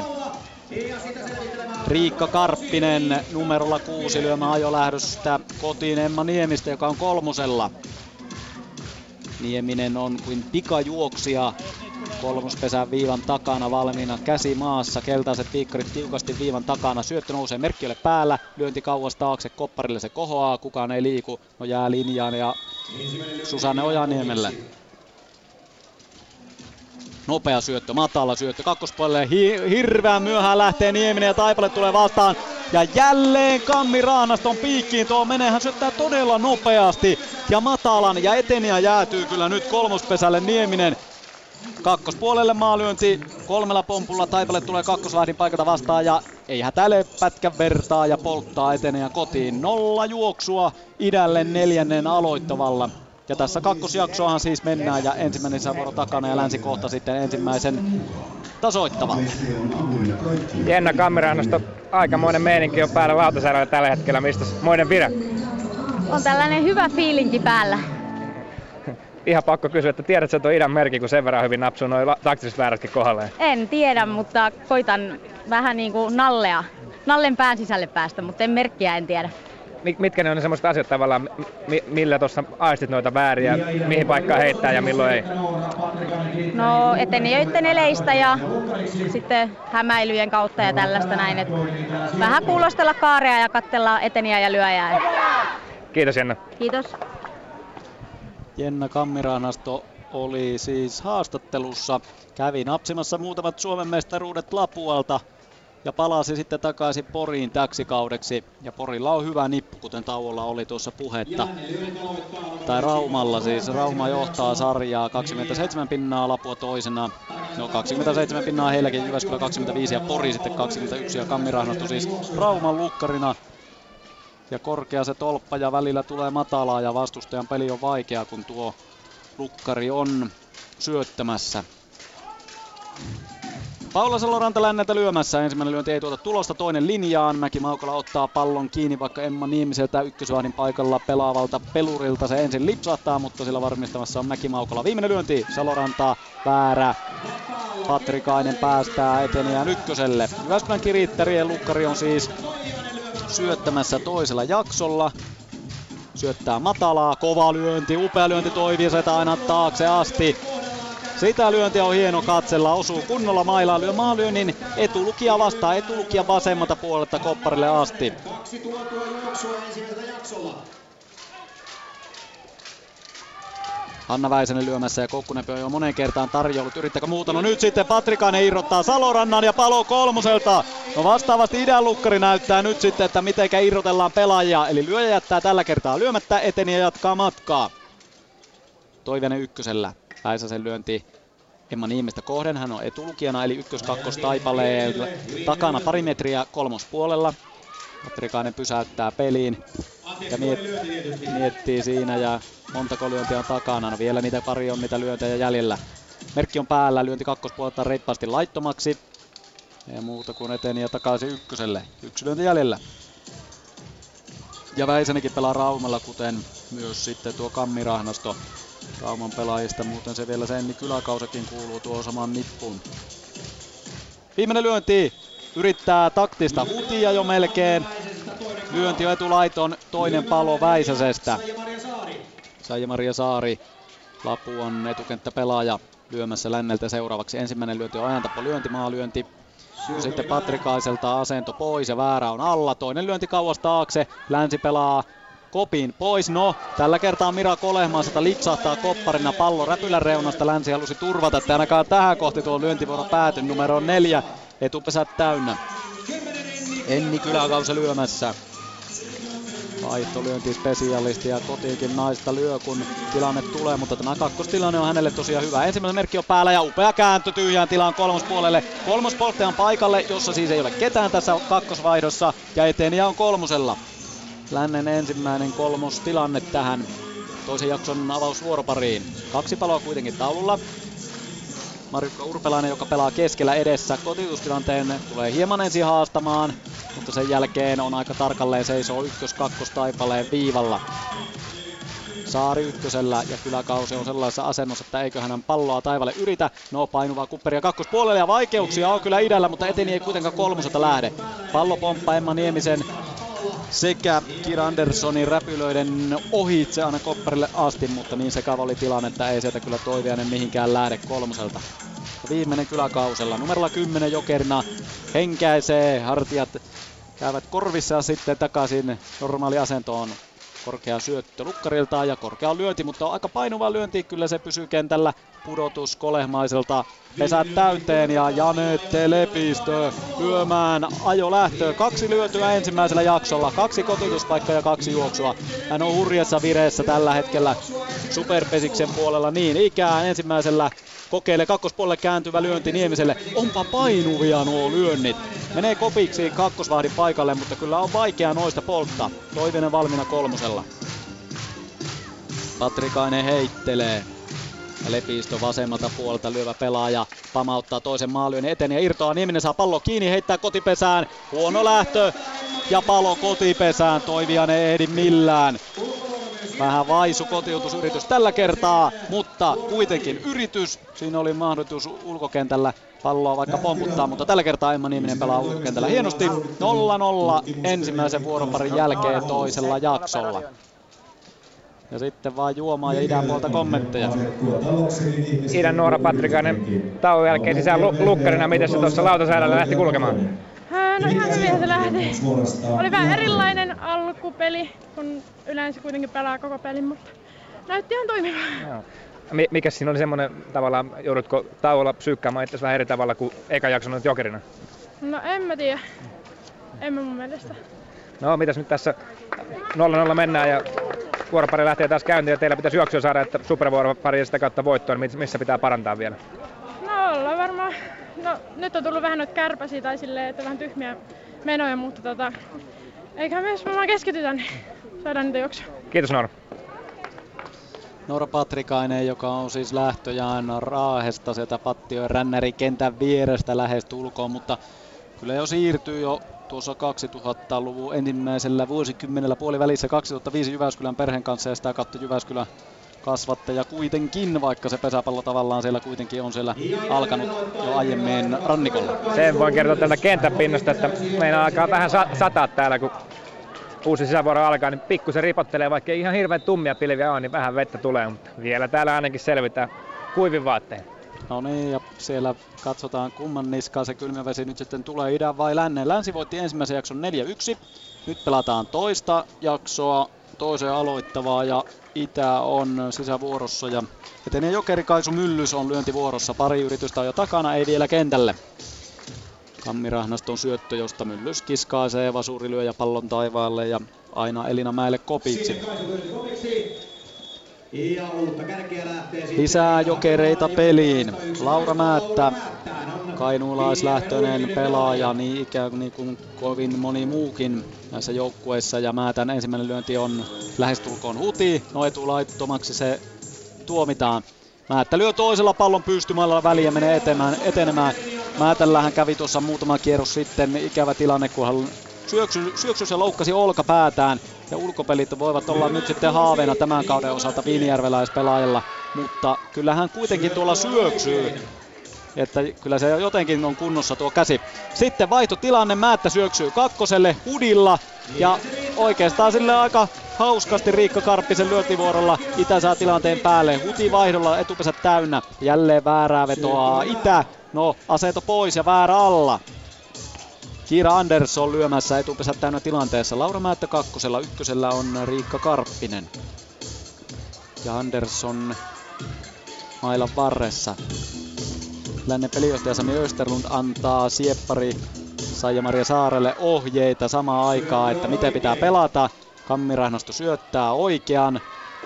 Riikka Karppinen numerolla kuusi lyömään ajolähdöstä kotiin Emma Niemistä, joka on kolmosella. Nieminen on kuin pikajuoksija kolmospesän viivan takana valmiina, käsi maassa, keltaiset piikkarit tiukasti viivan takana, syöttö nousee merkkiölle päällä, lyönti kauas taakse, kopparille se kohoaa, kukaan ei liiku, no jää linjaan ja Susanne Ojaniemelle. Nopea syöttö, matala syöttö kakkospuolelle, Hi- hirveän myöhään lähtee Nieminen ja Taipale tulee vastaan. Ja jälleen Kammi Raanaston piikkiin tuo menee, hän syöttää todella nopeasti ja matalan ja eteniä jäätyy kyllä nyt kolmospesälle Nieminen. Kakkospuolelle maalyönti, kolmella pompulla Taipale tulee kakkosvahdin paikalta vastaan ja ei hätäile pätkän vertaa ja polttaa etenejä kotiin. Nolla juoksua idälle neljännen aloittavalla. Ja tässä kakkosjaksoahan siis mennään ja ensimmäinen lisävuoro takana ja Länsi kohta sitten ensimmäisen tasoittavalta. Jenna Kammirannosto, aikamoinen meininki on päällä lautasäädällä tällä hetkellä. Mistä moinen vire? On tällainen hyvä fiilinki päällä. Ihan pakko kysyä, että tiedätkö tuon idän merkin, kun sen verran hyvin napsuu noin taktiset väärätkin kohdalleen? En tiedä, mutta koitan vähän niin kuin nallea, nallen pään sisälle päästä, mutta en merkkiä en tiedä. Mitkä ne on ne semmoiset asiat tavallaan, millä tuossa aistit noita vääriä, mihin paikkaan heittää ja milloin ei? No etenijöiden eleistä ja sitten hämäilyjen kautta ja tällaista näin. Et vähän kuulostella kaarea ja katsella eteniä ja lyöjää. Kiitos Jenna. Kiitos. Jenna Kammiranasto oli siis haastattelussa, kävi napsimassa muutamat Suomen mestaruudet Lapualta ja palasi sitten takaisin Poriin täksi kaudeksi. Ja Porilla on hyvä nippu, kuten tauolla oli tuossa puhetta. Tai Raumalla siis. Rauma johtaa sarjaa kaksikymmentäseitsemän pinnaa, Lapua toisena. No kaksikymmentäseitsemän pinnaa heilläkin, Jyväskylä kaksikymmentäviisi ja Pori sitten kaksikymmentäyksi ja Kammiranasto siis Rauman lukkarina. Ja korkea se tolppa ja välillä tulee matalaa ja vastustajan peli on vaikea, kun tuo lukkari on syöttämässä. Paula Saloranta länneltä lyömässä. Ensimmäinen lyönti ei tuota tulosta, toinen linjaan. Mäki Maukola ottaa pallon kiinni, vaikka Emma Niemiseltä ykkösvahdin paikalla pelaavalta pelurilta se ensin lipsahtaa, mutta sillä varmistamassa on Mäki Maukola. Viimeinen lyönti Saloranta, väärä. Patrikainen päästää etenijään ykköselle. Jyväskylän Kirittäjien lukkari on siis syöttämässä toisella jaksolla. Syöttää matalaa, kova lyönti, upea lyönti Toiviselta aina taakse asti. Sitä lyöntiä on hieno katsella, osuu kunnolla mailaan, lyö maalyönnin etulukija vastaan, etulukija vasemmalta puolelta kopparille asti. Hanna Väisänen lyömässä ja Kokkunen on jo monen kertaan tarjollut. Yrittääkö muuta? No nyt sitten Patrikainen irrottaa Salorannan ja palo kolmoselta. No vastaavasti idän lukkari näyttää nyt sitten, että mitenkä irrotellaan pelaajia. Eli lyöjä jättää tällä kertaa lyömättä, eteni ja jatkaa matkaa. Toivonen ykkösellä. Väisäsen lyönti Emma Niemistä kohden. Hän on etulukijana eli ykkös-kakkos Taipaleen takana pari metriä kolmospuolella. Patrikainen pysäyttää peliin ja miet- miettii siinä ja montako lyöntiä on takana. No vielä niitä pari on niitä lyöntejä jäljellä. Merkki on päällä, lyönti kakkospuolelta reippaasti laittomaksi. Ja muuta kuin eteni ja takaisin ykköselle. Yksi lyönti jäljellä. Ja Väisänenkin pelaa Raumalla, kuten myös sitten tuo Kammirahnasto Rauman pelaajista. Muuten se vielä Senni Kyläkausakin kuuluu tuo samaan nippuun. Viimeinen lyönti. Yrittää taktista hutia jo melkein. Lyönti on etulaiton, toinen palo Väisäsestä. Saija-Maria Saari, Lapuan etukenttäpelaaja lyömässä länneltä seuraavaksi. Ensimmäinen lyönti on ajantapo lyönti, maalyönti. Sitten Patrikaiselta asento pois ja väärä on alla. Toinen lyönti kauas taakse. Länsi pelaa kopin pois. No, tällä kertaa Mira Kolehmaaselta lipsahtaa kopparina pallo räpylän reunasta. Länsi halusi turvata, että ainakaan tähän kohti tuo lyöntivuoro pääty. Numero neljä, etupesät täynnä. Enni Kyläkausa lyömässä. Vaihtolyönti spesialisti ja kotiikin naista lyö, kun tilanne tulee, mutta tämä kakkostilanne on hänelle tosiaan hyvä. Ensimmäinen merkki on päällä ja upea kääntö tyhjään tilaan kolmospuolelle. Kolmospolttajan paikalle, jossa siis ei ole ketään tässä kakkosvaihdossa ja etenijä on kolmosella. Lännen ensimmäinen kolmostilanne tähän toisen jakson avausvuoropariin. Kaksi paloa kuitenkin taululla. Marjukka Urpelainen, joka pelaa keskellä edessä. Kotiutustilanteen tulee hieman ensin haastamaan, mutta sen jälkeen on aika tarkalleen seisoo ykkös-kakkostaipaleen viivalla. Saari ykkösellä ja Kyläkausi on sellaisessa asennossa, että eiköhän hän palloa taivalle yritä. No painuvaa kupperia kakkospuolelle ja vaikeuksia on kyllä idällä, mutta eteni ei kuitenkaan kolmoselta lähde. Pallo pomppaa Emma Niemisen sekä Kira Anderssonin räpylöiden ohitse aina kopparille asti, mutta niin sekava oli tilanne, että ei sieltä kyllä Toiviainen mihinkään lähde kolmoselta. Ja viimeinen Kyläkausella numerolla kymmenen jokerina henkäisee, hartiat käyvät korvissa ja sitten takaisin normaali asentoon. Korkea syöttö lukkarilta ja korkea lyönti, mutta aika painuvaa lyönti, kyllä se pysyy kentällä. Pudotus Kolehmaiselta, pesät täyteen ja Janette Lepistö lyömään ajo lähtöön. Kaksi lyötyä ensimmäisellä jaksolla, kaksi kotituspaikkaa ja kaksi juoksua. Hän on hurjassa vireessä tällä hetkellä Superpesiksen puolella niin ikään ensimmäisellä. Kokeilee kakkospuolelle kääntyvä lyönti Niemiselle. Onpa painuvia nuo lyönnit. Menee kopiksi kakkosvahdin paikalle, mutta kyllä on vaikea noista polttaa. Toivinen valmiina kolmosella. Patrikainen heittelee. Ja Lepistö vasemmalta puolelta lyövä pelaaja pamauttaa toisen maalyönnin eteen ja irtoaa. Nieminen saa pallo kiinni, heittää kotipesään. Huono lähtö ja palo kotipesään. Toiviainen ei ehdi millään. Vähän vaisu kotiutusyritys tällä kertaa, mutta kuitenkin yritys. Siinä oli mahdollisuus ulkokentällä palloa vaikka pomputtaa, mutta tällä kertaa Emma Nieminen pelaa ulkokentällä hienosti. nolla nolla ensimmäisen vuoroparin jälkeen toisella jaksolla. Ja sitten vaan juomaan ja idän puolta kommentteja. Idän Noora Patrikainen tauon jälkeen sisään lukkarina. Miten se tuossa lautasäädällä lähti kulkemaan? No ihan hyvin se lähti. Oli vähän erilainen alkupeli, kun yleensä kuitenkin pelaa koko pelin, mutta näytti ihan toimivaa. Mikä siinä oli semmoinen tavallaan, joudutko tauolla psyykkäämään itse vähän eri tavalla kuin eka jakson jokerina? No en mä tiedä. En mä mun mielestä. No mitäs nyt tässä nolla nolla mennään ja vuoropari lähtee taas käyntiin ja teillä pitäisi juoksua saada, että supervuoropari ja sitä kautta voittoon. Missä pitää parantaa vielä? No ollaan varmaan. No nyt on tullut vähän noita kärpäsiä tai silleen, että vähän tyhmiä menoja, mutta tota, eiköhän me jos me vaan keskitytään, niin saadaan niitä juoksua. Kiitos Noora. Noora Patrikainen, joka on siis lähtöjään Raahesta sieltä Pattion rännäri kentän vierestä lähestulkoon, mutta kyllä jo siirtyy jo tuossa kaksituhattaluvun ensimmäisellä vuosikymmenellä puolivälissä kaksituhattaviisi Jyväskylän perheen kanssa ja sitä kautta Jyväskylän kasvattaja kuitenkin, vaikka se pesäpallo tavallaan siellä kuitenkin on siellä alkanut jo aiemmin rannikolla. Sen voin kertoa tältä kentän pinnasta, että meillä alkaa vähän sataa täällä, kun uusi sisävuoro alkaa, niin pikkusen ripottelee, vaikka ei ihan hirveän tummia pilviä on, niin vähän vettä tulee, mutta vielä täällä ainakin selvitään kuivin vaattein. No niin, ja siellä katsotaan kumman niskaan se kylmä vesi nyt sitten tulee, idän vai lännen. Länsi voitti ensimmäisen jakson neljä yksi. Nyt pelataan toista jaksoa, toiseen aloittavaa ja Itä on sisävuorossa ja etenee jokeri Kaisu Myllys on lyöntivuorossa. Pari yritystä on jo takana, ei vielä kentälle. Kammirahnaston syöttö, josta Myllys kiskaisee, Vasuri lyö ja pallon taivaalle ja aina Elina Mäelle kopiksi. Lisää jokereita peliin. Laura Määttä, kainuulaislähtöinen pelaaja, niin ikään niin kuin kovin moni muukin näissä joukkueissa. Ja Määtän ensimmäinen lyönti on lähestulkoon huti. No etulaittomaksi se tuomitaan. Määttä lyö toisella pallon pystymällä väliä menee etenemään. etenemään. Määtällähän kävi tuossa muutama kierros sitten ikävä tilanne, kun hän syöksy, syöksy ja loukkasi olkapäätään. Ja ulkopelit voivat olla nyt sitten haaveena tämän kauden osalta viinijarveläispelaajalla, mutta kyllähän kuitenkin tuolla syöksyy, että kyllä se jotenkin on kunnossa tuo käsi. Sitten vaihtotilanne, Määttä syöksyy kakkoselle Hudilla ja oikeastaan sille aika hauskasti Riikka Karppisen lyöntivuorolla Itä saa tilanteen päälle. Huti vaihdolla etupesät täynnä, jälleen väärää vetoaa Itä, no aseto pois ja väärä alla. Kira Andersson lyömässä etupesät täynnä tilanteessa. Laura Määttä kakkosella, ykkösellä on Riikka Karppinen. Ja Andersson mailan varressa. Lännen pelijohtaja Sami Österlund antaa sieppari Saija-Maria Saarelle ohjeita samaan aikaan, että miten pitää pelata. Kammirahnasto syöttää oikean.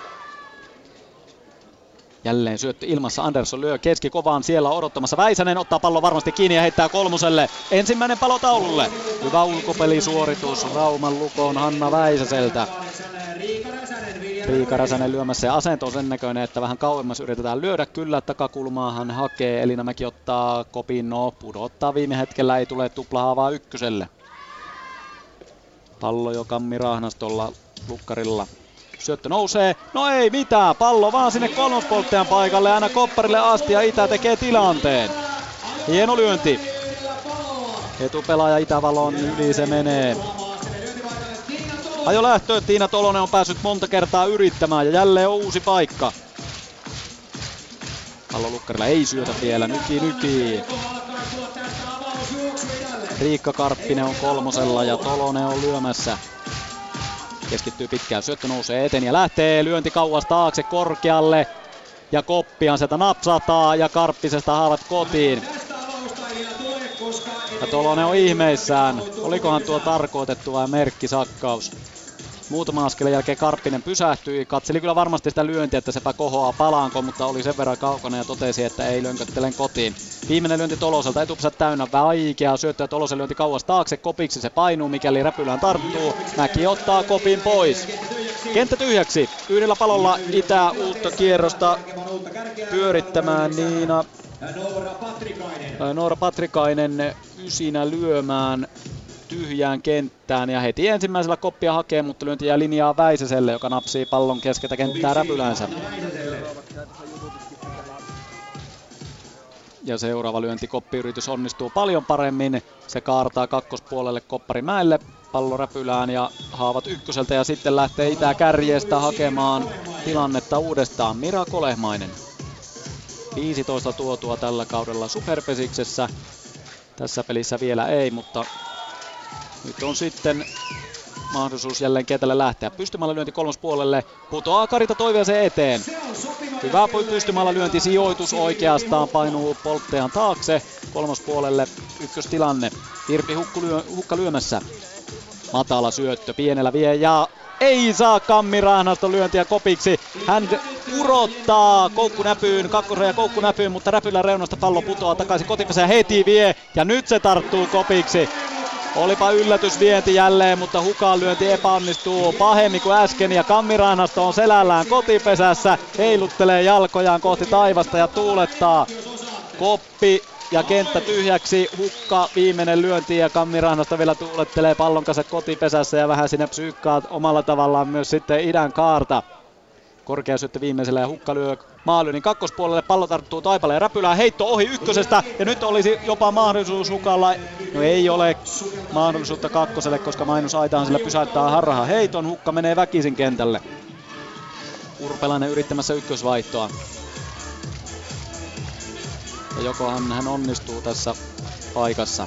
Jälleen syöttö ilmassa, Andersson lyö keskikovaan siellä odottamassa. Väisänen ottaa pallon varmasti kiinni ja heittää kolmoselle. Ensimmäinen palo taululle. Hyvä ulkopelisuoritus Rauman Lukon Hanna Väisäseltä. Riika Räsänen lyömässä ja asento on sen näköinen, että vähän kauemmas yritetään lyödä. Kyllä takakulmaa hän hakee. Elinamäki ottaa kopin, no pudottaa viime hetkellä, ei tule tuplahaavaa ykköselle. Pallo jo Kammi Rahnastolla lukkarilla. Syöttö nousee, no ei mitään, pallo vaan sinne kolmospolttajan paikalle, aina kopparille asti ja Itä tekee tilanteen. Hieno lyönti. Etupelaaja Itävalon yli se menee. Ajo lähtöön, Tiina Tolonen on päässyt monta kertaa yrittämään ja jälleen on uusi paikka. Pallo lukkarilla ei syötä vielä, nyki nyki. Riikka Karppinen on kolmosella ja Tolonen on lyömässä. Keskittyy pitkään, syöttö nousee eteen ja lähtee, lyönti kauas taakse korkealle. Ja Koppian sieltä napsataa ja Karppisesta haavat kotiin. Ja Tolonen on ihmeissään. Olikohan tuo tarkoitettu vai merkkisakkaus? Muutama askeleen jälkeen Karppinen pysähtyi. Katseli kyllä varmasti sitä lyöntiä, että sepä kohoaa palaanko, mutta oli sen verran kaukana ja totesi, että ei lönköttelen kotiin. Viimeinen lyönti Toloselta, etupusat täynnä, vaikea syöttö ja Tolosen lyönti kauas taakse. Kopiksi se painuu, mikäli Räpylään tarttuu. Mäki ottaa kopin pois. Kenttä tyhjäksi. Yhdellä palolla Itä uutta kierrosta pyörittämään Niina. Noora Patrikainen ysinä lyömään tyhjään kenttään ja heti ensimmäisellä koppia hakee, mutta lyönti jää linjaa Väisäselle, joka napsii pallon keskeltä kenttää Räpylänsä. Ja seuraava lyönti koppiyritys onnistuu paljon paremmin. Se kaartaa kakkospuolelle Kopparimäelle, pallo Räpylään ja haavat ykköseltä ja sitten lähtee Itä kärjestä hakemaan tilannetta uudestaan. Mira Kolehmainen. viisitoista tuotua tällä kaudella Superpesiksessä. Tässä pelissä vielä ei, mutta nyt on sitten mahdollisuus jälleen kentälle lähteä. Pystymällä lyönti kolmospuolelle. Putoaa Karita Toiviaisen eteen. Hyvä pystymällä lyönti sijoitus oikeastaan. Painuu polttajan taakse. Kolmospuolelle ykköstilanne. Irpi Hukka, lyö, Hukka lyömässä. Matala syöttö. Pienellä vie ja ei saa Kammi Rahnasto lyöntiä kopiksi. Hän urottaa koukkunäpyyn, kakkosraja koukkunäpyyn, mutta Räpylän reunasta pallo putoaa takaisin kotipesään, heti vie ja nyt se tarttuu kopiksi. Olipa yllätysvienti jälleen, mutta Hukan lyönti epäonnistuu pahemmin kuin äsken ja Kammi Rahnasto on selällään kotipesässä, heiluttelee jalkojaan kohti taivasta ja tuulettaa. Koppi ja kenttä tyhjäksi, Hukka viimeinen lyönti ja Kammi Rahnasto vielä tuulettelee pallon kanssa kotipesässä ja vähän sinne psyykkaa omalla tavallaan myös sitten idän kaarta. Korkea syöttö viimeisellä ja Hukka lyö maalyönnin kakkospuolelle, pallo tarttuu Taipaleen ja Räpylään, heitto ohi ykkösestä ja nyt olisi jopa mahdollisuus Hukalla, no ei ole mahdollisuutta kakkoselle, koska Mainus Aitahan sillä pysäyttää harrahan heiton, Hukka menee väkisin kentälle. Urpelainen yrittämässä ykkösvaihtoa. Ja jokohan hän onnistuu tässä paikassa.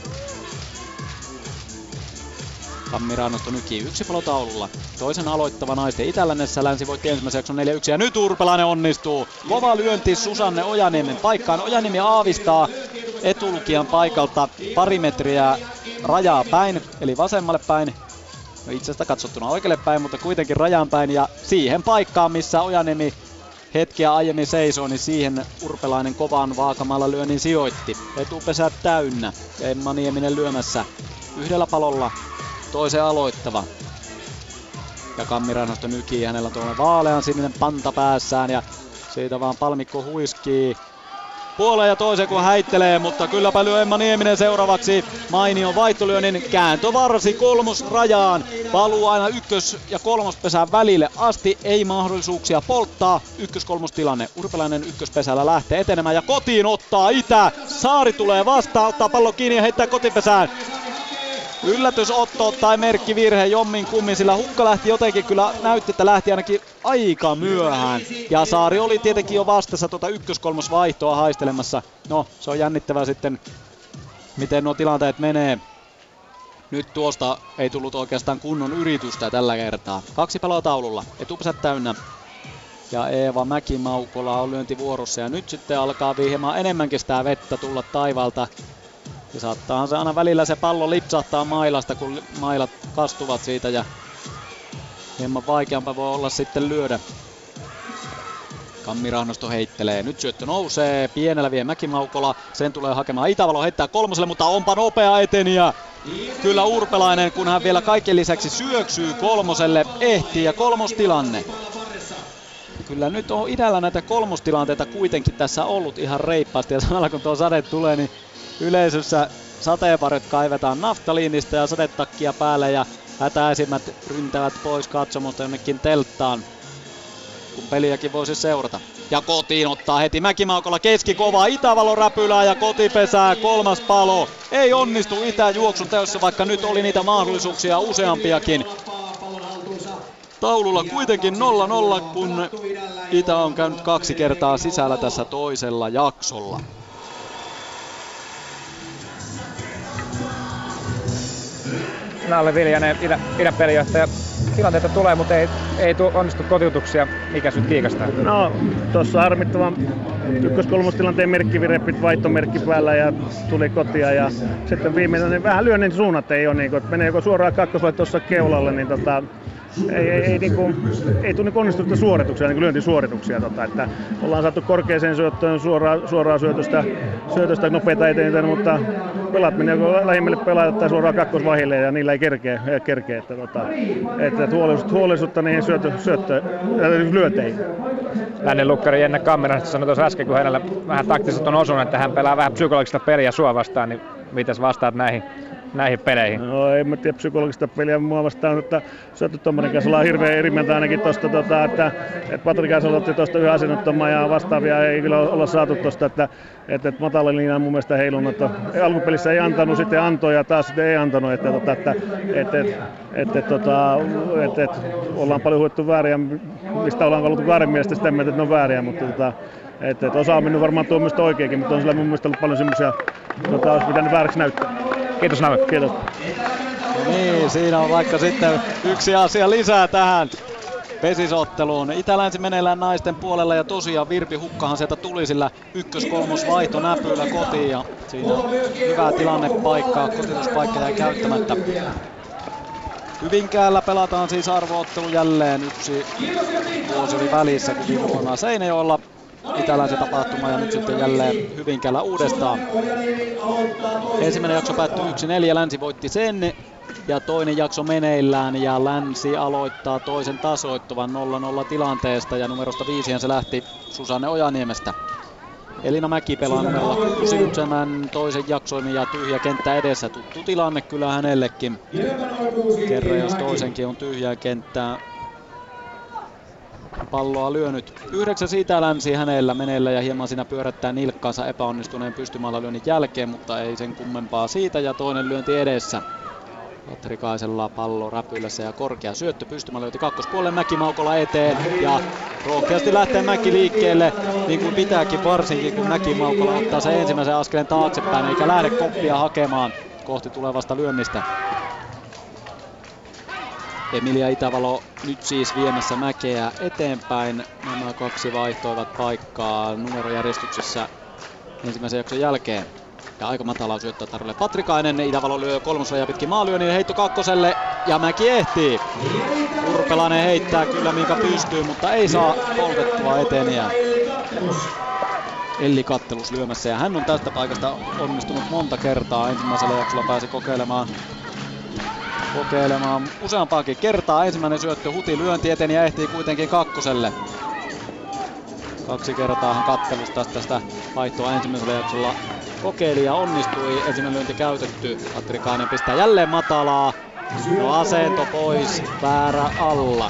Kammi Rahnasto nykii yksi palo taululla. Toisen aloittava naisten Itä-Lännessä. Länsi voitti ensimmäisen jakson neljä yksi ja nyt Urpelainen onnistuu. Kova lyönti Susanne Ojaniemen paikkaan. Ojaniemi aavistaa etulukijan paikalta pari metriä rajaa päin, eli vasemmalle päin. No itsestä katsottuna oikealle päin, mutta kuitenkin rajaan päin ja siihen paikkaan, missä Ojaniemi hetkeä aiemmin seisoo, niin siihen Urpelainen kovan vaakamalla lyönnin sijoitti. Etupesä täynnä. Emma Nieminen lyömässä yhdellä palolla. Toisen aloittava. Ja Kammi Rahnasto nykii, hänellä on tuollainen vaalean sininen panta päässään ja siitä vaan palmikko huiskii puoleen ja toisen kun häittelee, mutta kylläpä lyö Emma Nieminen seuraavaksi mainion vaihtolyönnin kääntövarsi kolmosrajaan. Valuu aina ykkös- ja kolmospesän välille asti, ei mahdollisuuksia polttaa. Ykkös-kolmostilanne, Urpelainen ykköspesällä lähtee etenemään ja kotiin ottaa Itä. Saari tulee vastaan, ottaa pallo kiinni ja heittää kotipesään. Yllätysotto tai merkkivirhe jommin kummin, sillä Hukka lähti jotenkin, kyllä näytti, että lähti ainakin aika myöhään. Ja Saari oli tietenkin jo vastassa tuota ykkös-kolmosvaihtoa haistelemassa. No, se on jännittävää sitten, miten nuo tilanteet menee. Nyt tuosta ei tullut oikeastaan kunnon yritystä tällä kertaa. Kaksi paloa taululla, etupesät täynnä. Ja Eeva Mäki-Maukola on lyöntivuorossa ja nyt sitten alkaa hieman enemmänkin sitä vettä tulla taivaalta. Ja saattaahan se aina välillä se pallo lipsahtaa mailasta, kun mailat kastuvat siitä ja hieman vaikeampaa voi olla sitten lyödä. Kammi Rahnasto heittelee, nyt syöttö nousee, pienellä vie Mäki-Maukola, sen tulee hakemaan Itävalo, heittää kolmoselle, mutta onpa nopea eteniä. Kyllä Urpelainen, kun hän vielä kaiken lisäksi syöksyy kolmoselle, ehtii ja kolmostilanne. kyllä nyt on idällä näitä kolmostilanteita kuitenkin tässä ollut ihan reippaasti. Ja samalla kun tuo sade tulee, niin yleisössä sateenvarjot kaivetaan naftaliinista ja sadetakkia päälle ja hätäisimmät ryntävät pois katsomusta jonnekin telttaan, kun peliäkin voisi seurata. Ja kotiin ottaa heti Mäkimaukola keskikovaa Itävalon räpylää ja kotipesää kolmas palo. Ei onnistu Itään juoksun teossa, vaikka nyt oli niitä mahdollisuuksia useampiakin. Taululla kuitenkin nolla nolla, kun Itä on käynyt kaksi kertaa sisällä tässä toisella jaksolla. Nalle Viljanen, Itä, Idän pelijohtaja. Tilanteita tulee, mutta ei, ei tu, onnistu kotiutuksia. Mikä sut kiikastaa? No, tuossa harmittavan ykkös-kolmostilanteen merkkivirepit, vaihtomerkki päällä ja tuli kotia. Ja sitten viimeinen, niin vähän lyönnin suunnat ei ole, niin että menee joko suoraan kakkosvaihto tuossa keulalle, niin tota, ei, ei, ei, niin kuin, ei tule niin onnistusta suorituksia, niin lyöntisuorituksia. Tota, että ollaan saatu korkeaseen syöttöön suoraan, suoraan syötöstä, syötöstä nopeita eteen, mutta pelat menee joko lähimmälle pelaajat tai suoraan kakkosvahille ja niillä ei kerkeä. Ei kerkeä että, tota, että, että huolellisuutta, huolellisuutta niihin syöttö, syöttö, lyönteihin. Lännen lukkari Jenne Kammerasta sanoi tuossa äsken, kun hänellä vähän taktisesti on osunut, että hän pelaa vähän psykologista peliä sua vastaan, niin mitäs vastaat näihin? näihin peleihin? No en mä tiedä psykologista peliä mua vastaan, mutta syöttötuomarin kanssa ollaan hirveän eri mieltä ainakin tosta, tota, että, että Patrikas otti tosta yhden asennuttoman ja vastaavia ei kyllä olla saatu tosta, että, että, että matala linja on mun mielestä heilunut, että alkupelissä ei antanut, sitten antoi ja taas sitten ei antanut, että, että, että, että, että, että, tota, että, että ollaan paljon huettu vääriä, mistä ollaan ollut väärin mielestä sitä mieltä, että ne on vääriä, mutta tota, että, että osa on mennyt varmaan tuomioista oikeinkin, mutta on sillä mun mielestä ollut paljon semmoisia, tota, olisi pitänyt vääräksi näyttää. Kiitos Name. Kiitos. No niin, siinä on vaikka sitten yksi asia lisää tähän pesisotteluun. Itä-länsi meneillään naisten puolella ja tosiaan Virpi Hukkahan sieltä tuli sillä ykkös-kolmos vaihto näpyillä kotiin ja siinä hyvää tilannepaikkaa, kotituspaikka jäi käyttämättä. Hyvinkäällä pelataan siis arvoottelu jälleen, yksi vuosi oli välissä kun viime vuonna Seinäjoella Itä-länsi tapahtuma ja nyt sitten jälleen Hyvinkäällä uudestaan. Ensimmäinen jakso päättyi yksi neljä, Länsi voitti sen ja toinen jakso meneillään ja Länsi aloittaa toisen tasoittuvan nolla nolla tilanteesta ja numerosta viisi se lähti Susanne Ojaniemestä. Elina Mäki pelaa numerolla kuusikymmentä toisen jakson ja tyhjä kenttä edessä, tuttu tilanne kyllä hänellekin. Kerran jos toisenkin on tyhjää kenttää. Palloa lyönyt. Yhdeksäs Itä-länsi hänellä meneillä ja hieman siinä pyörättää nilkkaansa epäonnistuneen pystymaalla lyönnin jälkeen, mutta ei sen kummempaa siitä ja toinen lyönti edessä. Patrikaisella pallo räpylässä ja korkea syöttö pystymällä lyönti kakkospuolelle Mäki-Maukola eteen ja rohkeasti lähtee Mäki liikkeelle niin kuin pitääkin varsinkin kun Mäki-Maukola ottaa sen ensimmäisen askeleen taaksepäin eikä lähde koppia hakemaan kohti tulevasta lyönnistä. Emilia Itävalo nyt siis viemässä Mäkeä eteenpäin. Nämä kaksi vaihtoivat paikkaa numerojärjestyksessä ensimmäisen jakson jälkeen. Ja aika matalaa syöttää tarjolle Patrikainen. Itävalo lyö kolmosraja pitkin maalyönnin heitto kakkoselle ja Mäki ehtii. Urpelainen heittää kyllä minkä pystyy, mutta ei saa poltettua eteniä. Elli Kattelus lyömässä ja hän on tästä paikasta onnistunut monta kertaa. Ensimmäisellä jaksolla pääsi kokeilemaan kokeilemaan useampaakin kertaa. Ensimmäinen syöttö Huti lyönti eteni ja ehtii kuitenkin kakkoselle. Kaksi kertaa Kattelusta tästä vaihtoa ensimmäisellä jaksolla kokeili ja onnistui. Ensimmäinen lyönti käytetty. Patrikainen pistää jälleen matalaa. No asento pois, väärä alla.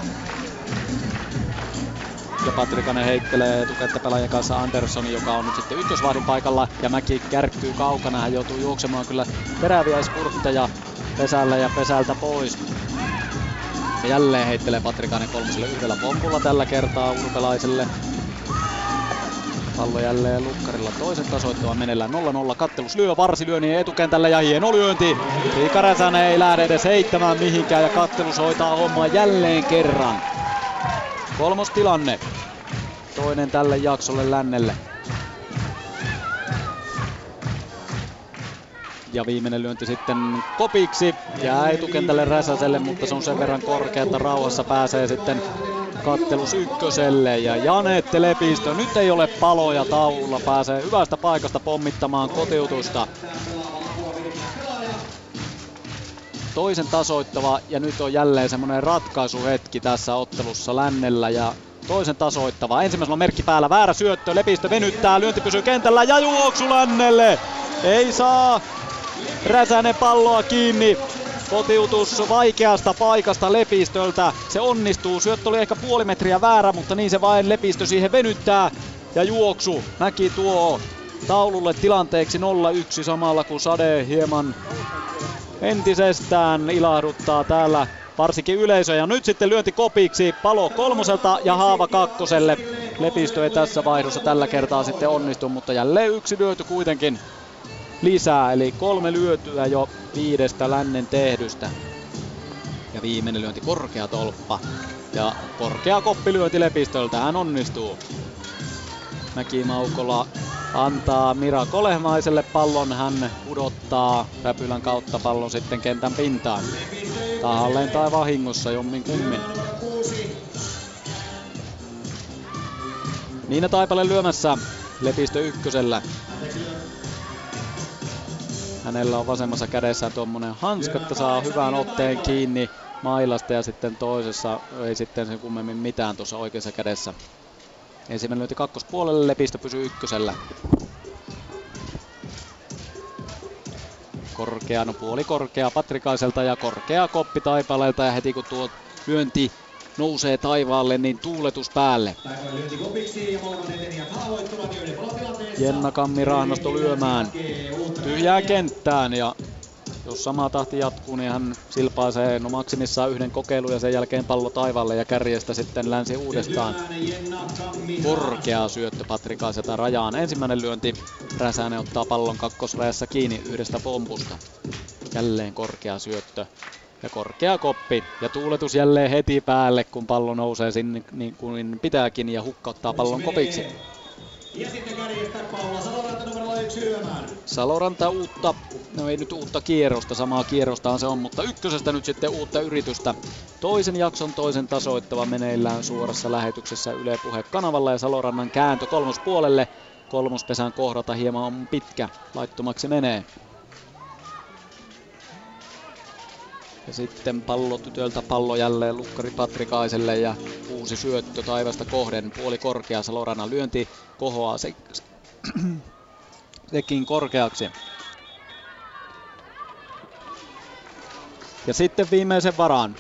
Ja Patrikainen heittelee etukenttä pelaajien kanssa Andersson, joka on nyt sitten ykkösvahdin paikalla. Ja Mäki kärkkyy kaukana, hän joutuu juoksemaan kyllä teräviä spurtteja pesällä ja pesältä pois. Ja jälleen heittelee Patrikainen kolmoselle yhdellä pompulla tällä kertaa urpelaiselle. Pallo jälleen lukkarilla toisen tasoittavan meneillään nolla nolla. Kattelus lyö varsilyönnin etukentällä ja hieno lyönti. Riikka Räsänen ei lähde edes heittämään mihinkään ja Kattelus hoitaa hommaa jälleen kerran. Kolmos tilanne. Toinen tälle jaksolle Lännelle. Ja viimeinen lyönti sitten kopiksi. Jää etukentälle Räsäselle, mutta se on sen verran korkea, että rauhassa pääsee sitten Kattelus ykköselle. Ja Janette Lepistö, nyt ei ole paloja taululla, pääsee hyvästä paikasta pommittamaan kotiutusta. Toisen tasoittava ja nyt on jälleen semmoinen ratkaisuhetki tässä ottelussa Lännellä ja toisen tasoittava. Ensimmäisellä on merkki päällä, väärä syöttö, Lepistö venyttää, lyönti pysyy kentällä ja juoksu Lännelle. Ei saa Räsänen palloa kiinni. Kotiutus vaikeasta paikasta Lepistöltä. Se onnistuu. Syöttö oli ehkä puoli metriä väärä, mutta niin se vain Lepistö siihen venyttää. Ja juoksu. Mäki tuo taululle tilanteeksi nolla yksi samalla kun Sade hieman entisestään ilahduttaa täällä varsinkin yleisö. Ja nyt sitten lyönti kopiksi Palo kolmoselta ja Haava kakkoselle. Lepistö ei tässä vaihdossa tällä kertaa sitten onnistu, mutta jälleen yksi lyöty kuitenkin lisää. Eli kolme lyötyä jo viidestä Lännen tehdystä. Ja viimeinen lyönti korkea tolppa. Ja korkea koppilyönti Lepistöltä, hän onnistuu. Mäki-Maukola antaa Mira Kolehmaiselle pallon, hän pudottaa räpylän kautta pallon sitten kentän pintaan. Tahalleen tai vahingossa jommin kummin. Niina Taipale lyömässä Lepistö ykkösellä. Hänellä on vasemmassa kädessään tuommoinen hanska, että saa hyvän otteen kiinni mailasta ja sitten toisessa ei sitten sen kummemmin mitään tuossa oikeassa kädessä. Ensimmäinen lyönti kakkospuolelle, Lepistö pysyy ykkösellä. Korkea, no puoli korkea Patrikaiselta ja korkea koppi Taipaleelta ja heti kun tuo lyönti nousee taivaalle, niin tuuletus päälle. Jenna Kammi Rahnasto lyömään tyhjää kenttään ja jos sama tahti jatkuu, niin hän silpaisee no maksimissaan yhden kokeilun ja sen jälkeen pallo taivaalle ja kärjestä sitten Länsi uudestaan. Korkea syöttö Patrikaiselta rajaan. Ensimmäinen lyönti, Räsänen ottaa pallon kakkosrajassa kiinni yhdestä pompusta. Jälleen korkea syöttö ja korkea koppi ja tuuletus jälleen heti päälle, kun pallo nousee sinne niin kuin pitääkin ja hukkauttaa pallon kopiksi. Ja sitten kärjestä Paula Saloranta numerolla yksi lyömään. Saloranta uutta, no ei nyt uutta kierrosta, samaa kierrostaan se on, mutta ykkösestä nyt sitten uutta yritystä. Toisen jakson toisen tasoittava meneillään suorassa lähetyksessä Yle Puhe-kanavalla ja Salorannan kääntö kolmospuolelle. Kolmospesän kohdalta hieman on pitkä, laittomaksi menee. Ja sitten pallo tytöltä pallo jälleen lukkari Patrikaiselle ja uusi syöttö taivasta kohden. Puoli korkea Salorannan lyönti kohoaa se, sekin korkeaksi. Ja sitten viimeisen varaan.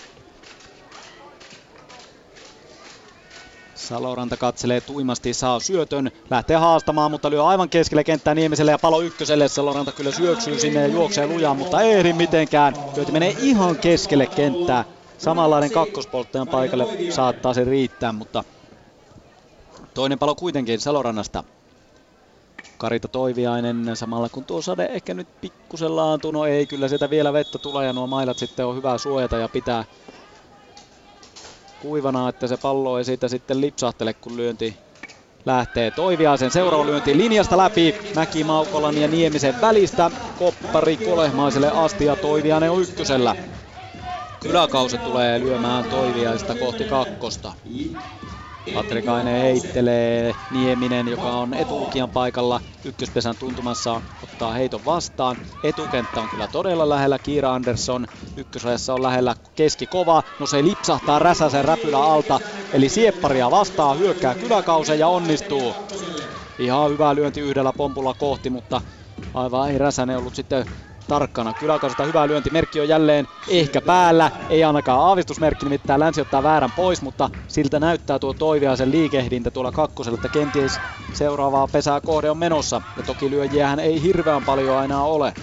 Saloranta katselee tuimasti, saa syötön, lähtee haastamaan, mutta lyö aivan keskelle kenttää Niemiselle ja Palo ykköselle. Saloranta kyllä syöksyy sinne ja juoksee lujaan, mutta ei ehdi mitenkään. Lyöti menee ihan keskelle kenttää. Samanlainen kakkospolttajan paikalle saattaa se riittää, mutta toinen palo kuitenkin Salorannasta. Karita Toiviainen samalla kun tuo Sade ehkä nyt pikkusen laantuu. No ei, kyllä sieltä vielä vettä tulee ja nuo mailat sitten on hyvä suojata ja pitää kuivana, että se pallo ei siitä sitten lipsahtele, kun lyönti lähtee. Toiviaisen seuraava lyönti linjasta läpi Mäki-Maukolan ja Niemisen välistä. Koppari Kolehmaiselle asti ja Toiviainen on ykkösellä. Kyläkausi tulee lyömään Toiviaista kohti kakkosta. Patrikainen heittelee, Nieminen, joka on etuukijan paikalla ykköspesän tuntumassa, ottaa heiton vastaan. Etukenttä on kyllä todella lähellä, Kiira Andersson ykkösrajassa on lähellä, keski kova, no se lipsahtaa Räsäsen räpylä alta, eli siepparia vastaan, hyökkää Kyläkausen ja onnistuu. Ihan hyvä lyönti yhdellä pompulla kohti, mutta aivan ei Räsänen ollut sitten tarkkana. Kyläkauselta hyvä lyönti, merkki on jälleen ehkä päällä, ei ainakaan aavistusmerkki, nimittäin Länsi ottaa väärän pois, mutta siltä näyttää tuo Toiviaisen liikehdintä tuolla kakkosella, että kenties seuraavaa pesää kohde on menossa. Ja toki lyöjiähän ei hirveän paljon aina ole.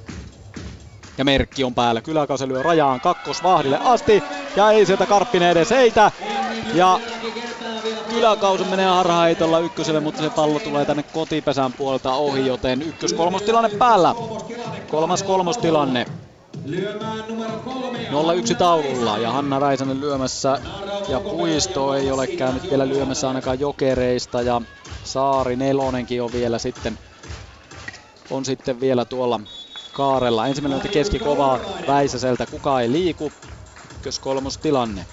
Ja merkki on päällä, Kyläkausen lyö rajaan kakkosvahdille asti, ja ei sieltä Karppinen edes heitä. Ja Kyläkausen menee harhaheitolla ykköselle, mutta se pallo tulee tänne kotipesän puolelta ohi, joten ykkös-kolmostilanne päällä. Kolmas kolmostilanne. nolla yksi taululla ja Hanna Räisänen lyömässä ja Puisto ei ole käynyt vielä lyömässä ainakaan Jokereista ja Saari Nelonenkin on vielä sitten, on sitten vielä tuolla kaarella. Ensimmäinen lyönti keski kovaa Väisäseltä, kukaan ei liiku. Ykkös-kolmostilanne.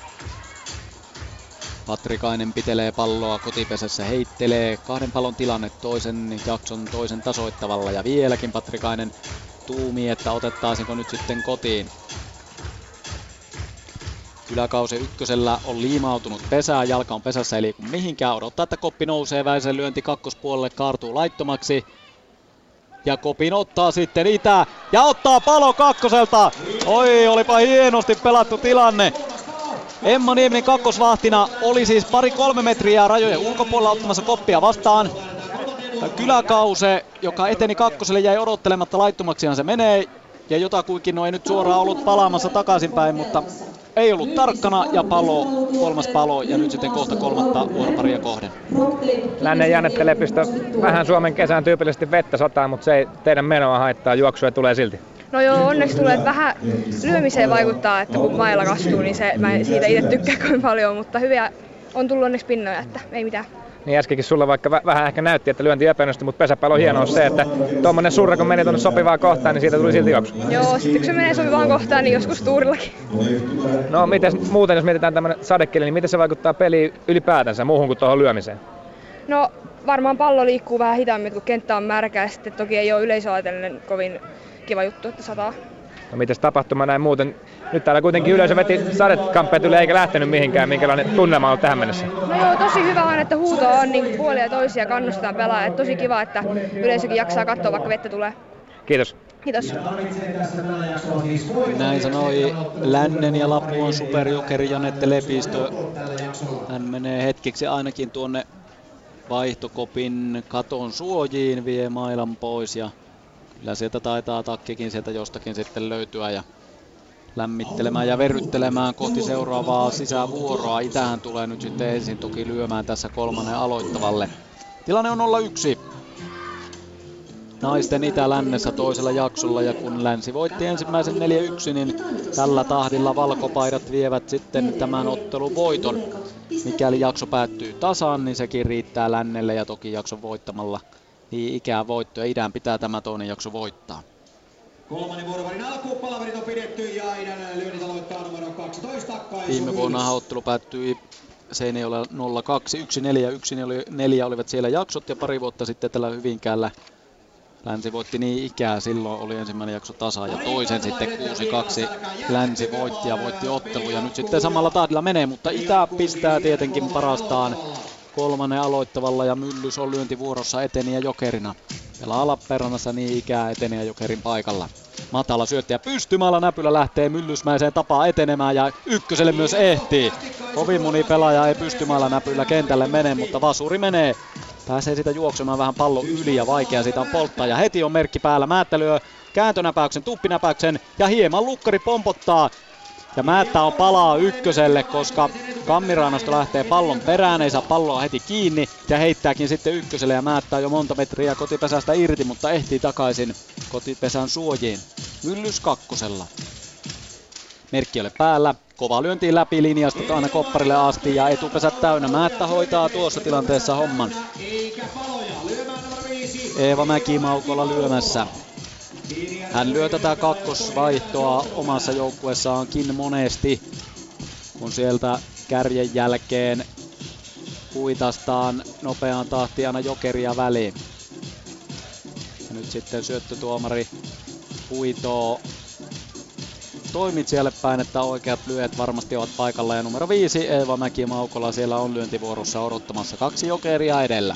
Patrikainen pitelee palloa kotipesässä, heittelee kahden pallon tilanne toisen jakson toisen tasoittavalla ja vieläkin Patrikainen tuumii, että otettaisinko nyt sitten kotiin. Yläkausi ykkösellä on liimautunut pesään, jalka on pesässä eli kun mihinkään odottaa, että Koppi nousee. Väisänen lyönti kakkospuolelle, kaartuu laittomaksi. Ja Kopin ottaa sitten Itä ja ottaa Palo kakkoselta. Oi, olipa hienosti pelattu tilanne. Emma Nieminen kakkosvahtina oli siis pari kolme metriä rajojen ulkopuolella ottamassa Koppia vastaan. Kyläkause, joka eteni kakkoselle, jäi odottelematta, laittomaksihan se menee. Ja jotakuinkin no ei nyt suoraan ollut palaamassa takaisinpäin, mutta ei ollut tarkkana ja Palo, kolmas Palo ja nyt sitten kohta kolmatta vuoroparia kohden. Lännen Janette Lepistö, vähän Suomen kesään tyypillisesti vettä sataa, mutta se ei teidän menoa haittaa, juoksua tulee silti. No joo, onneksi tulee, että vähän lyömiseen vaikuttaa, että kun mailla kastuu, niin se, mä siitä itse tykkään kovin paljon, mutta hyviä on tullut onneksi pinnoja, että ei mitään. Niin äskenkin sulla vaikka v- vähän ehkä näytti, että lyönti epäonnistui, mutta pesäpallo hieno on se, että tuommoinen surra kun meni tuonne sopivaan kohtaan, niin siitä tuli silti juoksu. Joo, sitten kun se menee sopivaan kohtaan, niin joskus tuurillakin. No miten muuten, jos mietitään tämmöinen sadekeli, niin miten se vaikuttaa peliin ylipäätänsä muuhun kuin tuohon lyömiseen? No varmaan pallo liikkuu vähän hitaammin, kun kenttä on märkä ja sitten toki ei ole yleisö ajatellen kovin kiva juttu, että sataa. No mites tapahtuma näin muuten? Nyt täällä kuitenkin yleisö veti sadekamppeet yli eikä lähtenyt mihinkään. Minkälainen tunnelma on ollut tähän mennessä? No joo, tosi hyvä on, että huuto on niin puolia toisia kannustetaan pelaajia. Tosi kiva, että yleisökin jaksaa katsoa, vaikka vettä tulee. Kiitos. Kiitos. Näin sanoi Lännen ja Lapuan superjokeri Janette Lepistö. Hän menee hetkeksi ainakin tuonne vaihtokopin katon suojiin, vie mailan pois ja kyllä sieltä taitaa takkikin sieltä jostakin sitten löytyä ja lämmittelemään ja verryttelemään kohti seuraavaa sisävuoroa. Itähän tulee nyt sitten ensin toki lyömään tässä kolmannen aloittavalle. Tilanne on nolla yksi. Naisten Itä-Lännessä toisella jaksolla ja kun Länsi voitti ensimmäisen neljä yksi, niin tällä tahdilla valkopaidat vievät sitten tämän ottelun voiton. Mikäli jakso päättyy tasaan, niin sekin riittää Lännelle ja toki jakson voittamalla niin ikään voitto ja Idän pitää tämä toinen jakso voittaa. Kolmannen vuoroparin alkuun palaverit on pidetty ja Idän lyönnit aloittaa numero kaksitoista. Viime vuonna ottelu päättyi Seinäjoella nolla kaksi, yksi neljä, yksi neljä olivat siellä jaksot ja pari vuotta sitten tällä Hyvinkäällä Länsi voitti niin ikää, silloin oli ensimmäinen jakso tasa ja toisen sitten kuusi kaksi Länsi voitti ja voitti ottelu ja nyt sitten samalla tahdilla menee, mutta Itä pistää tietenkin parastaan kolmannen aloittavalla ja Myllys on lyöntivuorossa Eteniä Jokerina. Pelaa Lappeenrannassa niin ikää Eteniä Jokerin paikalla. Matala syöttäjä pystymällä näpylä lähtee Myllysmäiseen tapaa etenemään ja ykköselle myös ehtii. Kovin moni pelaaja ei pystymällä näpyllä kentälle mene, mutta Vasuri menee. Pääsee sitä juoksemaan vähän pallo yli ja vaikea siitä on polttaa ja heti on merkki päällä. Määttä lyö kääntönäpäyksen, tuppinäpäyksen ja hieman lukkari pompottaa. Ja Määttä on palaa ykköselle, koska Kammiranosto lähtee pallon perään, ei saa palloa heti kiinni ja heittääkin sitten ykköselle ja Määttä jo monta metriä kotipesästä irti, mutta ehtii takaisin kotipesän suojiin. Myllys kakkosella. Merkki ole päällä. Kova lyöntiin läpi linjasta aina kopparille asti ja etupesät täynnä. Määttä hoitaa tuossa tilanteessa homman. Eeva Mäki-Maukola lyömässä. Hän lyö tätä kakkosvaihtoa omassa joukkueessaankin monesti, kun sieltä kärjen jälkeen huitastaan nopeaan tahtiin aina Jokeria väliin. Ja nyt sitten syöttötuomari huitoo toimitsijalle päin, että oikeat lyöjät varmasti ovat paikalla. Ja numero viisi Eeva Mäki-Maukola siellä on lyöntivuorossa odottamassa, kaksi Jokeria edellä.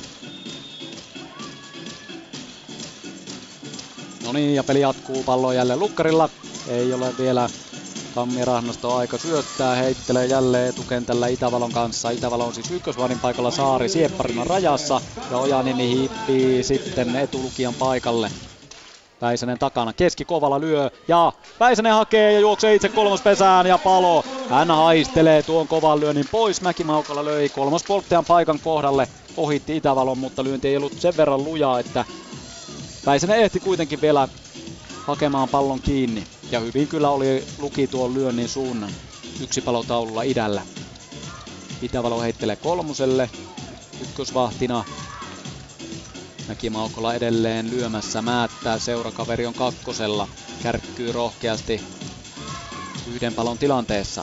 No niin, ja peli jatkuu, pallo jälleen lukkarilla. Ei ole vielä Kammirahnasto aika syöttää, heittelee jälleen etukentällä Itävalon kanssa. Itävalo on siis ykkösvaarin paikalla, Saari siepparina rajassa ja Ojanimi hiippii sitten etulukijan paikalle. Väisänen takana, keski kovalla lyö ja Väisänen hakee ja juoksee itse kolmospesään ja Palo. Hän haistelee tuon kovan lyönnin pois, Mäki-Maukola löi kolmospolttajan paikan kohdalle, ohitti Itävalon, mutta lyönti ei ollut sen verran lujaa, että Väisänen ehti kuitenkin vielä hakemaan pallon kiinni. Ja hyvin kyllä oli luki tuon lyönnin suunnan. Yksi palotaululla idällä. Itävalo heittelee kolmoselle. Ykkösvahtina. Mäki-Maukola edelleen lyömässä, Määttää. Seurakaveri on kakkosella. Kärkkyy rohkeasti yhden palon tilanteessa.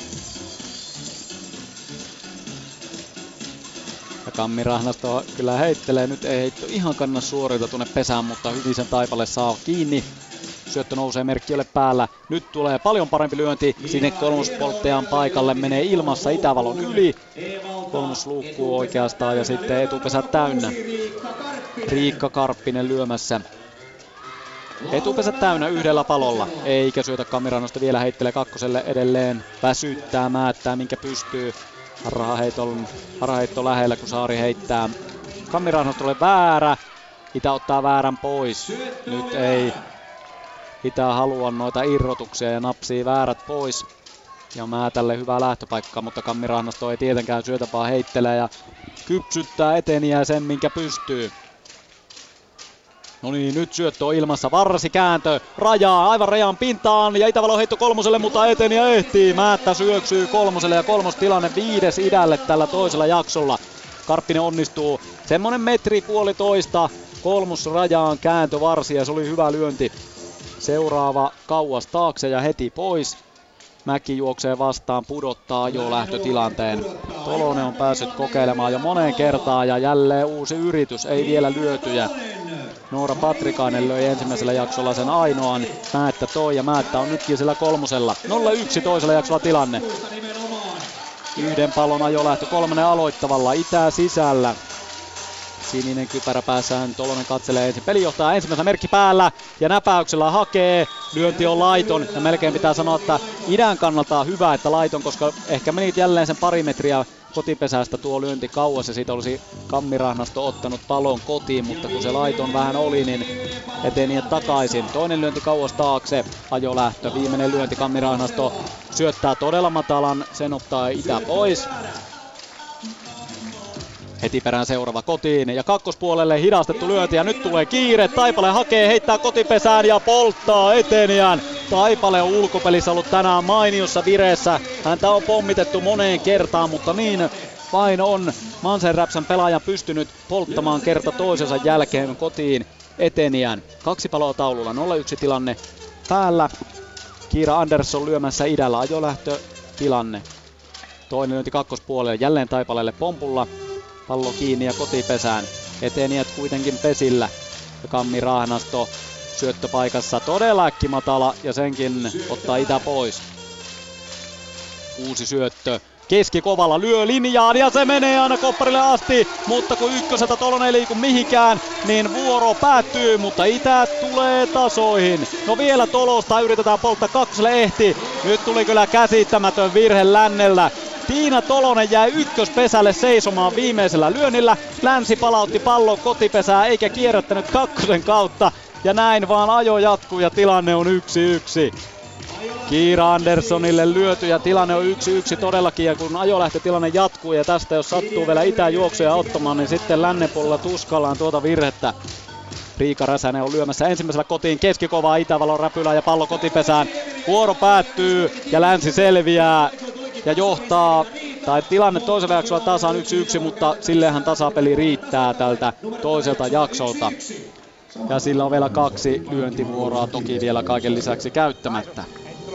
Ja Kammirahnasto kyllä heittelee. Nyt ei heitto ihan kanna suorilta tuonne pesään, mutta hyvin sen Taipale saa kiinni. Syöttö nousee, merkki ei ole päällä. Nyt tulee paljon parempi lyönti sinne kolmospolttajan paikalle. Menee ilmassa Itävalon yli. Kolmosluukkuu oikeastaan ja sitten etupesä täynnä. Riikka Karppinen lyömässä. Etupesä täynnä yhdellä palolla. Eikä syötä Kammirannasta, vielä heittelee kakkoselle edelleen. Väsyttää, määttää minkä pystyy. Haraheitto lähellä, kun Saari heittää. Kammirannasta ole väärä. Itä ottaa väärän pois. Nyt ei Itä halua noita irrotuksia ja napsii väärät pois. Ja Määtälle hyvää lähtöpaikkaa, mutta Kammirannasto ei tietenkään syötä, vaan heittelee ja kypsyttää eteniä sen minkä pystyy. No niin, nyt syöttö on ilmassa, varsi kääntö, rajaa, aivan rajan pintaan ja Itävalo heitto kolmoselle, mutta eteniä ehtii. Määttä syöksyy kolmoselle ja kolmostilanne viides Idälle tällä toisella jaksolla. Karppinen onnistuu, semmonen metri puolitoista, kolmosrajaan kääntö varsi ja se oli hyvä lyönti. Seuraava kauas taakse ja heti pois. Mäki juoksee vastaan, pudottaa jo lähtötilanteen. Tolonen on päässyt kokeilemaan jo moneen kertaan ja jälleen uusi yritys, ei vielä lyötyjä. Noora Patrikainen löi ensimmäisellä jaksolla sen ainoan. Määttä toi ja Määttä on nytkin sillä kolmosella. nolla yksi toisella jaksolla tilanne. Yhden pallon ajolähtö kolmannen aloittavalla, Itä sisällä. Sininen kypärä päässään, Tolonen katselee ensin. Pelijohtaja ensimmäisellä merkki päällä ja näpäyksellä hakee. Lyönti on laiton ja melkein pitää sanoa, että Idän kannalta on hyvä, että laiton, koska ehkä menit jälleen sen pari metriä kotipesästä tuo lyönti kauas ja siitä olisi Kammirahnasto ottanut palon kotiin, mutta kun se laiton vähän oli, niin eteni takaisin. Toinen lyönti kauas taakse, ajolähtö, viimeinen lyönti Kammirahnasto syöttää todella matalan, sen ottaa Itä pois. Heti perään seuraava kotiin ja kakkospuolelle hidastettu lyönti ja nyt tulee kiire. Taipale hakee, heittää kotipesään ja polttaa eteniään. Taipale on ulkopelissä ollut tänään mainiossa vireessä. Häntä on pommitettu moneen kertaan, mutta niin vain on Manserräpsän pelaaja pystynyt polttamaan kerta toisensa jälkeen kotiin eteniään. Kaksi paloa taululla, nolla yksi tilanne päällä. Kiira Andersson lyömässä Idällä, ajolähtö tilanne. Toinen lyönti kakkospuolelle, jälleen Taipaleelle pompulla. Pallo kiinni ja kotipesään. Etenijät kuitenkin pesillä. Ja Kammirahnasto syöttöpaikassa todella äkkimatala ja senkin ottaa Itä pois. Uusi syöttö. Keskikovalla lyö linjaan ja se menee aina kopparille asti. Mutta kun ykköseltä Tolonen ei liiku mihinkään, niin vuoro päättyy, mutta Itä tulee tasoihin. No vielä Tolosta yritetään polttaa, kakkoselle ehti. Nyt tuli kyllä käsittämätön virhe Lännellä. Tiina Tolonen jäi ykköspesälle seisomaan viimeisellä lyönnillä. Länsi palautti pallon kotipesää eikä kierrättänyt kakkosen kautta. Ja näin vaan ajo jatkuu ja tilanne on yksi yksi. Kiira Anderssonille lyöty ja tilanne on yksi yksi todellakin. Ja kun ajolähtötilanne jatkuu ja tästä jos sattuu vielä itäjuoksuja ottamaan, niin sitten lännen puolella tuskallaan tuota virhettä. Riika Räsänen on lyömässä ensimmäisellä kotiin, keskikovaa Itävalon räpylää ja pallo kotipesään. Vuoro päättyy ja Länsi selviää ja johtaa, tai tilanne toisella jaksolla tasaan yksi yksi, mutta sillehän tasapeli riittää tältä toiselta jaksolta. Ja sillä on vielä kaksi lyöntivuoroa toki vielä kaiken lisäksi käyttämättä.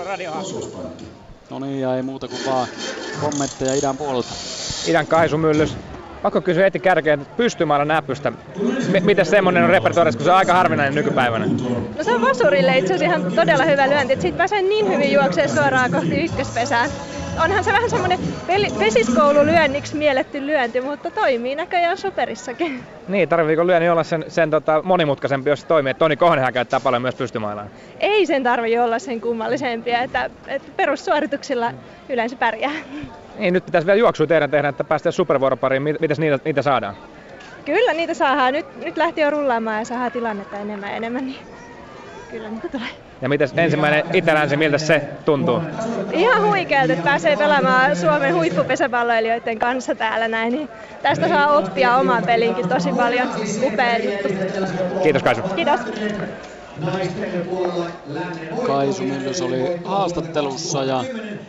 No niin, ja ei muuta kuin vaan kommentteja Idän puolelta. Idän Kaisu Myllys. Pakko kysyä heti kärkeen pystymaalla näpystä. M- miten semmonen on repertuarissa, kun se on aika harvinainen nykypäivänä? No se on vasurille itse asiassa ihan todella hyvä lyönti, että siitä pääsee niin hyvin juoksemaan suoraan kohti ykköspesään. Onhan se vähän semmonen pesiskoululyönniksi mielletty lyönti, mutta toimii näköjään superissakin. Niin, tarviiko lyönni olla sen, sen tota, monimutkaisempi, jos se toimii? Toni Kohnenhan käyttää paljon myös pystymailaan. Ei sen tarvitse olla sen kummallisempia, että, että perussuorituksilla yleensä pärjää. Niin, nyt pitäisi vielä juoksua tehdä, tehdä että päästään supervuoropariin. Mitäs niitä, niitä saadaan? Kyllä niitä saadaan. Nyt, nyt lähti jo rullaamaan ja saadaan tilannetta enemmän ja enemmän, niin kyllä niitä tulee. Ja mites ensimmäinen Itä-Länsi, miltä se tuntuu? Ihan huikealta, että pääsee pelaamaan Suomen huippupesäpalloilijoiden kanssa täällä näin. Niin tästä saa oppia omaan peliinkin tosi paljon. Upea juttu. Kiitos Kaisu. Kiitos. Kaisu Myllys oli haastattelussa ja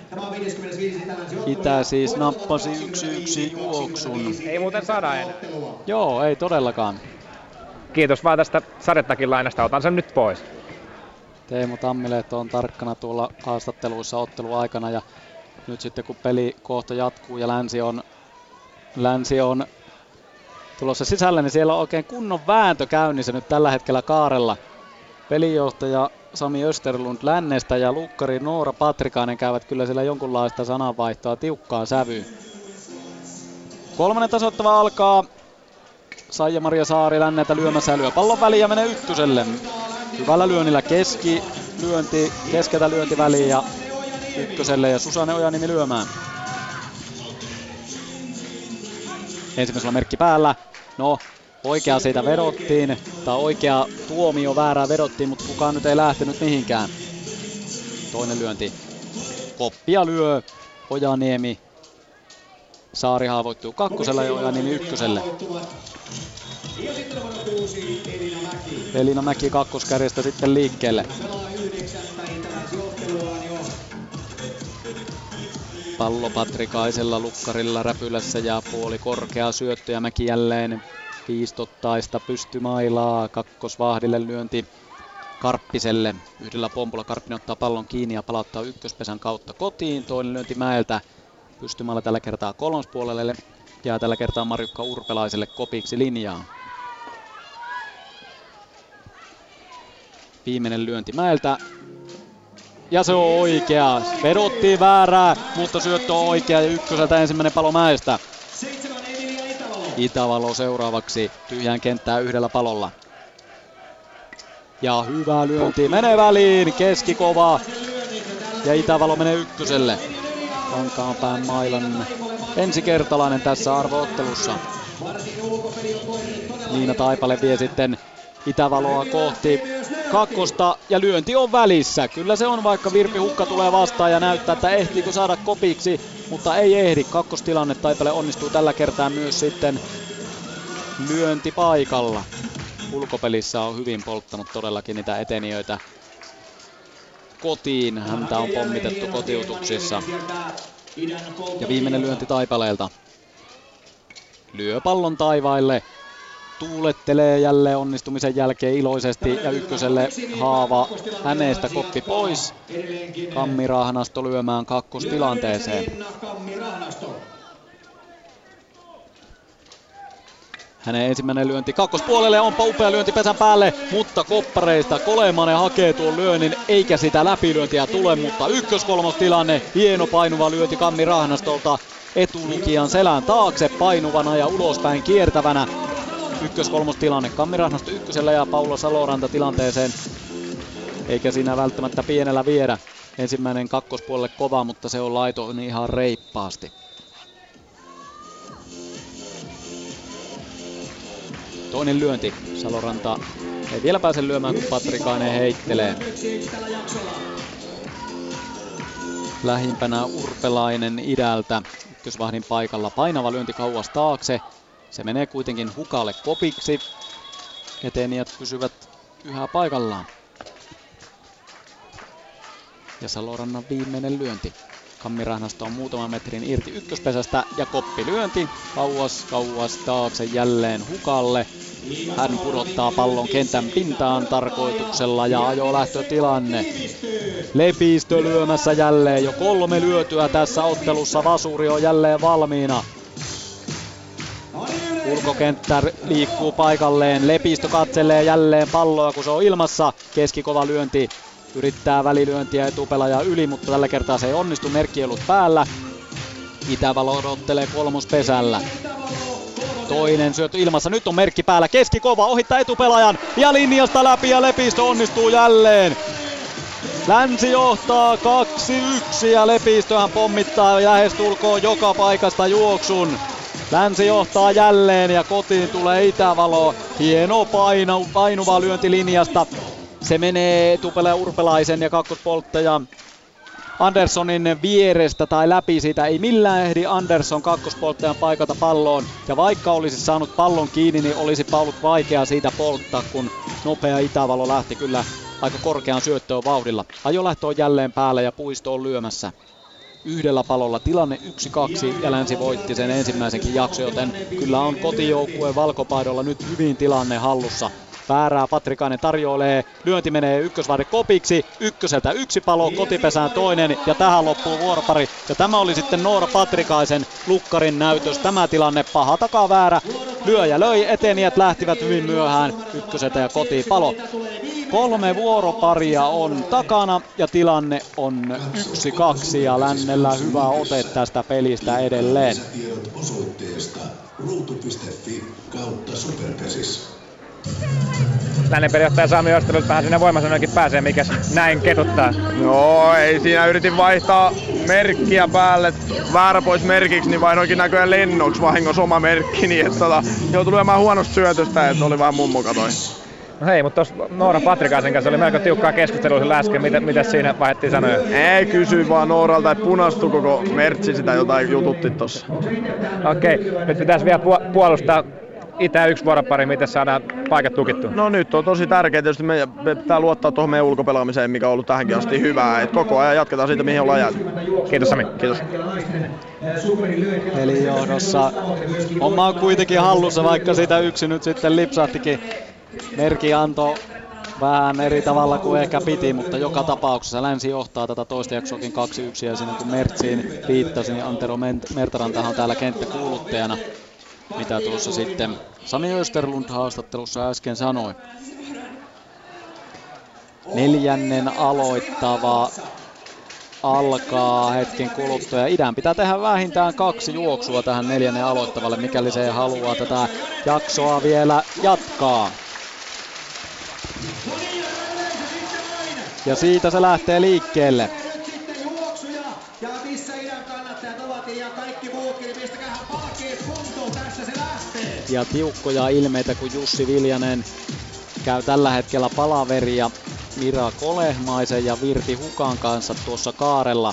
Itä siis nappasi yksi yksi juoksun. Ei muuten saada enää. Joo, ei todellakaan. Kiitos vaan tästä sadetakin lainasta, otan sen nyt pois. Teemu Tammilehto on tarkkana tuolla haastatteluissa otteluaikana ja nyt sitten kun peli kohta jatkuu ja Länsi on, Länsi on tulossa sisälle, niin siellä on oikein kunnon vääntö käynnissä nyt tällä hetkellä Kaarella. Pelijohtaja Sami Österlund lännestä ja lukkari Noora Patrikainen käyvät kyllä siellä jonkunlaista sananvaihtoa tiukkaa sävyyn. Kolmannen tasoittava alkaa. Saija-Maria Saari länneltä lyömässä ja lyö pallon väliin ja menee ykköselle. Hyvällä lyönnillä keski, lyönti, keskeltä lyönti väliin ja ykköselle ja Susanne Ojanimi lyömään. Ensimmäisellä merkki päällä. No, oikea siitä vedottiin, tai oikea tuomio väärää vedottiin, mutta kukaan nyt ei lähtenyt mihinkään. Toinen lyönti. Koppia lyö Ojaniemi. Saari haavoittuu kakkosella ja Ojaniemi ykköselle. Elina Mäki kakkoskärjestä sitten liikkeelle. Pallo Patrikaisella lukkarilla räpylässä ja puoli korkea syöttö ja Mäki jälleen viistottaista pystymailaa. Kakkosvahdille lyönti Karppiselle. Yhdellä pompulla Karppinen ottaa pallon kiinni ja palauttaa ykköspesän kautta kotiin. Toinen lyönti Mäeltä pystymailla tällä kertaa kolmospuolelle ja tällä kertaa Marjukka Urpelaiselle kopiksi linjaa. Viimeinen lyönti Mäeltä. Ja se on oikea. Vedottiin väärää, mutta syöttö on oikea ja ykköseltä ensimmäinen palo Mäestä. Itävalo seuraavaksi tyhjään kenttään yhdellä palolla. Ja hyvä lyönti. Menee väliin. Keskikova. Ja Itävalo menee ykköselle. Kankaanpään mailan ensikertalainen tässä arvoottelussa. Niina Taipale vie sitten Itävaloa kohti kakkosta ja lyönti on välissä. Kyllä se on, vaikka Virpi Hukka tulee vastaan ja näyttää, että ehtiikö saada kopiksi, mutta ei ehdi. Kakkostilanne Taipale onnistuu tällä kertaa myös sitten lyönti paikalla. Ulkopelissä on hyvin polttanut todellakin niitä etenijöitä kotiin. Häntä on pommitettu kotiutuksissa. Ja viimeinen lyönti Taipaleelta. Lyö pallon taivaille. Tuulettelee jälleen onnistumisen jälkeen iloisesti ja ykköselle haava häneestä koppi pois. Kammi Rahnasto lyömään kakkostilanteeseen. Hänen ensimmäinen lyönti kakkospuolelle, onpa upea lyönti pesän päälle, mutta koppareista Kolemanen hakee tuon lyönnin, eikä sitä läpilyöntiä tule, mutta ykkös-kolmostilanne, hieno painuva lyönti Kammi Rahnastolta etulukijan selän taakse painuvana ja ulospäin kiertävänä. Ykkös-kolmostilanne, Kammi Rahnasto ykkösellä ja Paula Saloranta tilanteeseen, eikä siinä välttämättä pienellä viedä. Ensimmäinen kakkospuolelle kova, mutta se on laito ihan reippaasti. Toinen lyönti. Saloranta ei vielä pääse lyömään, kun Patrikainen heittelee. Lähimpänä Urpelainen idältä. Ykkösvahdin paikalla painava lyönti kauas taakse. Se menee kuitenkin Hukalle kopiksi. Etenijät pysyvät yhä paikallaan. Ja Salorannan viimeinen lyönti. Kammi Rahnasto on muutaman metrin irti ykköspesästä ja koppi lyönti kauas kauas taakse jälleen Hukalle. Hän pudottaa pallon kentän pintaan tarkoituksella ja ajolähtötilanne. Lepistö lyömässä jälleen, jo kolme lyötyä tässä ottelussa, Vasuri on jälleen valmiina. Ulkokenttä liikkuu paikalleen, Lepistö katselee jälleen palloa kun se on ilmassa, keskikova lyönti. Yrittää välilyöntiä etupelaaja yli, mutta tällä kertaa se ei onnistu, merkki ei ollut päällä. Itävalo odottelee kolmospesällä. Toinen syöttö ilmassa, nyt on merkki päällä, keskikova ohittaa etupelaajan ja linjasta läpi ja Lepistö onnistuu jälleen. Länsi johtaa kaksi yksi ja Lepistöhän pommittaa lähestulkoon joka paikasta juoksun. Länsi johtaa jälleen ja kotiin tulee Itävalo. Hieno painu, painuva lyönti linjasta. Se menee etupelaaja Urpelaisen ja kakkospolttaja Anderssonin vierestä tai läpi siitä. Ei millään ehdi Andersson kakkospolttajan paikalta palloon. Ja vaikka olisi saanut pallon kiinni, niin olisi ollut vaikea siitä polttaa, kun nopea Itävalo lähti kyllä aika korkeaan syöttöön vauhdilla. Ajolähtö on jälleen päällä ja Puisto on lyömässä. Yhdellä palolla tilanne yksi kaksi ja Länsi voitti sen ensimmäisenkin jakso, joten kyllä on kotijoukkueen valkopaidolla nyt hyvin tilanne hallussa. Väärää Patrikainen tarjoilee, lyönti menee ykkösvaihde kopiksi, ykköseltä yksi palo, kotipesään toinen ja tähän loppuu vuoropari. Ja tämä oli sitten Noora Patrikaisen lukkarin näytös, tämä tilanne paha takaa väärä. lyöjä löi, etenijät lähtivät hyvin myöhään ykköseltä ja kotiin palo. Kolme vuoroparia on takana ja tilanne on yksi kaksi ja Lännellä hyvä ote tästä pelistä edelleen. Lännen pelijohtaja Sami Österlund vähän sinne voimasanoinkin pääsee, mikä näin ketuttaa. No ei siinä, yritin vaihtaa merkkiä päälle, väärä pois merkiksi, niin vaihdoinkin näköjään lennoksi vahingossa oma merkki, niin että tota, joutui lyömään huonosta syötöstä, että oli vähän mummo katoi. No hei, mutta tuossa Noora Patrikaisen kanssa oli melko tiukkaa keskustelua sillä äsken. Mitä, mitä siinä vaihdettiin sanoja? Ei, kysy vaan Nooralta, että punastui koko mertsi sitä jotain jututti tossa. Okei, okay. Nyt pitäisi vielä puolustaa Itä yksi vuoropari, miten saadaan paikat tukittua? No nyt on tosi tärkeää, tietysti me pitää luottaa tuohon meidän ulkopelaamiseen, mikä on ollut tähänkin asti hyvää. Et koko ajan jatketaan siitä, mihin ollaan jääty. Kiitos Sami. Kiitos. Eli johdossa homma on kuitenkin hallussa, vaikka sitä yksi nyt sitten lipsahtikin. Merki antoi vähän eri tavalla kuin ehkä piti, mutta joka tapauksessa Länsi johtaa tätä toista jaksoakin kaksi yksi ja siinä kun Mertsiin viittasi, niin Antero Mertarantahan on täällä kenttäkuuluttajana. Mitä tuossa sitten Sami Österlund haastattelussa äsken sanoi. Neljännen aloittava alkaa hetken kuluttua ja Idän pitää tehdä vähintään kaksi juoksua tähän neljännen aloittavalle, mikäli se haluaa tätä jaksoa vielä jatkaa. Ja siitä se lähtee liikkeelle. Ja missä Idän kannattajat ovat ja kaikki muutkin, niin pistäkäähän palkeet kuntoon, tässä se lähtee. Ja tiukkoja ilmeitä, kun Jussi Viljanen käy tällä hetkellä palaveria Mira Kolehmaisen ja Virpi Hukan kanssa tuossa kaarella.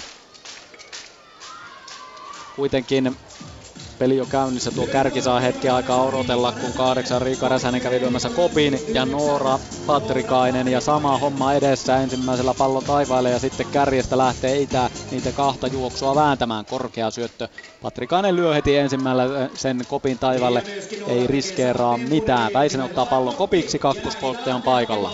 Kuitenkin peli on käynnissä, tuo kärki saa hetken aikaa odotella, kun kahdeksan Riikka Räsänen kävi lyömässä kopin ja Noora Patrikainen ja sama homma edessä ensimmäisellä pallo taivaalle ja sitten kärjestä lähtee Itä niitä kahta juoksua vääntämään. Korkea syöttö. Patrikainen lyö heti ensimmäisellä sen kopin taivaalle, ei riskeeraa mitään. Väisänen ottaa pallon kopiksi, kakkospolttaja on paikalla.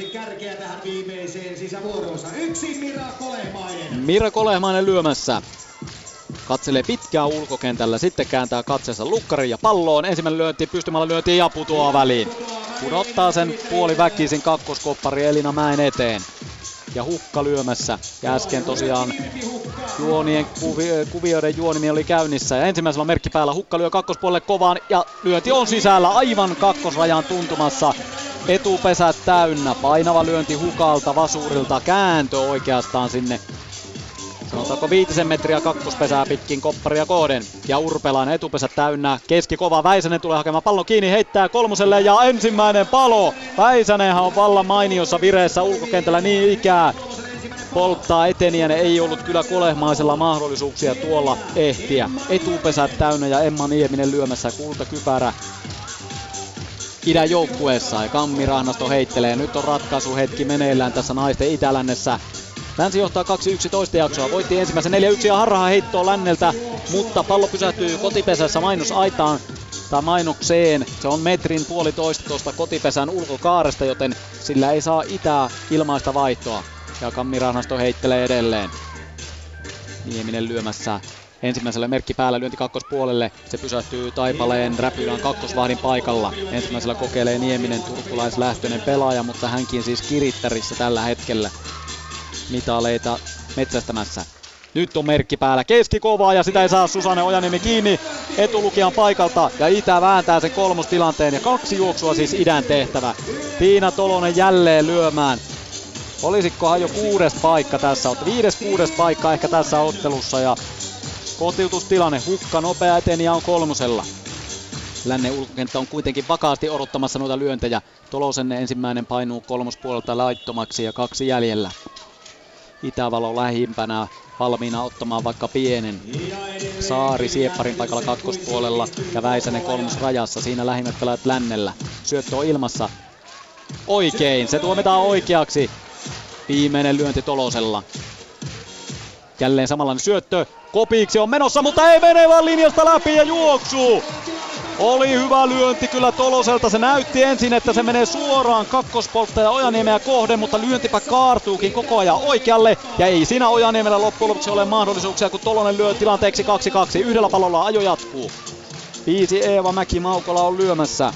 Mira Kolehmainen lyömässä. Katselee pitkään ulkokentällä, sitten kääntää katseensa lukkariin ja palloon. Ensimmäinen lyönti, pystymällä lyönti ja putoaa väliin. Pudottaa sen puoli väkisin kakkoskoppari Elina Mäen eteen. Ja Hukka lyömässä. Ja äsken tosiaan juonien, kuvi, kuvioiden juonimi oli käynnissä. Ja ensimmäisellä on merkki päällä. Hukka lyö kakkospuolelle kovaan ja lyönti on sisällä aivan kakkosrajan tuntumassa. Etupesät täynnä. Painava lyönti Hukalta, Vasurilta. Kääntö oikeastaan sinne. Sanotaanko viitisen metriä kakkospesää pitkin kopparia kohden. Ja Urpelainen etupesä täynnä. Keski kova. Väisänen tulee hakemaan pallon kiinni. Heittää kolmoselle ja ensimmäinen palo. Väisänenhän on vallan mainiossa vireessä ulkokentällä niin ikää. Polttaa etenijän. Ei ollut kyllä Kolehmaisella mahdollisuuksia tuolla ehtiä. Etupesät täynnä ja Emma Nieminen lyömässä kultakypärä Idän joukkueessa. Ja Kammi Rahnasto heittelee. Nyt on ratkaisuhetki meneillään tässä naisten Itälännessä. Länsi johtaa kaksi yksi toista jaksoa, voitti ensimmäisen neljä yksi ja harhaa heittoa Länneltä, mutta pallo pysähtyy kotipesässä mainosaitaan tai mainokseen. Se on metrin puolitoista tuosta kotipesän ulkokaaresta, joten sillä ei saa Itää ilmaista vaihtoa. Ja Kammi Rahnasto heittelee edelleen. Nieminen lyömässä ensimmäisellä merkki päällä, lyönti kakkospuolelle. Se pysähtyy Taipaleen Räpylän kakkosvahdin paikalla. Ensimmäisellä kokeilee Nieminen, turkulaislähtöinen pelaaja, mutta hänkin siis kirittärissä tällä hetkellä mitaleita metsästämässä. Nyt on merkki päällä, keskikovaa ja sitä ei saa Susanne Ojaniemi kiinni etulukijan paikalta ja Itä vääntää sen kolmostilanteen ja kaksi juoksua siis Idän tehtävä. Tiina Tolonen jälleen lyömään. Olisikohan jo kuudes paikka tässä, viides kuudes paikka ehkä tässä ottelussa ja kotiutustilanne. Hukka nopea eteniä on kolmosella. Lännen ulkokenttä on kuitenkin vakaasti odottamassa noita lyöntejä. Tolosen ensimmäinen painuu kolmospuolelta laittomaksi ja kaksi jäljellä. Itävalo lähimpänä valmiina ottamaan vaikka pienen. Saari Siepparin paikalla kakkospuolella ja Väisänen kolmosrajassa. Siinä lähimmät pelaajat Lännellä. Syöttö on ilmassa. Oikein, se tuomitaan oikeaksi. Viimeinen lyönti Tolosella. Jälleen samanlainen syöttö. Kopiksi on menossa, mutta ei mene vaan linjasta läpi ja juoksu. Oli hyvä lyönti kyllä Toloselta. Se näytti ensin, että se menee suoraan kakkospolttaja Ojaniemeä kohden, mutta lyöntipä kaartuukin koko ajan oikealle. Ja ei siinä Ojaniemellä loppujen lopuksi ole mahdollisuuksia, kun Tolonen lyö tilanteeksi kaksi kaksi. Yhdellä pallolla ajo jatkuu. Viisi Eeva Mäki-Maukola on lyömässä.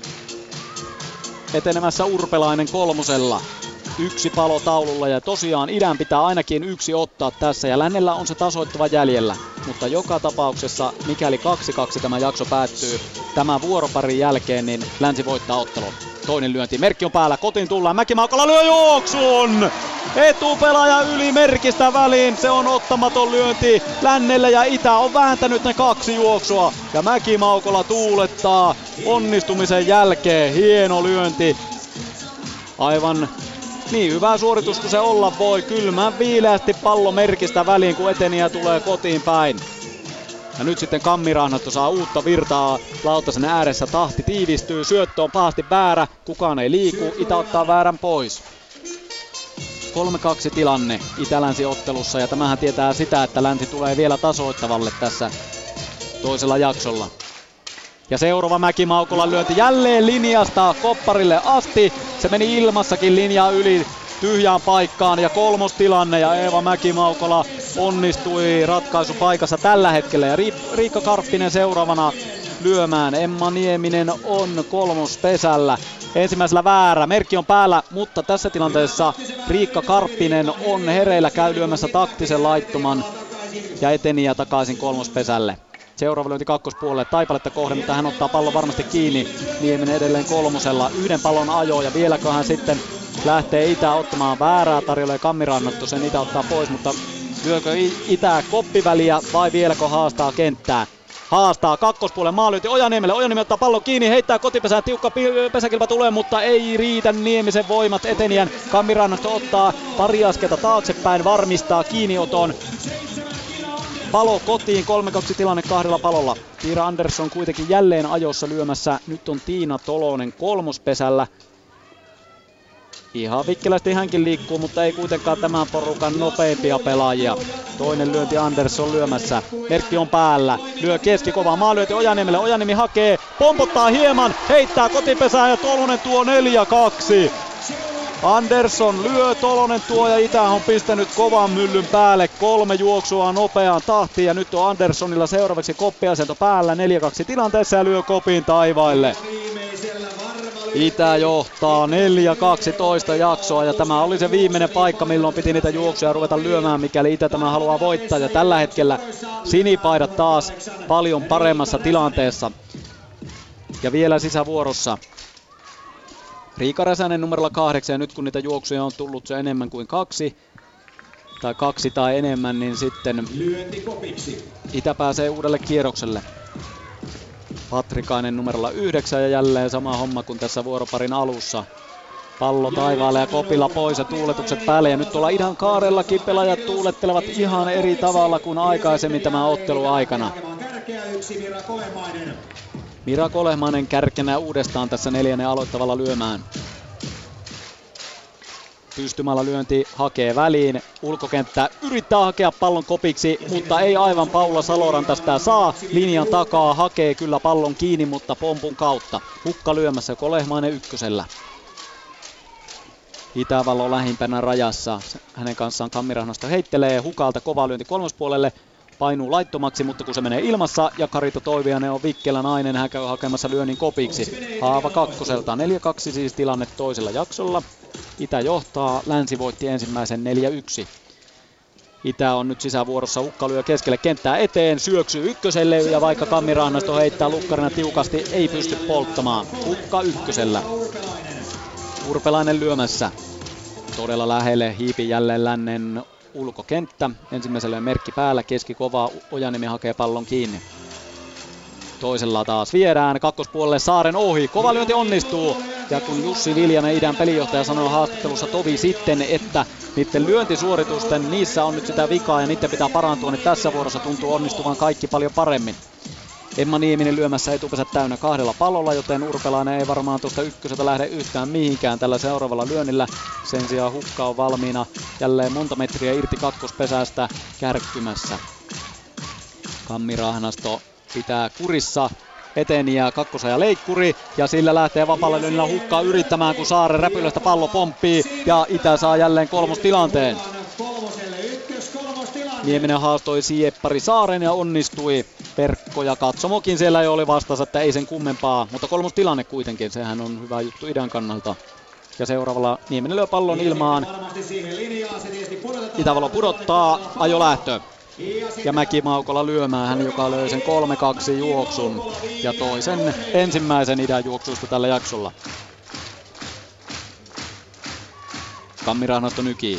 Etenemässä Urpelainen kolmosella. Yksi palo taululla ja tosiaan idän pitää ainakin yksi ottaa tässä ja lännellä on se tasoittava jäljellä. Mutta joka tapauksessa, mikäli kaksi kaksi tämä jakso päättyy tämän vuoroparin jälkeen, niin länsi voittaa ottelun. Toinen lyönti, merkki on päällä, kotiin tullaan, Mäki-Maukola lyö juoksun! Etupelaaja yli merkistä väliin, se on ottamaton lyönti lännelle ja itä on vääntänyt ne kaksi juoksua. Ja Mäki-Maukola tuulettaa onnistumisen jälkeen, hieno lyönti. Aivan niin hyvä suoritus kuin se olla voi, kylmän viileästi pallo merkistä väliin kun eteniä tulee kotiin päin. Ja nyt sitten Kammirahnasto saa uutta virtaa lautasen ääressä, tahti tiivistyy, syöttö on pahasti väärä, kukaan ei liiku, itä ottaa väärän pois. kolme kaksi tilanne Itä-Länsi ottelussa ja tämähän tietää sitä, että länsi tulee vielä tasoittavalle tässä toisella jaksolla. Ja seuraava Mäki-Maukolan lyönti jälleen linjasta kopparille asti. Se meni ilmassakin linjaa yli tyhjään paikkaan ja kolmostilanne ja Eeva Mäki-Maukola onnistui ratkaisupaikassa tällä hetkellä. Ja Riikka Karppinen seuraavana lyömään. Emma Nieminen on kolmospesällä. Ensimmäisellä väärä, merkki on päällä, mutta tässä tilanteessa Riikka Karppinen on hereillä, käy lyömässä taktisen laittoman ja eteniä takaisin kolmospesälle. Seuraava lyönti kakkospuolelle Taipaletta kohden, mutta hän ottaa pallon varmasti kiinni. Nieminen edelleen kolmosella. Yhden pallon ajo ja vieläkö hän sitten lähtee Itä ottamaan väärää, tarjolle Kammirannattu, sen Itä ottaa pois, mutta lyökö Itä koppiväliä vai vieläkö haastaa kenttää? Haastaa kakkospuolen maalyönti Ojaniemelle. Ojaniemi ottaa pallon kiinni, heittää kotipesään, tiukka pesäkilpä tulee, mutta ei riitä Niemisen voimat etenijän. Kammirannattu ottaa pari askelta taaksepäin, varmistaa kiinnioton. Palo kotiin, kolme kaksi tilanne kahdella palolla. Tiira Andersson kuitenkin jälleen ajossa lyömässä. Nyt on Tiina Tolonen kolmospesällä. Ihan vikkelästi hänkin liikkuu, mutta ei kuitenkaan tämän porukan nopeimpia pelaajia. Toinen lyönti Andersson lyömässä. Merkki on päällä. Lyö keskikova maalyönti Ojaniemelle. Ojaniemi hakee, pompottaa hieman, heittää kotipesään ja Tolonen tuo neljä kaksi. Andersson lyö, Tolonen tuo ja Itä on pistänyt kovan myllyn päälle. Kolme juoksua nopeaan tahtiin ja nyt on Anderssonilla seuraavaksi koppiasento päällä. neljä kaksi tilanteessa ja lyö kopin taivaille. Itä johtaa neljä kaksitoista jaksoa ja tämä oli se viimeinen paikka milloin piti niitä juoksuja ruveta lyömään mikäli Itä tämä haluaa voittaa. Ja tällä hetkellä sinipaidat taas paljon paremmassa tilanteessa. Ja vielä sisävuorossa Riika Räsänen numerolla kahdeksan ja nyt kun niitä juoksuja on tullut se enemmän kuin kaksi tai kaksi tai enemmän, niin sitten Itä pääsee uudelle kierrokselle. Patrikainen numerolla yhdeksän ja jälleen sama homma kuin tässä vuoroparin alussa. Pallo taivaalle ja kopilla pois ja tuuletukset päälle ja nyt tuolla idän kaarellakin pelaajat tuulettelevat ihan eri tavalla kuin aikaisemmin tämän ottelun aikana. Mira Kolehmainen kärkenä uudestaan tässä neljännen aloittavalla lyömään. Pystymällä lyönti hakee väliin. Ulkokenttä yrittää hakea pallon kopiksi, mutta ei aivan Paula Saloranta sitä saa. Linjan takaa hakee kyllä pallon kiinni, mutta pompun kautta. Hukka lyömässä Kolehmainen ykkösellä. Itävallo lähimpänä rajassa. Hänen kanssaan Kammirahnasto heittelee Hukalta kova lyönti kolmospuolelle. Painuu laittomaksi, mutta kun se menee ilmassa ja Karito Toiviainen on vikkelä nainen, hän käy hakemassa lyönnin kopiksi. Haava kakkoselta neljä kaksi siis tilanne toisella jaksolla. Itä johtaa, länsi voitti ensimmäisen neljä yksi. Itä on nyt sisävuorossa, Hukka lyö keskelle kenttää eteen, syöksyy ykköselle ja vaikka Kammirahnasto heittää lukkarina tiukasti, ei pysty polttamaan. Hukka ykkösellä. Urpelainen lyömässä. Todella lähelle hiipi jälleen lännen ulkokenttä. Ensimmäisellä merkki päällä, keskikova, Ojaniemi hakee pallon kiinni. Toisella taas viedään kakkospuolelle Saaren ohi. Kova lyönti onnistuu. Ja kun Jussi Viljanen, idän pelijohtaja, sanoi haastattelussa tovi sitten, että niiden lyöntisuoritusten, niissä on nyt sitä vikaa ja niiden pitää parantua, niin tässä vuorossa tuntuu onnistuvan kaikki paljon paremmin. Emma Nieminen lyömässä etupesät täynnä kahdella pallolla, joten Urpelainen ei varmaan tuosta ykköseltä lähde yhtään mihinkään tällä seuraavalla lyönnillä. Sen sijaan Hukka on valmiina jälleen monta metriä irti kakkospesästä kärkkymässä. Kammirahnasto pitää kurissa eteniä kakkosaja leikkuri ja sillä lähtee vapaalla lyönnillä Hukkaa yrittämään, kun Saaren räpylöstä pallo pomppii ja Itä saa jälleen kolmostilanteen. Nieminen haastoi Sieppari Saaren ja onnistui. verkko ja katsomokin siellä jo oli vastassa, että ei sen kummempaa, mutta kolmostilanne kuitenkin, sehän on hyvä juttu idän kannalta. Ja seuraavalla Nieminen lyö pallon ilmaan. Itävalo pudottaa, ajolähtö. Ja Mäki-Maukola lyömään, hän joka löi sen kolme kaksi juoksun ja toisen ensimmäisen idän juoksusta tällä jaksolla. Kammi Rahnasto nykii.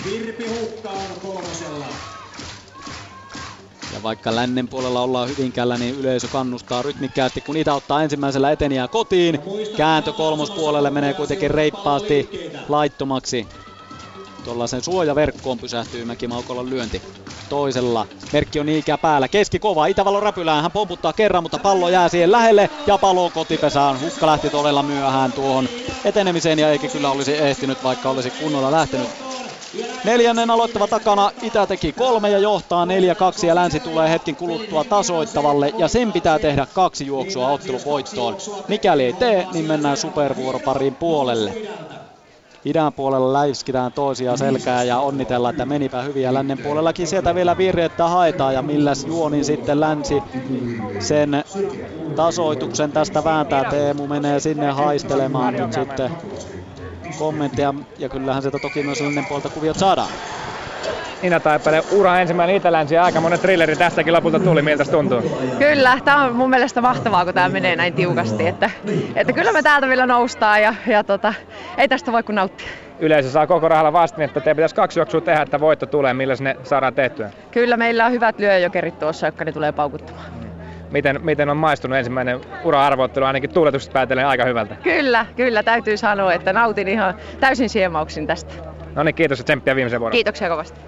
Ja vaikka lännen puolella ollaan Hyvinkäällä, niin yleisö kannustaa rytmikkäästi, kun Itä ottaa ensimmäisellä eteniä kotiin. Kääntö kolmospuolelle menee kuitenkin reippaasti laittomaksi. Tuollaisen suojaverkkoon pysähtyy Mäki-Maukolan lyönti. Toisella merkki on Iikää päällä. Keski kova, Itävalo räpylään. Hän pomputtaa kerran, mutta pallo jää siihen lähelle. Ja pallo kotipesään. Hukka lähti todella myöhään tuohon etenemiseen ja eikä kyllä olisi ehtinyt, vaikka olisi kunnolla lähtenyt. Neljännen aloittava takana, Itä teki kolme ja johtaa neljä kaksi ja Länsi tulee hetken kuluttua tasoittavalle ja sen pitää tehdä kaksi juoksua otteluvoittoon. Mikäli ei tee, niin mennään supervuoropariin puolelle. Idän puolella läiskitään toisia selkää ja onnitellaan, että menipä hyvin ja lännen puolellakin sieltä vielä virrettä haetaan ja milläs juonin sitten Länsi sen tasoituksen tästä vääntää. Teemu menee sinne haistelemaan nyt sitten kommentteja ja kyllähän sieltä toki myös lännen puolta kuviot saadaan. Nina Taipale, ura ensimmäinen Itä-Länsi ja aika monen thrilleri tästäkin lopulta tuli, miltä tuntuu? Kyllä, tämä on mun mielestä mahtavaa, kun tämä menee näin tiukasti, että, että kyllä me täältä vielä noustaan ja, ja tota, ei tästä voi kuin nauttia. Yleisö saa koko rahalla vastin, että teidän pitäisi kaksi juoksua tehdä, että voitto tulee, millä ne saadaan tehtyä? Kyllä, meillä on hyvät lyöjokerit tuossa, jotka ne tulee paukuttamaan. Miten, miten on maistunut ensimmäinen ura-arvottelu, ainakin tuuletuksesta päätellen aika hyvältä? Kyllä, kyllä täytyy sanoa, että nautin ihan täysin siemauksin tästä. No niin, kiitos ja tsemppiä viimeisen vuoron. Kiitoksia kovasti.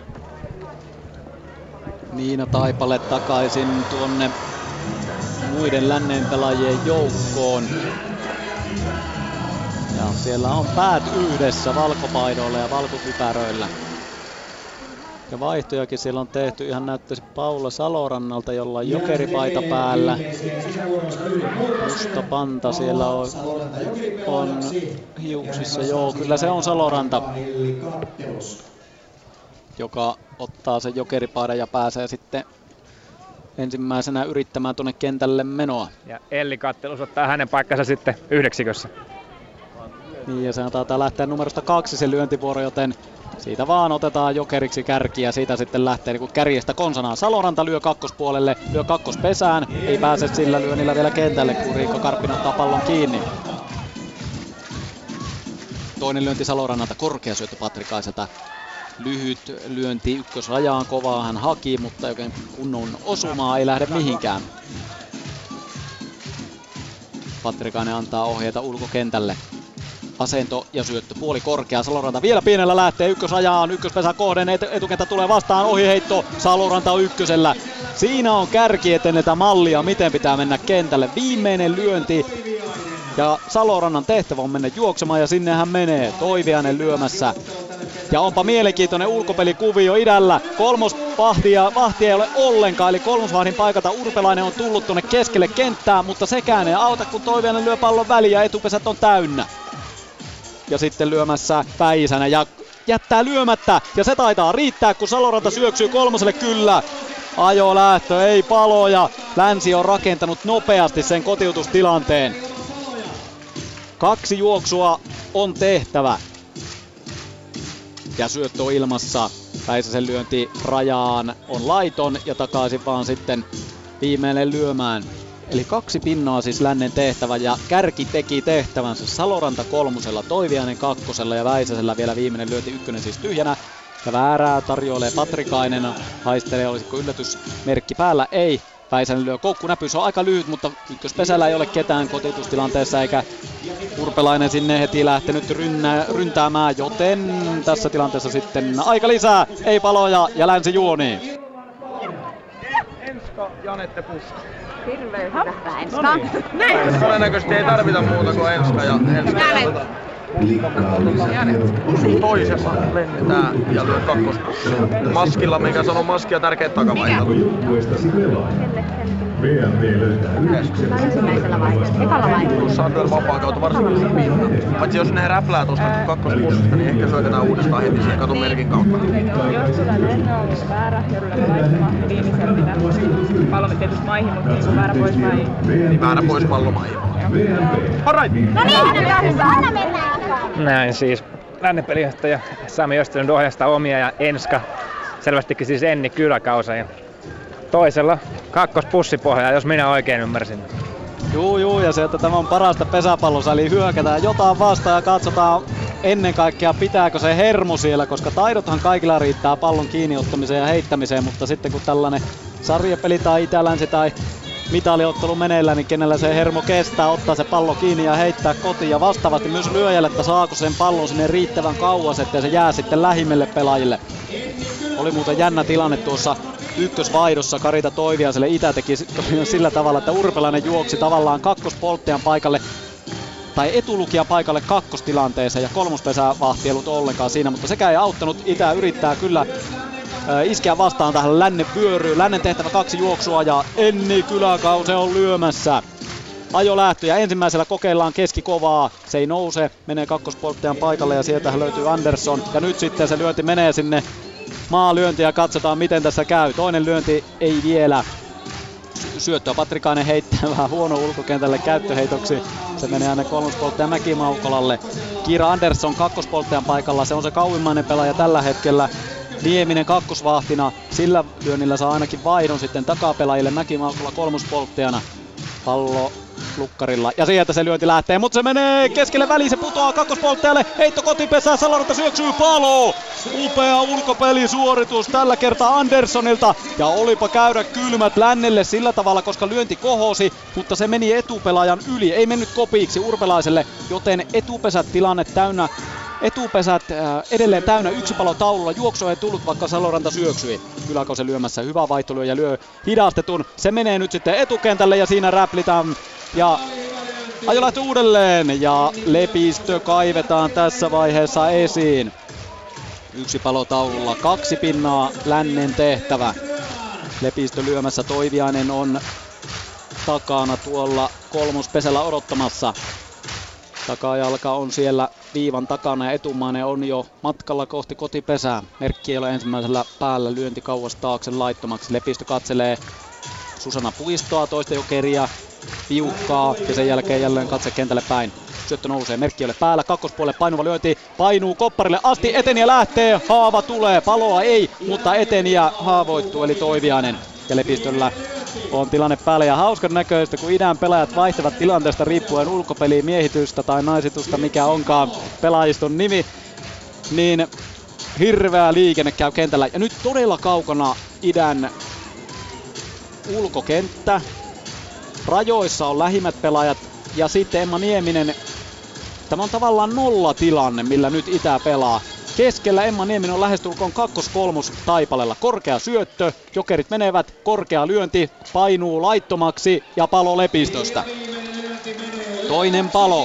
Niina Taipale takaisin tuonne muiden lännen pelaajien joukkoon. Ja siellä on päät yhdessä valkopaidoilla ja valkokypäröillä. Ja vaihtojakin siellä on tehty, ihan näyttäisi Paula Salorannalta, jolla on jokeripaita päällä. Musta panta siellä on, on hiuksissa, joo kyllä se on Saloranta, joka ottaa sen jokeripaidan ja pääsee sitten ensimmäisenä yrittämään tuonne kentälle menoa. Ja Elli Kattelus ottaa hänen paikkansa sitten yhdeksikössä. Niin ja se taitaa lähteä numerosta kaksi se lyöntivuoro, joten siitä vaan otetaan jokeriksi kärki ja siitä sitten lähtee niin kärjestä konsanaan. Saloranta lyö kakkospuolelle, lyö kakkospesään, ei pääse sillä lyönnillä vielä kentälle, kun Riikka Karppinen ottaa pallon kiinni. Toinen lyönti Salorannalta, korkea syöttö Patrikaiselta. Lyhyt lyönti ykkösrajaan, kovaa hän haki, mutta oikein kunnon osumaa ei lähde mihinkään. Patrikainen antaa ohjeita ulkokentälle. Asento ja syöttö puoli korkea, Saloranta vielä pienellä lähtee ykkösrajaan, ykköspesä kohden, etukenttä tulee vastaan, ohiheitto, Saloranta on ykkösellä. Siinä on kärki eteen tätä mallia, miten pitää mennä kentälle, viimeinen lyönti. Ja Salorannan tehtävä on mennä juoksemaan ja sinne hän menee, Toiviainen lyömässä. Ja onpa mielenkiintoinen ulkopelikuvio idällä, kolmosvahtia vahtia ei ole ollenkaan, eli kolmosvahdin paikalta Urpelainen on tullut tuonne keskelle kenttää, mutta sekään ei auta, kun Toiviainen lyö pallon väliin ja etupesät on täynnä. Ja sitten lyömässä Päisänen ja jättää lyömättä ja se taitaa riittää, kun Saloranta syöksyy kolmoselle, kyllä. Ajolähtö, ei paloja. Länsi on rakentanut nopeasti sen kotiutustilanteen. Kaksi juoksua on tehtävä. Ja syöttö on ilmassa. Päisäsen lyönti rajaan on laiton ja takaisin vaan sitten viimeinen lyömään. Eli kaksi pinnaa siis lännen tehtävä ja kärki teki tehtävänsä. Saloranta kolmosella, Toiviainen kakkosella ja Väisäsellä vielä viimeinen lyönti, ykkönen siis tyhjänä. Ja väärää tarjoilee Patrikainen, haistelee olisiko yllätysmerkki päällä, ei. Väisänen lyö koukkunäpy, se on aika lyhyt, mutta ykköspesällä ei ole ketään kotiutustilanteessa eikä Urpelainen sinne heti lähtenyt rynnä, ryntäämään, joten tässä tilanteessa sitten aika lisää, ei paloja ja Länsi juoni. Enska, Janette, Puska. Hirveän hyvä. Enska. Näin. Todennäköisesti ei tarvita muuta kuin Enska ja Enska. Toisessa lennetään ja lyö kakkospussia. Maskilla, mikä sanoo maskia tärkeät takavaihtoehto. Ensimmäisellä vai? Ekalla vai? Tuossa on vielä vapaa kautta varsinkin viimeinen. Paitsi jos ne räplää tuosta kakkospussista, niin ehkä syötetään uudestaan heti siihen katun merkin kautta. Jos sulla lenne on väärä, joudun laittamaan viimeisellä pitää pallo tietysti maihin, mutta niin väärä pois vai? Niin väärä pois pallo maihin. Alright! No niin, anna mennä! Näin siis lännepelijohtaja Sami Östlund ohjastaa omia ja Enska selvästikin siis Enni Kyläkausa ja toisella kakkospussipohjaa, jos minä oikein ymmärsin. Juu, juu, ja se, että tämä on parasta pesäpallossa, eli hyökätään jotain vastaan ja katsotaan ennen kaikkea pitääkö se hermo siellä, koska taidothan kaikilla riittää pallon kiinniottamiseen ja heittämiseen, mutta sitten kun tällainen sarjapeli tai Itä-Länsi tai mitaliottelu meneillään, niin kenellä se hermo kestää, ottaa se pallo kiinni ja heittää kotiin ja vastaavasti myös lyöjälle, että saako sen pallon sinne riittävän kauas, että se jää sitten lähimmille pelaajille. Oli muuten jännä tilanne tuossa ykkösvaihdossa Karita Toiviaiselle. Itä teki sillä tavalla, että Urpelainen juoksi tavallaan kakkospolttajan paikalle tai etulukijan paikalle kakkostilanteeseen ja kolmospesä-vahti ei ollut ollenkaan siinä, mutta sekä ei auttanut. Itä yrittää kyllä iskeä vastaan tähän lännen vyöryyn. Lännen tehtävä kaksi juoksua ja Enni Kyläkause on lyömässä. Ajo lähtö ja ensimmäisellä kokeillaan keskikovaa. Se ei nouse, menee kakkospolttajan paikalle ja sieltähän löytyy Andersson. Ja nyt sitten se lyönti menee sinne maalyönti ja katsotaan miten tässä käy. Toinen lyönti ei vielä. Syöttöä Patrikainen heittää vähän huono ulkokentälle käyttöheitoksi. Se menee aina kolmospolttajan Mäki-Maukolalle. Kiira Andersson kakkospolttajan paikalla. Se on se kauimmainen pelaaja tällä hetkellä. Nieminen kakkosvahtina, sillä lyönnillä saa ainakin vaihdon sitten takapelaajille. Mäki-Maukola kolmospolttajana, pallo lukkarilla ja sieltä se lyönti lähtee, mutta se menee keskelle väliin, se putoaa kakkospolttajalle, heitto kotipesään, Saloranta syöksyy palo! Upea ulkopelisuoritus tällä kertaa Anderssonilta ja olipa käydä kylmät lännelle sillä tavalla, koska lyönti kohosi, mutta se meni etupelaajan yli, ei mennyt kopiiksi Urpelaiselle, joten etupesät tilanne täynnä. Etupesät äh, edelleen täynnä yksi palo taululla. Juoksu ei tullut, vaikka Saloranta syöksyi. Kyläkause lyömässä. Hyvä vaihtolyö ja lyö hidastetun. Se menee nyt sitten etukentälle ja siinä räplitään. Ja ajo lähtee uudelleen. Ja Lepistö kaivetaan tässä vaiheessa esiin. Yksi palo taululla. Kaksi pinnaa lännen tehtävä. Lepistö lyömässä. Toiviainen on takana tuolla kolmospesällä odottamassa. Takajalka on siellä viivan takana ja etumainen on jo matkalla kohti kotipesää. Merkki ei ole ensimmäisellä päällä, lyönti kauas taakse laittomaksi. Lepistö katselee Susanna Puistoa, toista jokeria, piukkaa ja sen jälkeen jälleen katse kentälle päin. Syöttö nousee, Merkki ei ole päällä, kakkospuolelle painuva lyönti, painuu kopparille asti, Eteniä lähtee, haava tulee, paloa ei, mutta Eteniä haavoittuu eli Toiviainen. Ja Lepistöllä on tilanne päällä ja hauskan näköistä, kun idän pelaajat vaihtavat tilanteesta riippuen ulkopeliin miehitystä tai naisitusta, mikä onkaan pelaajiston nimi, niin hirveä liikenne käy kentällä. Ja nyt todella kaukana idän ulkokenttä. Rajoissa on lähimmät pelaajat ja sitten Emma Nieminen. Tämä on tavallaan nollatilanne, millä nyt Itä pelaa. Keskellä Emma Nieminen on lähestulkoon kakkos-kolmos taipalella. Korkea syöttö, jokerit menevät, korkea lyönti, painuu laittomaksi ja palo Lepistöstä. Toinen palo.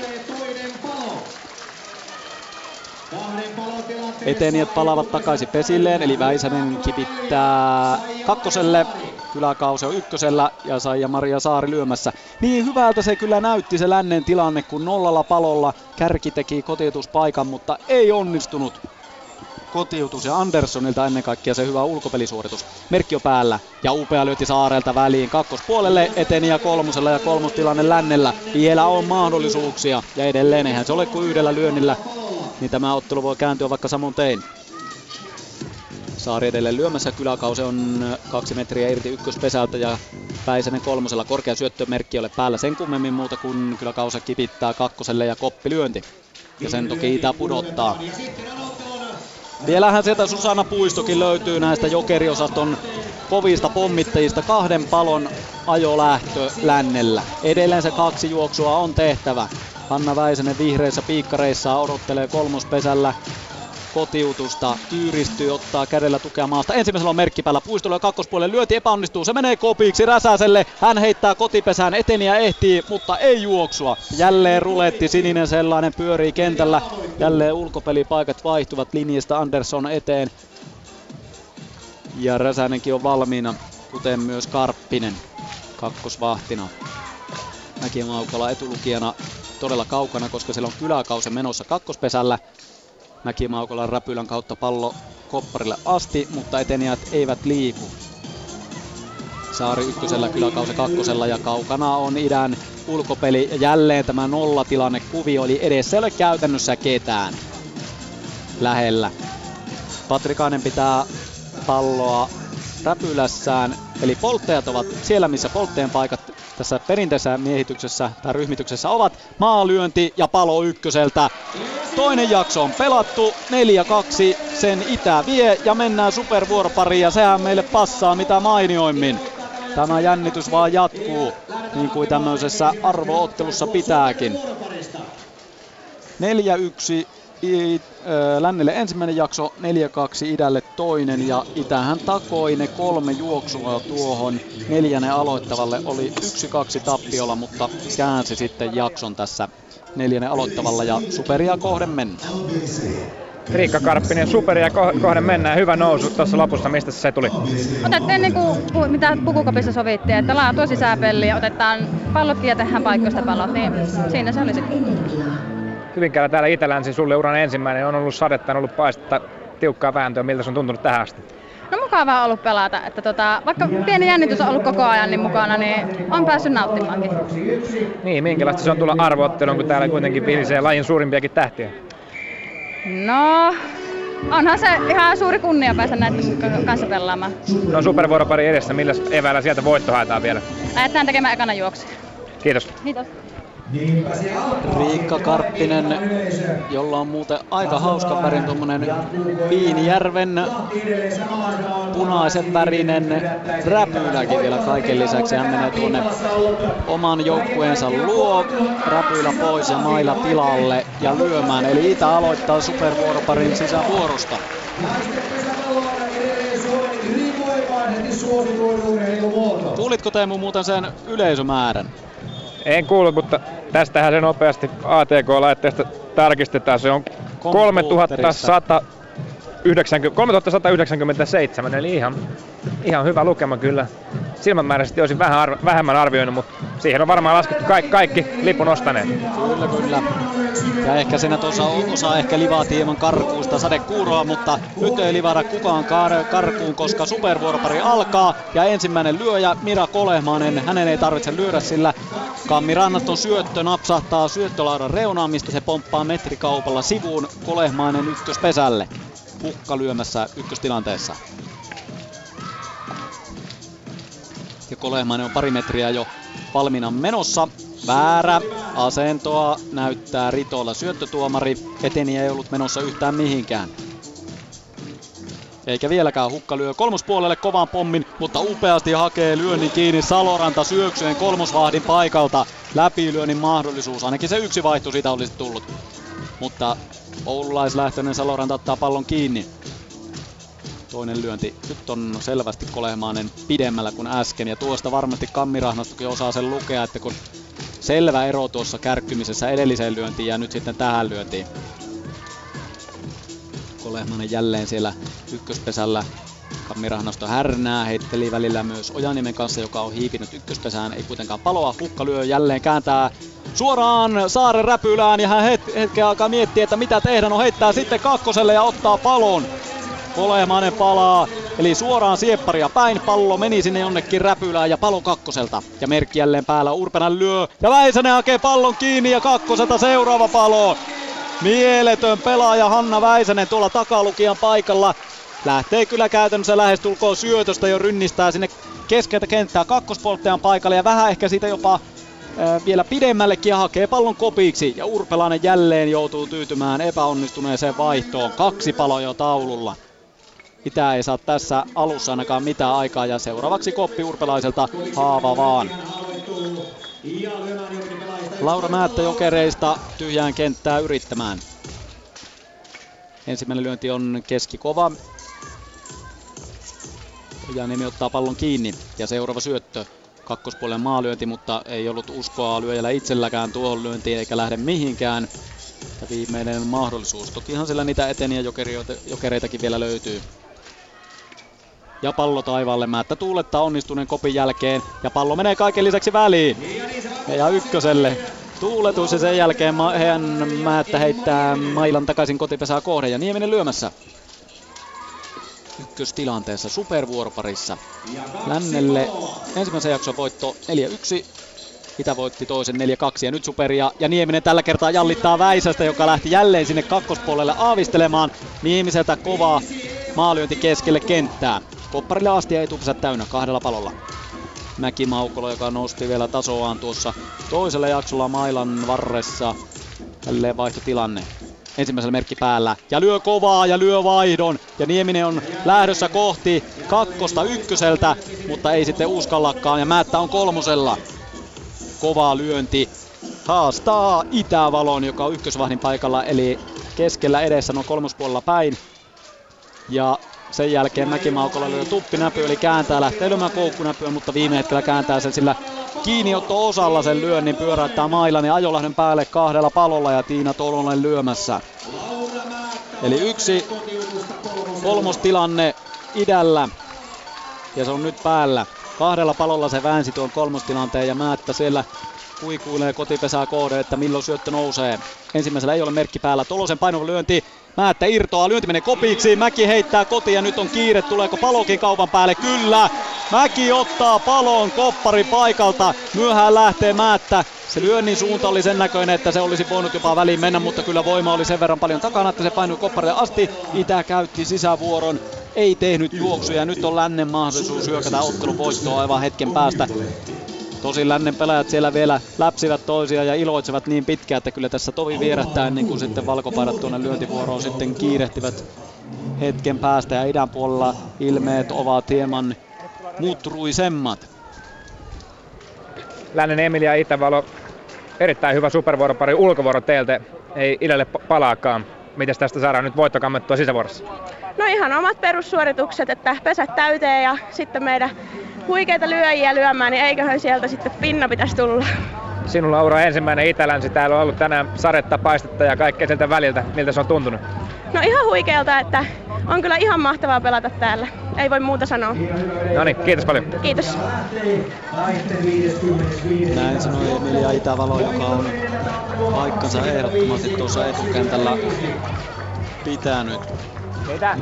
Etenijät palaavat takaisin pesilleen, eli Väisänen kipittää kakkoselle. Kyläkause on ykkösellä ja Saija Maria Saari lyömässä. Niin hyvältä se kyllä näytti se lännen tilanne, kun nollalla palolla Kärki teki kotiutuspaikan, mutta ei onnistunut kotiutus. Ja Anderssonilta ennen kaikkea se hyvä ulkopelisuoritus. Merkki on päällä ja upea lyöti Saarelta väliin kakkospuolelle, Eteniä kolmosella ja kolmostilanne lännellä. Vielä on mahdollisuuksia ja edelleen eihän se ole kuin yhdellä lyönnillä, niin tämä ottelu voi kääntyä vaikka samoin tein. Saari edelleen lyömässä, Kyläkause on kaksi metriä irti ykköspesältä ja Väisänen kolmosella. Korkea syöttömerkki ei ole päällä sen kummemmin muuta kuin Kyläkause kipittää kakkoselle ja koppilyönti. Ja sen toki Itä pudottaa. Vielähän sieltä Susanna Puistokin löytyy näistä jokeriosaston kovista pommittajista. Kahden palon ajolähtö lännellä. Edelleen se kaksi juoksua on tehtävä. Hanna Väisänen vihreissä piikkareissa odottelee kolmospesällä kotiutusta, tyyristyy, ottaa kädellä tukea maasta. Ensimmäisellä on merkki päällä, Puistolla kakkospuolelle lyöti epäonnistuu, se menee kopiksi Räsäselle. Hän heittää kotipesään, Eteniä ehtii, mutta ei juoksua. Jälleen ruletti, sininen sellainen pyörii kentällä. Jälleen ulkopelipaikat vaihtuvat linjasta Andersson eteen. Ja Räsänenkin on valmiina, kuten myös Karppinen. kakkosvahtina. Mäki-Maukola etulukijana todella kaukana, koska siellä on kyläkausi menossa kakkospesällä. Mäki-Maukolan räpylän kautta pallo kopparille asti, mutta etenijät eivät liiku. Saari ykkösellä, kyläkausi kakkosella ja kaukana on idän ulkopeli. Ja jälleen tämä nollatilanne kuvio, eli edessä ei ole käytännössä ketään lähellä. Patrikainen pitää palloa räpylässään, eli polttajat ovat siellä, missä poltteen paikat tässä perinteisessä miehityksessä tai ryhmityksessä ovat. Maalyönti ja Palo ykköseltä. Toinen jakso on pelattu, neljä kaksi sen Itä vie ja mennään supervuoropariin ja sehän meille passaa mitä mainioimmin. Tämä jännitys vaan jatkuu, niin kuin tämmöisessä arvoottelussa pitääkin. neljä yksi Lännelle ensimmäinen jakso, neljä kaksi idälle toinen ja Itähän takoi ne kolme juoksua tuohon neljännen aloittavalle. Oli yksi kaksi tappiolla, mutta käänsi sitten jakson tässä neljännen aloittavalla ja superia kohden mennään. Riikka Karppinen, superia kohden mennään. Hyvä nousu tuossa lopussa. Mistä se tuli? Otettiin niin kuin mitä pukukopissa sovittiin, että laatua sisäpeliä ja otetaan pallotkin ja tehdään paikkoista pallot, niin siinä se oli sitten. Hyvinkäällä täällä Itä-Länsi, sulle uran ensimmäinen, on ollut sadetta, on ollut paistetta, tiukkaa vääntöä. Miltä se on tuntunut tähän asti? No mukavaa on ollut pelata, että tota, vaikka pieni jännitys on ollut koko ajan niin mukana, niin on päässyt nauttimaankin. Niin, minkälaista se on tulla arvootteluun, kun täällä kuitenkin vilisee lajin suurimpiakin tähtiä? No, onhan se ihan suuri kunnia päästä näiden kanssa pelaamaan. No supervuoropari edessä, millä eväällä sieltä voitto haetaan vielä? Ajetaan tekemään ekana juoksia. Kiitos. Kiitos. Riikka Karppinen, jolla on muuten aika hauska värin tuommoinen Viinijärven punaisen värinen räpyläkin vielä kaiken lisäksi. Hän menee tuonne oman joukkueensa luo, räpylä pois ja maila tilalle ja lyömään. Eli Itä aloittaa supervuoroparin sisävuorosta. Kuulitko Teemu muuten sen yleisömäärän? En kuullut, mutta tästähän se nopeasti A T K-laitteesta tarkistetaan. Se on kolmetuhatta sata yhdeksänkymmentäseitsemän, eli ihan, ihan hyvä lukema kyllä. Silmänmääräisesti olisin vähän arv- vähemmän arvioinut, mutta siihen on varmaan laskettu kaikki, kaikki lipun ostaneet. Kyllä, kyllä. Ja ehkä siinä tuossa osa ehkä livaatiin hieman karkuusta sadekuuroa, mutta nyt ei livada kukaan kar- karkuun, koska supervuoropari alkaa. Ja ensimmäinen lyöjä Mira Kolehmainen, hänen ei tarvitse lyödä, sillä Kammi Rannaston syöttö napsahtaa syöttölaudan reunaan, mistä se pomppaa metrikaupalla sivuun Kolehmainen ykköspesälle. Hukka lyömässä ykköstilanteessa. Ja Kolehmainen on pari metriä jo valmiina menossa. Väärä asentoa näyttää Ritolla syöttötuomari. Eteniä ei ollut menossa yhtään mihinkään. Eikä vieläkään. Hukka lyö kolmospuolelle kovan pommin, mutta upeasti hakee lyönnin kiinni Saloranta syöksyen kolmosvahdin paikalta. Läpilyönnin mahdollisuus, ainakin se yksi vaihto siitä olisi tullut. Mutta oululaislähtöinen Saloranta ottaa pallon kiinni. Toinen lyönti. Nyt on selvästi Kolehmainen pidemmällä kuin äsken ja tuosta varmasti Kammi Rahnastokin osaa sen lukea, että kun selvä ero tuossa kärkkymisessä edelliseen lyöntiin ja nyt sitten tähän lyöntiin. Kolehmainen jälleen siellä ykköspesällä. Kammi Rahnasto härnää, heitteli välillä myös Ojaniemen kanssa, joka on hiipinyt ykköspesään. Ei kuitenkaan Paloa. Hukka lyö jälleen, kääntää suoraan Saaren räpylään ja hän het- hetken alkaa miettiä, että mitä tehdä. No heittää sitten kakkoselle ja ottaa Palon. Kolehmainen palaa, eli suoraan siepparia päin. Pallo meni sinne jonnekin räpylään ja Palo kakkoselta. Ja merkki jälleen päällä, Urpenen lyö. Ja Väisänen hakee pallon kiinni ja kakkoselta seuraava Palo. Mieletön pelaaja Hanna Väisänen tuolla takalukijan paikalla. Lähtee kyllä käytännössä lähestulkoon syötöstä, jo rynnistää sinne keskeltä kenttää kakkospolttajan paikalle. Ja vähän ehkä siitä jopa ää, vielä pidemmällekin ja hakee pallon kopiksi. Ja Urpelainen jälleen joutuu tyytymään epäonnistuneeseen vaihtoon. Kaksi Paloa jo taululla. Itä ei saa tässä alussa ainakaan mitään aikaa ja seuraavaksi koppi Urpelaiselta haava vaan. Laura Määttä Jokereista tyhjään kenttää yrittämään. Ensimmäinen lyönti on keskikova. Ojaniemi ottaa pallon kiinni ja seuraava syöttö. Kakkospuolen maalyönti, mutta ei ollut uskoa lyöjällä itselläkään tuohon lyöntiin eikä lähde mihinkään. Ja viimeinen mahdollisuus. Tokihan sillä niitä eteniä jokereitakin vielä löytyy. ja pallo taivaalle. Määttä tuulettaa onnistuneen kopin jälkeen ja pallo menee kaiken lisäksi väliin. Ja ykköselle tuuletus ja sen jälkeen hän Määttä heittää mailan takaisin kotipesää kohden ja Nieminen lyömässä. Ykköstilanteessa supervuoroparissa. Lännelle ensimmäisen jakson voitto neljä yksi. Itä voitti toisen neljä kaksi ja nyt Superia ja Nieminen tällä kertaa jallittaa Väisästä, joka lähti jälleen sinne kakkospuolelle aavistelemaan. Niemiseltä kovaa maalyönti keskelle kenttää. Kopparille asti ja etupesä täynnä kahdella palolla. Mäki-Maukola, joka nosti vielä tasoaan tuossa toisella jaksolla mailan varressa. Tälleen vaihtotilanne. Ensimmäisellä merkki päällä ja lyö kovaa ja lyö vaihdon ja Nieminen on lähdössä kohti kakkosta ykköseltä, mutta ei sitten uskallakaan ja Määttä on kolmosella. Kova lyönti haastaa Itävalon, joka on ykkösvahdin paikalla eli keskellä edessä noin kolmospuolella päin. Ja sen jälkeen Mäki-Maukola lyö tuppinäpy eli kääntää, lähtee lyömään koukkunäpyä, mutta viime hetkellä kääntää sen sillä kiinniotto-osalla sen lyönnin, pyöräyttää mailan ja Ajolahden päälle kahdella palolla ja Tiina Tolonen lyömässä. Eli yksi kolmostilanne idällä ja se on nyt päällä. Kahdella palolla se väänsi tuon kolmostilanteen ja Määttä siellä kuikuilee kotipesää kohde, että milloin syöttö nousee. Ensimmäisellä ei ole merkki päällä, Tolosen painava lyönti. Määttä irtoaa, lyönti menee kopiksi, Mäki heittää kotiin ja nyt on kiire, tuleeko Palokin kaupan päälle? Kyllä! Mäki ottaa Palon koppari paikalta, myöhään lähtee Määttä. Se lyönnin suunta oli sen näköinen, että se olisi voinut jopa väliin mennä, mutta kyllä voima oli sen verran paljon takana, että se painui kopparille asti. Itä käytti sisävuoron, ei tehnyt juoksuja, nyt on Lännen mahdollisuus hyökätä ottelun voittoa aivan hetken päästä. Tosin Lännen pelaajat siellä vielä läpsivät toisia ja iloitsevat niin pitkään, että kyllä tässä tovi vierähtää ennen kuin sitten valkopaidat tuonne lyöntivuoroon sitten kiirehtivät hetken päästä ja idän puolella ilmeet ovat hieman mutruisemmat. Lännen Emilia ja Itävalo, erittäin hyvä supervuoropari, ulkovuoro teiltä, ei idälle palaakaan. Mites tästä saadaan nyt voitto kammettua sisävuorossa? No ihan omat perussuoritukset, että pesät täyteen ja sitten meidän huikeita lyöjiä lyömään, niin eiköhän sieltä sitten pinna pitäisi tulla. Sinulla Aura ensimmäinen Itä-Länsi, täällä on ollut tänään sadetta, paistetta ja kaikkea sieltä väliltä. Miltä se on tuntunut? No ihan huikealta, että on kyllä ihan mahtavaa pelata täällä. Ei voi muuta sanoa. No niin, kiitos paljon. Kiitos. Näin sanoi Emilia Itävalo, joka on paikkansa ehdottomasti tuossa etukentällä pitänyt. Mitä?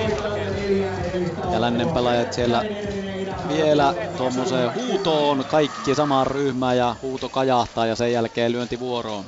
Ja Lännen pelaajat siellä vielä tuommoiseen huutoon, kaikki samaan ryhmään ja huuto kajahtaa ja sen jälkeen lyöntivuoroon.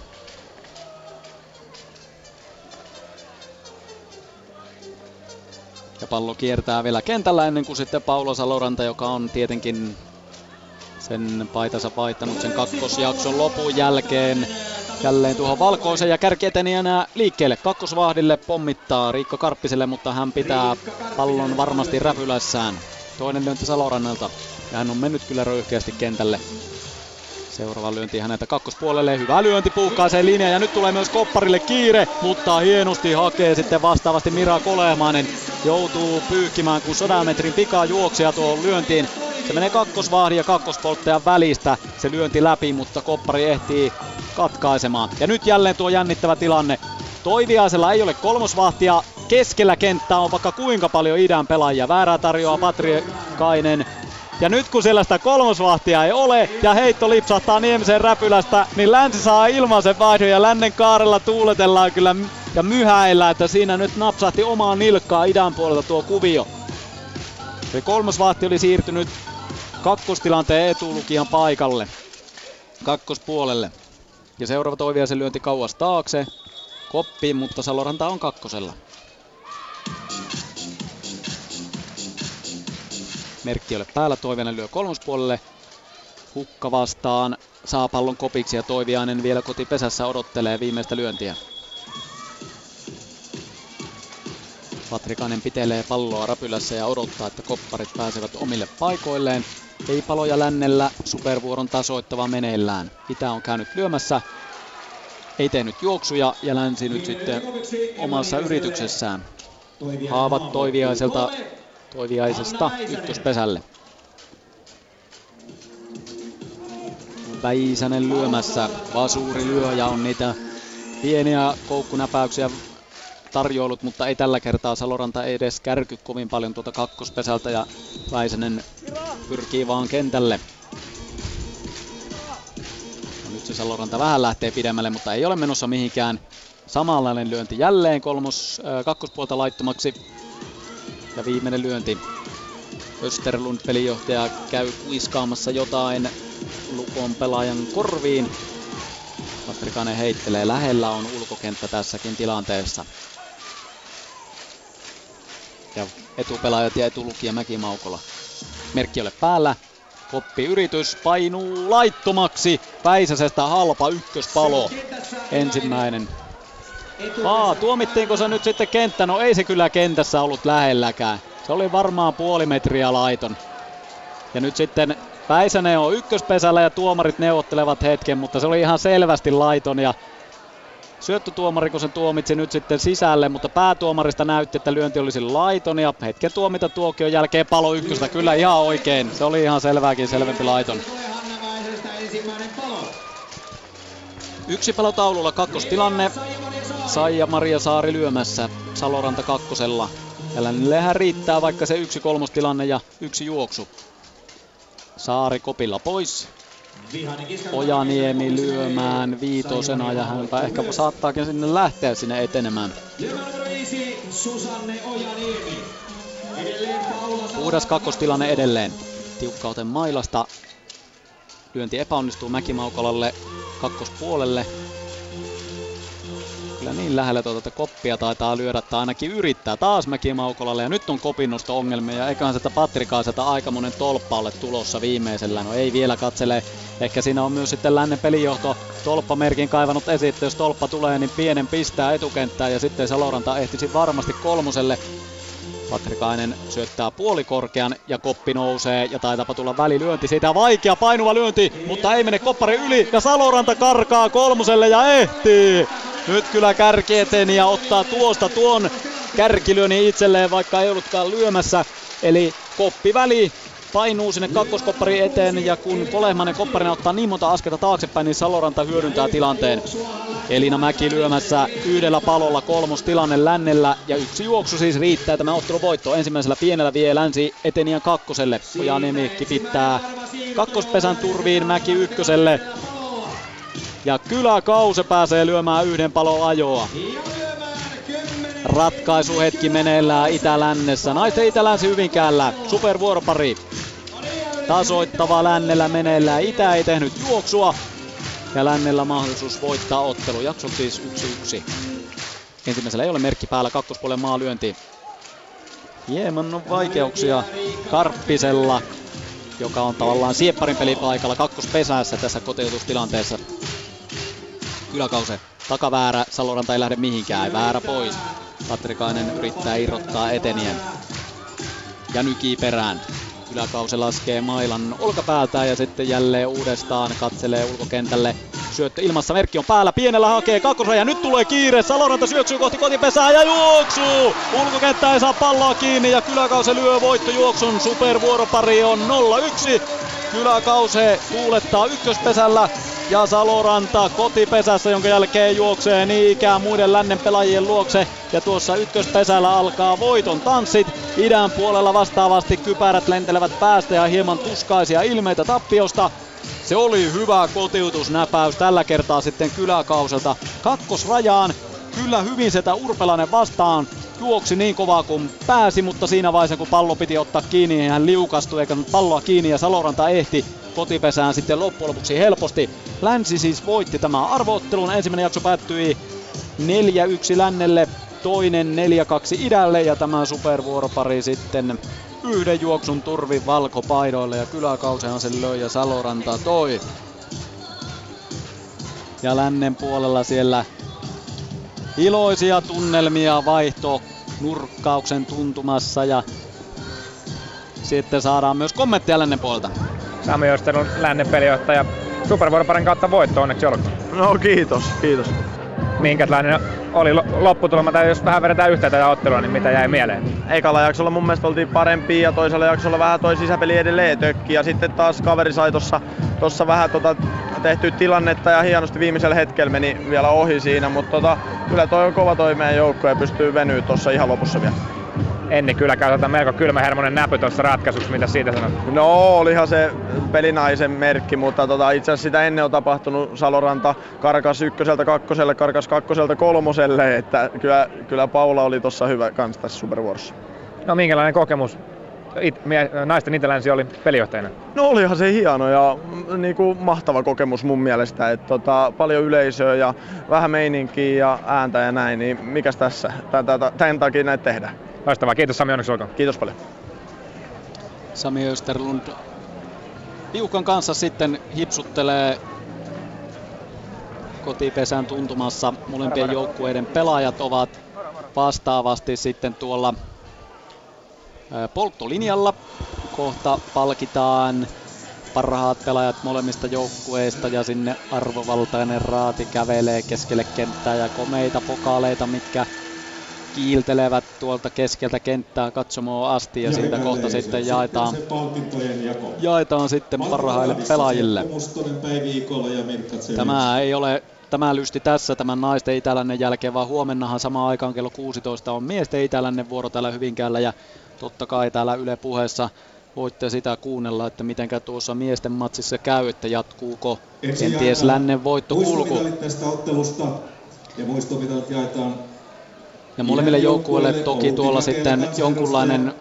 Ja pallo kiertää vielä kentällä ennen kuin sitten Paula Saloranta, joka on tietenkin sen paitansa vaihtanut sen kakkosjakson lopun jälkeen jälleen tuohon valkoiseen ja kärki eteni enää liikkeelle. Kakkosvahdille pommittaa Riikka Karppiselle, mutta hän pitää pallon varmasti räpylässään. Toinen lyönti Salorannalta ja hän on mennyt kyllä röyhkeästi kentälle. Seuraava lyönti häneltä kakkospuolelle. Hyvä lyönti puukkaaseen linjaan ja nyt tulee myös Kopparille kiire, mutta hienosti hakee sitten vastaavasti Mira Kolehmainen. Joutuu pyyhkimään kun sadan metrin pikajuoksija tuohon lyöntiin. Se menee kakkosvahdin ja kakkospolttajan välistä se lyönti läpi, mutta Koppari ehtii katkaisemaan. Ja nyt jälleen tuo jännittävä tilanne. Toiviaisella ei ole kolmosvahtia. Keskellä kenttää on vaikka kuinka paljon idän pelaajia. Väärää tarjoaa Patrikainen. Ja nyt kun siellä sitä kolmosvahtia ei ole ja heitto lipsahtaa Niemisen räpylästä, niin Länsi saa ilmaisen vaihdon ja Lännen kaarella tuuletellaan kyllä ja myhäillä, että siinä nyt napsahti omaan nilkkaan idän puolelta tuo kuvio. Eli kolmosvahti oli siirtynyt kakkostilanteen etulukijan paikalle, kakkospuolelle. Ja seuraava Toiviaisen lyönti kauas taakse, koppiin, mutta Saloranta on kakkosella. Merkki ei ole päällä, Toiviainen lyö kolmospuolelle. Hukka vastaan, saa pallon kopiksi ja Toiviainen vielä kotipesässä odottelee viimeistä lyöntiä. Patrikainen pitelee palloa räpylässä ja odottaa, että kopparit pääsevät omille paikoilleen. Ei paloja Lännellä, supervuoron tasoittava meneillään. Itä on käynyt lyömässä, ei tehnyt juoksuja ja Länsi nyt sitten omassa yrityksessään. Haavat Toiviaiselta, Toiviaisesta ykköspesälle. Väisänen lyömässä, Vasuri lyö ja on niitä pieniä koukkunäpäyksiä tarjoilut, mutta ei tällä kertaa Saloranta ei edes kärky kovin paljon tuota kakkospesältä ja Väisänen pyrkii vaan kentälle. No nyt se Saloranta vähän lähtee pidemmälle, mutta ei ole menossa mihinkään. Samanlainen lyönti jälleen kolmos, äh, kakkospuolta laittomaksi. Ja viimeinen lyönti. Österlund pelijohtaja käy kuiskaamassa jotain Lukon pelaajan korviin. Patrikainen heittelee, lähellä on ulkokenttä tässäkin tilanteessa. Ja etupelaajat ja etulukija Mäki-Maukola. Merkki ole päällä. Koppi yritys painuu laittomaksi. Väisäsestä halpa ykköspalo. Ensimmäinen. Aa, tuomittiinko se nyt sitten kenttä? No ei se kyllä kentässä ollut lähelläkään. Se oli varmaan puoli metriä laiton. Ja nyt sitten Väisänen on ykköspesällä ja tuomarit neuvottelevat hetken, mutta se oli ihan selvästi laiton. Ja syöttötuomari, kun sen tuomitsi nyt sitten sisälle, mutta päätuomarista näytti, että lyönti olisi laiton. Ja hetken tuomita tuokion jälkeen palo ykköstä. Kyllä ihan oikein. Se oli ihan selvääkin selvempi laiton. Yksi palo taululla, kakkostilanne. Saija Maria Saari lyömässä Saloranta kakkosella. Lännillehän riittää vaikka se yksi kolmostilanne ja yksi juoksu. Saari kopilla pois. Ojaniemi lyömään viitosena ja hänpä ehkä saattaakin sinne lähteä sinne etenemään. Puhdas kakkostilanne edelleen. Tiukkauten mailasta. Lyönti epäonnistuu Mäki-Maukolalle kakkospuolelle. Kyllä niin lähellä tuota koppia taitaa lyödä tai ainakin yrittää taas Mäki-Maukolalle ja nyt on kopinnosto ongelmia ja eiköhän sitä Patrikaiselta aika monen tolppa ole tulossa viimeisellä. No ei vielä katsele, ehkä siinä on myös sitten lännen pelijohto tolppamerkin kaivannut esiin, että jos tolppa tulee niin pienen pistää etukenttään ja sitten Saloranta ehtisi varmasti kolmoselle. Patrikainen syöttää puolikorkean ja koppi nousee ja taitaapa tulla välilyönti. Siitä vaikea painuva lyönti, mutta ei mene koppari yli ja Saloranta karkaa kolmoselle ja ehtii. Nyt kyllä kärki eteni ja ottaa tuosta tuon kärkilyönnin itselleen, vaikka ei ollutkaan lyömässä. Eli koppi väli painuu sinne kakkoskoppari eteen ja kun Kolehmainen kopparina ottaa niin monta askelta taaksepäin, niin Saloranta hyödyntää tilanteen. Elina Mäki lyömässä yhdellä palolla kolmostilanne lännellä ja yksi juoksu siis riittää tämä ottelun voitto. Ensimmäisellä pienellä vie Länsi Etenian kakkoselle. Ojaniemi kipittää kakkospesän turviin Mäki ykköselle. Ja Kyläkause pääsee lyömään yhden palon ajoa. Ratkaisuhetki meneillään Itä-Lännessä. Naisten Itä-Länsi Hyvinkäällä. Supervuoropari. Tasoittava Lännellä meneillään. Itä ei tehnyt juoksua. Ja Lännellä mahdollisuus voittaa ottelu. Jaksot siis yksi yksi. Ensimmäisellä ei ole merkki päällä. Kakkospuolen maalyönti. Hieman on vaikeuksia Karppisella, joka on tavallaan siepparin pelipaikalla kakkospesässä tässä kotiutustilanteessa. Kyläkause takaväärä, Saloranta ei lähde mihinkään, väärä pois. Patrikainen yrittää irrottaa Etenien ja nykii perään. Kyläkause laskee mailan olkapäältään ja sitten jälleen uudestaan katselee ulkokentälle. Syöttö ilmassa, merkki on päällä, pienellä hakee kakkosraja, nyt tulee kiire, Saloranta syöksyy kohti kotipesää ja juoksuu! Ulkokenttä ei saa palloa kiinni ja Kyläkause lyö voittojuoksun, supervuoropari on nolla yksi. Kyläkause tuulettaa ykköspesällä ja Saloranta kotipesässä, jonka jälkeen juoksee niin ikään muiden lännen pelaajien luokse. Ja tuossa ykköspesällä alkaa voiton tanssit. Idän puolella vastaavasti kypärät lentelevät päästä ja hieman tuskaisia ilmeitä tappiosta. Se oli hyvä kotiutusnäpäys tällä kertaa sitten Kyläkauselta kakkosrajaan. Kyllä hyvin sitä Urpelainen vastaan juoksi niin kovaa kuin pääsi, mutta siinä vaiheessa kun pallo piti ottaa kiinni, niin hän liukastui eikä palloa kiinni ja Saloranta ehti kotipesään sitten loppujen lopuksi helposti. Länsi siis voitti tämän arvoottelun. Ensimmäinen jakso päättyi neljä yksi Lännelle, toinen neljä kaksi Idälle ja tämä supervuoropari sitten yhden juoksun turvin valkopaidoille ja Kyläkausehan sen löi ja Saloranta toi. Ja lännen puolella siellä iloisia tunnelmia vaihto nurkkauksen tuntumassa ja sitten saadaan myös kommentteja lännen puolelta. Sami Österlund, lännen pelijohtaja. Supervuoroparin kautta voitto, onneksi olkoon. No kiitos, kiitos. minkälainen oli lopputulema, tai jos vähän vedetään yhteen tätä ottelua, niin mitä jäi mieleen? Ekalla jaksolla mun mielestä oltiin parempia ja toisella jaksolla vähän toi sisäpeli edelleen tökki ja sitten taas kaveri sai tossa, tossa vähän tota tehtyä tilannetta ja hienosti viimeisellä hetkellä meni vielä ohi siinä, mutta tota, kyllä toi on kova toi meidän joukko ja pystyy venyä tossa ihan lopussa vielä. Enni kyllä käytetään melko kylmähermonen näpy tuossa ratkaisuksi, mitä siitä sanot? No olihan se pelinaisen merkki, mutta tota, itse asiassa sitä ennen on tapahtunut. Saloranta karkas ykköseltä kakkoselle, karkas kakkoselta kolmoselle, että kyllä, kyllä Paula oli tossa hyvä kans tässä supervuorossa. No minkälainen kokemus It, mie, naisten Itä-Länsi oli pelijohtajana? No olihan se hieno ja niinku, mahtava kokemus mun mielestä, että tota, paljon yleisöä ja vähän meininkiä ja ääntä ja näin, niin mikäs tässä? Tämän takia näitä tehdään. Loistavaa, kiitos Sami, onneksi olkoon. Kiitos paljon. Sami Österlund piukan kanssa sitten hipsuttelee kotipesän tuntumassa. Molempien joukkueiden pelaajat ovat vastaavasti sitten tuolla polttolinjalla. Kohta palkitaan parhaat pelaajat molemmista joukkueista ja sinne arvovaltainen raati kävelee keskelle kenttää ja komeita pokaaleita, mitkä kiiltelevät tuolta keskeltä kenttää katsomoon asti ja siitä kohta sitten jaetaan, jaetaan sitten parhaille pelaajille. Tämä ei ole tämä lysti tässä tämän naisten Itä-Lännen jälkeen, vaan huomennahan samaan aikaan kello kuusitoista on miesten Itä-Lännen vuoro täällä Hyvinkäällä ja totta kai täällä Yle Puheessa voitte sitä kuunnella, että mitenkä tuossa miesten matsissa käy, että jatkuuko kenties lännen voittokulku. Tästä ottelusta ja muistomitalit jaetaan. Ja molemmille joukkueille toki tuolla sitten jonkunlainen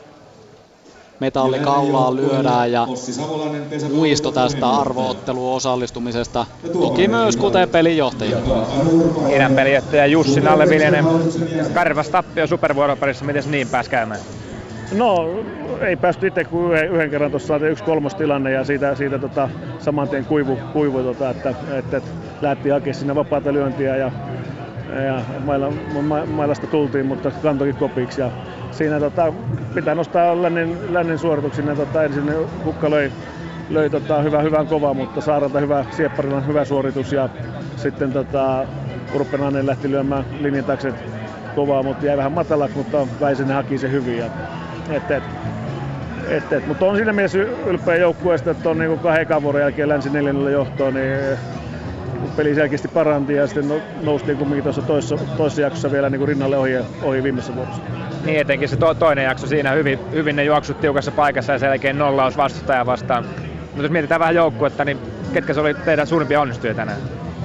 metalli kaulaa lyödään ja muisto tästä arvootteluun osallistumisesta. Toki myös kuten pelinjohtajia. Idän pelijohtaja Jussi Nalle-Viljanen, karvas tappio supervuoroparissa, miten niin pääsi käymään? No ei päästy itse kuin yhden, yhden kerran, tuossa saatiin yksi kolmostilanne ja siitä, siitä tota, saman tien kuivu, kuivu tota, että, että, että lähti hakemaan sinne vapaata lyöntiä ja Ja maila, ma, mailasta tultiin, mutta kantokin kopiksi. Ja siinä tota, pitää nostaa lännen, lännen suorituksen. Tota, ensin Hukka löi, löi tota, hyvä, hyvän kovaa, mutta Saaralta hyvä, Siepparilla hyvä suoritus. Ja sitten tota, Urppenainen lähti lyömään linjan taakse kovaa, mutta jäi vähän matalaksi, mutta Väisänen haki se hyvin. Ja, et, et, et, et, mutta on siinä mielessä ylpeä joukkueesta, että on niin kahden ekan vuoden jälkeen Länsi neljännellä johtoon. Niin peli selkeästi paranti ja sitten noustiin kumminkin tuossa toisessa, toisessa jaksossa vielä niin kuin rinnalle ohi, ohi viimeisessä vuorossa. Niin etenkin se to, toinen jakso siinä hyvin, hyvin ne juoksut tiukassa paikassa ja sen jälkeen nollaus vastustajan vastaan. Mutta jos mietitään vähän joukkuetta, niin ketkä se oli teidän suurimpia onnistujia tänään?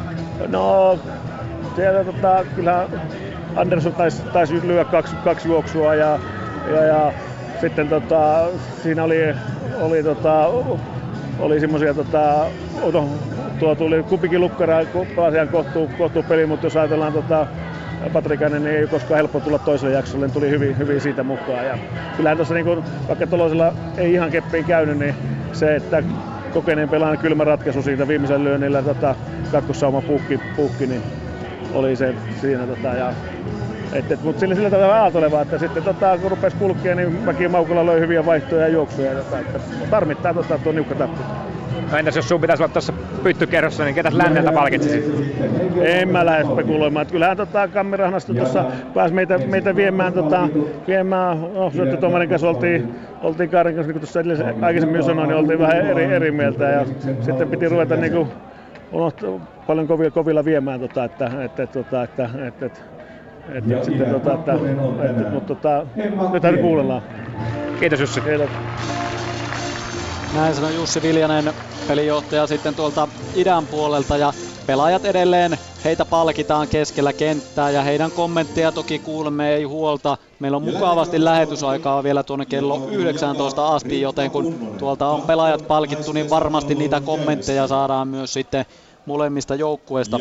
No siellä tota, kyllä Andersson taisi, taisi lyödä kaksi, kaksi juoksua ja, ja, ja sitten tota, siinä oli, oli, tota, oli semmosia tota, tuo tuli kumpikin lukkara asiaan kohtuu, kohtuu peli, mutta jos ajatellaan tota, Patrikainen, niin ei koskaan helppo tulla toiselle jaksolle, niin tuli hyvin, hyvin siitä mukaan. Ja kyllähän tuossa, niin vaikka Tolosella ei ihan keppiin käynyt, niin se, että kokeneen pelaajan kylmä ratkaisu siitä viimeisellä lyönnillä tota, kakkossauma puukki, puukki, niin oli se siinä. Tota, ja, et, et, mutta sillä, sillä tavalla aaltolevaa, että sitten tota, kun rupesi kulkea, niin Mäki Maukula löi hyviä vaihtoja ja juoksuja. Tota, että tarmittaa tota, tuo niukka tappi. No entäs jos sun pitäisi olla tuossa pyttykerrossa, niin ketäs länneltä palkitsisit? En mä lähde spekuloimaan. Kyllähän tota, Kammirahnasta tuossa pääsi meitä, meitä viemään, tota, viemään no, syöttötuomarin kanssa oltiin, oltiin Kaarin kanssa, niin kuin tuossa aikaisemmin jo sanoin, niin oltiin vähän eri, eri mieltä ja sitten piti ruveta niin kuin, paljon kovilla, kovilla viemään, tota, että, että, että, että, että, että Et, et sitten tota, että, et, et, mutta tota, nythän kuunnellaan. Kiitos Jussi. Kiitos. Näin sanoi Jussi Viljanen, pelijohtaja sitten tuolta idän puolelta ja pelaajat edelleen, heitä palkitaan keskellä kenttää ja heidän kommentteja toki kuulemme, ei huolta. Meillä on mukavasti lähetysaikaa vielä tuonne kello yhdeksäntoista asti, joten kun tuolta on pelaajat palkittu, niin varmasti niitä kommentteja saadaan myös sitten molemmista joukkueista.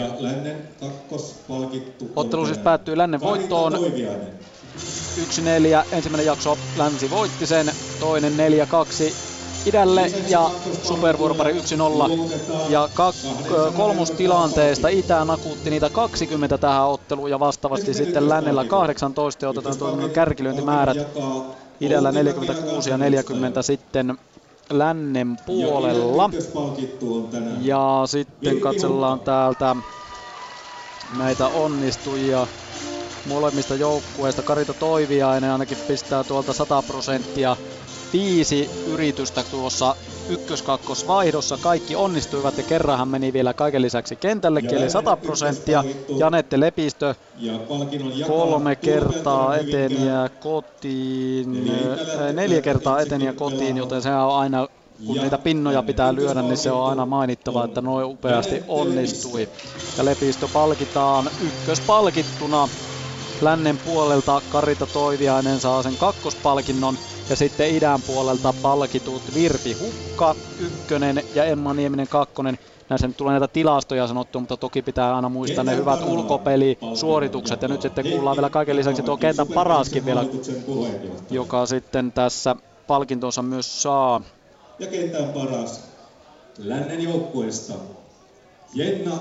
Ottelu siis päättyy lännen voittoon. yksi neljä, ensimmäinen jakso Länsi voitti sen, toinen neljä kaksi idälle ja supervuoropari yksi nolla. Ja kak- kolmostilanteesta Itä nakutti niitä kaksikymmentä tähän otteluun ja vastaavasti sitten lännellä kahdeksantoista ja otetaan tuo kärkilyöntimäärät. Idällä neljäkymmentäkuusi ja neljäkymmentä sitten lännen puolella. Ja sitten katsellaan täältä näitä onnistujia molemmista joukkueista. Karita Toiviainen ainakin pistää tuolta sata prosenttia. Viisi yritystä tuossa ykkös-kakkosvaihdossa. Kaikki onnistuivat ja kerranhan meni vielä kaiken lisäksi kentällekin, eli sata prosenttia. Janette Lepistö kolme kertaa eteniä kotiin, neljä kertaa eteniä kotiin, joten sehän on aina, kun niitä pinnoja pitää lyödä, niin se on aina mainittava, että noin upeasti onnistui. Ja Lepistö palkitaan ykköspalkittuna. Lännen puolelta Karita Toiviainen saa sen kakkospalkinnon ja sitten idän puolelta palkitut Virpi Hukka ykkönen ja Emma Nieminen kakkonen. Näissä nyt tulee näitä tilastoja sanottua, mutta toki pitää aina muistaa ne hyvät ulkopelisuoritukset. Ja nyt sitten kuullaan vielä kaiken lisäksi tuo kentän paraskin vielä, joka sitten tässä palkintonsa myös saa. Ja kentän paras Lännen joukkueesta Jenna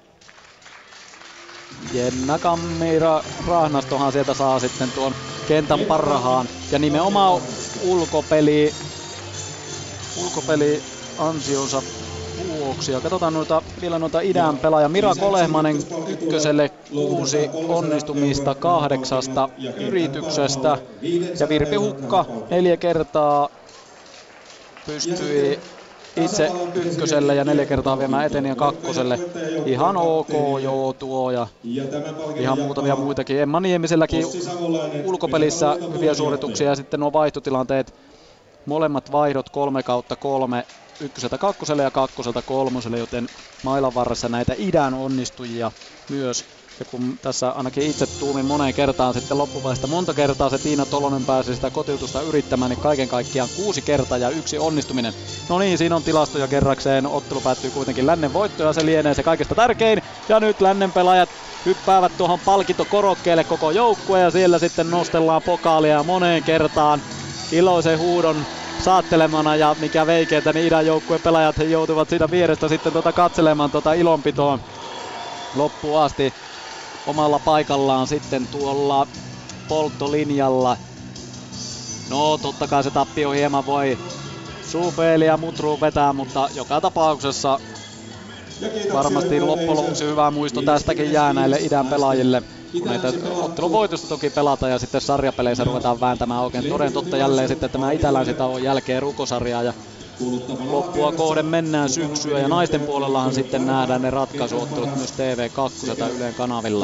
Jenna Kammira Rahnastohan sieltä saa sitten tuon kentän parhaan. Ja nimenomaan ulkopeli, ulkopeli ansionsa vuoksi. Ja katsotaan noita, vielä noita idän pelaaja. Mira Kolehmanen ykköselle kuusi onnistumista kahdeksasta yrityksestä. Ja Virpi Hukka neljä kertaa pystyi itse ykköselle ja neljä kertaa viemään eteniä kakkoselle. Ihan ok joo tuo ja ihan muutamia muitakin. Emma Niemiselläkin ulkopelissä hyviä suorituksia ja sitten nuo vaihtotilanteet. Molemmat vaihdot kolme kautta kolme ykköseltä kakkoselle ja kakkoselta kolmoselle, joten mailan varressa näitä idän onnistujia myös. Ja kun tässä ainakin itse tuumin moneen kertaan sitten loppuvaiheesta monta kertaa se Tiina Tolonen pääsi sitä kotiutusta yrittämään, niin kaiken kaikkiaan kuusi kertaa ja yksi onnistuminen. No niin, siinä on tilastoja kerrakseen. Ottelu päättyy kuitenkin Lännen voitto ja se lienee se kaikesta tärkein. Ja nyt Lännen pelaajat hyppäävät tuohon palkintokorokkeelle koko joukkue ja siellä sitten nostellaan pokaalia moneen kertaan iloisen huudon saattelemana ja mikä veikeetä, niin idän joukkueen pelaajat he joutuvat siitä vierestä sitten tuota katselemaan tuota ilonpitoon loppuun asti omalla paikallaan sitten tuolla polttolinjalla. No totta kai se tappio hieman voi suufeeli ja mutruun vetää, mutta joka tapauksessa varmasti loppujen lopuksi hyvä muisto tästäkin jää näille idän pelaajille. Näitä ottelun voitosta toki pelata ja sitten sarjapeleissä ruvetaan vääntämään oikein toden totta jälleen sitten tämä itälänsitauon jälkeen rukosarjaa ja loppua kohden mennään syksyä ja naisten puolellahan sitten nähdään ne ratkaisuottelut myös T V kaksi Ylen kanavilla.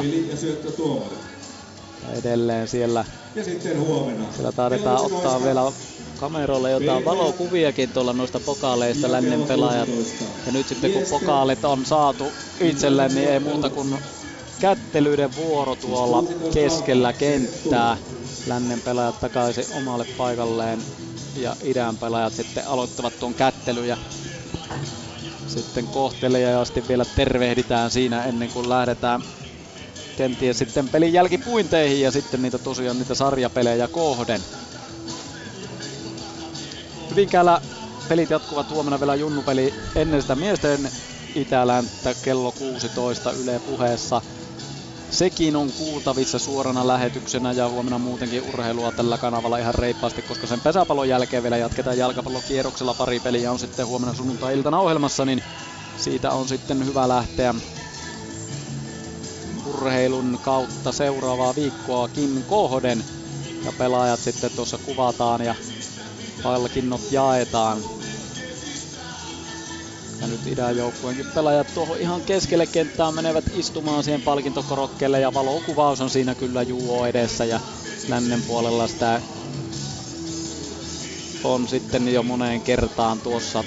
Ja edelleen siellä, siellä taidetaan ottaa vielä kameroille jotain valokuviakin tuolla noista pokaaleista Lännen pelaajat. Ja nyt sitten kun pokaalit on saatu itselleen, niin ei muuta kuin kättelyiden vuoro tuolla keskellä kenttää. Lännen pelaajat takaisin omalle paikalleen ja idän pelaajat sitten aloittavat tuon kättelyn ja sitten kohteliaasti vielä tervehditään siinä ennen kuin lähdetään kenties sitten pelin jälkipuinteihin ja sitten niitä tosiaan niitä sarjapelejä kohden. Hyvinkäällä pelit jatkuvat huomenna vielä junnupeli ennen sitä miesten Itälänttä kello kuusitoista Yle Puheessa. Sekin on kuultavissa suorana lähetyksenä ja huomenna muutenkin urheilua tällä kanavalla ihan reippaasti, koska sen pesäpallon jälkeen vielä jatketaan jalkapallokierroksella. Pari peliä on sitten huomenna sunnuntai-iltana ohjelmassa, niin siitä on sitten hyvä lähteä urheilun kautta seuraavaa viikkoakin kohden. Ja pelaajat sitten tuossa kuvataan ja palkinnot jaetaan. Ja nyt idän joukkueenkin pelaajat tuohon ihan keskelle kenttään menevät istumaan siihen palkintokorokkeelle ja valokuvaus on siinä kyllä juo edessä ja Lännen puolella sitä on sitten jo moneen kertaan tuossa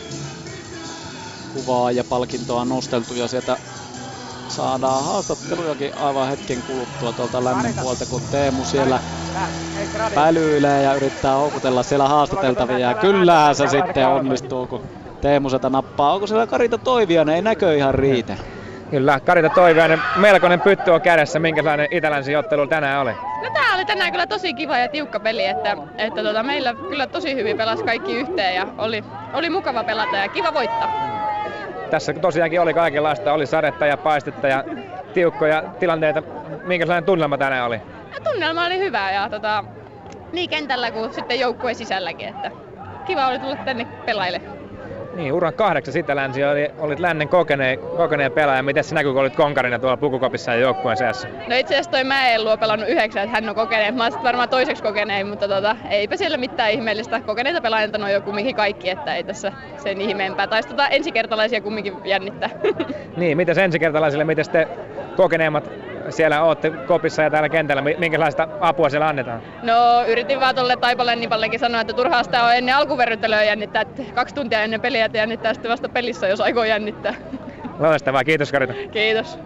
kuvaa ja palkintoa nosteltu ja sieltä saadaan haastattelujakin aivan hetken kuluttua tuolta Lännen puolta, kun Teemu siellä pälyilee ja yrittää houkutella siellä haastateltavia ja kyllähän se sitten onnistuu, kun Teemu sitä nappaa. Onko siellä Karita Toiviainen? Ei näkö ihan riitä. Kyllä, Karita Toiviainen, melkoinen pytty on kädessä. Minkälainen Itä-Länsi-ottelu tänään oli? No tää oli tänään kyllä tosi kiva ja tiukka peli, että, että tota, meillä kyllä tosi hyvin pelasi kaikki yhteen ja oli, oli mukava pelata ja kiva voittaa. Tässä tosiaankin oli kaikenlaista, oli sadetta ja paistetta ja tiukkoja tilanteita. Minkälainen tunnelma tänään oli? Ja tunnelma oli hyvä ja tota, niin kentällä kuin sitten joukkueen sisälläkin, että kiva oli tulla tänne pelaille. Niin, uran kahdeksas Itä-Länsi oli, olit lännen kokeneen, kokeneen pelaaja. Miten se näkyy, kun olit konkarina tuolla Pukukopissa ja joukkueen seassa? No itse asiassa toi Mäenluo on pelannut yhdeksän, että hän on kokeneen. Mä oon varmaan toiseksi kokeneen, mutta tota, eipä siellä mitään ihmeellistä. Kokeneita pelaajia on jo kumminkin kaikki, että ei tässä sen ihmeempää. Taisi tota ensikertalaisia kumminkin jännittää. Niin, mitäs ensikertalaisille, miten te kokeneemmat siellä ootte kopissa ja täällä kentällä, minkälaista apua siellä annetaan? No yritin vaan tolle Taipalle Nipallekin sanoa, että turhaa sitä on ennen alkuverryttelyä jännittää, että kaksi tuntia ennen peliä että jännittää sitten vasta pelissä, jos aikoo jännittää. Loistavaa, kiitos Karita. Kiitos.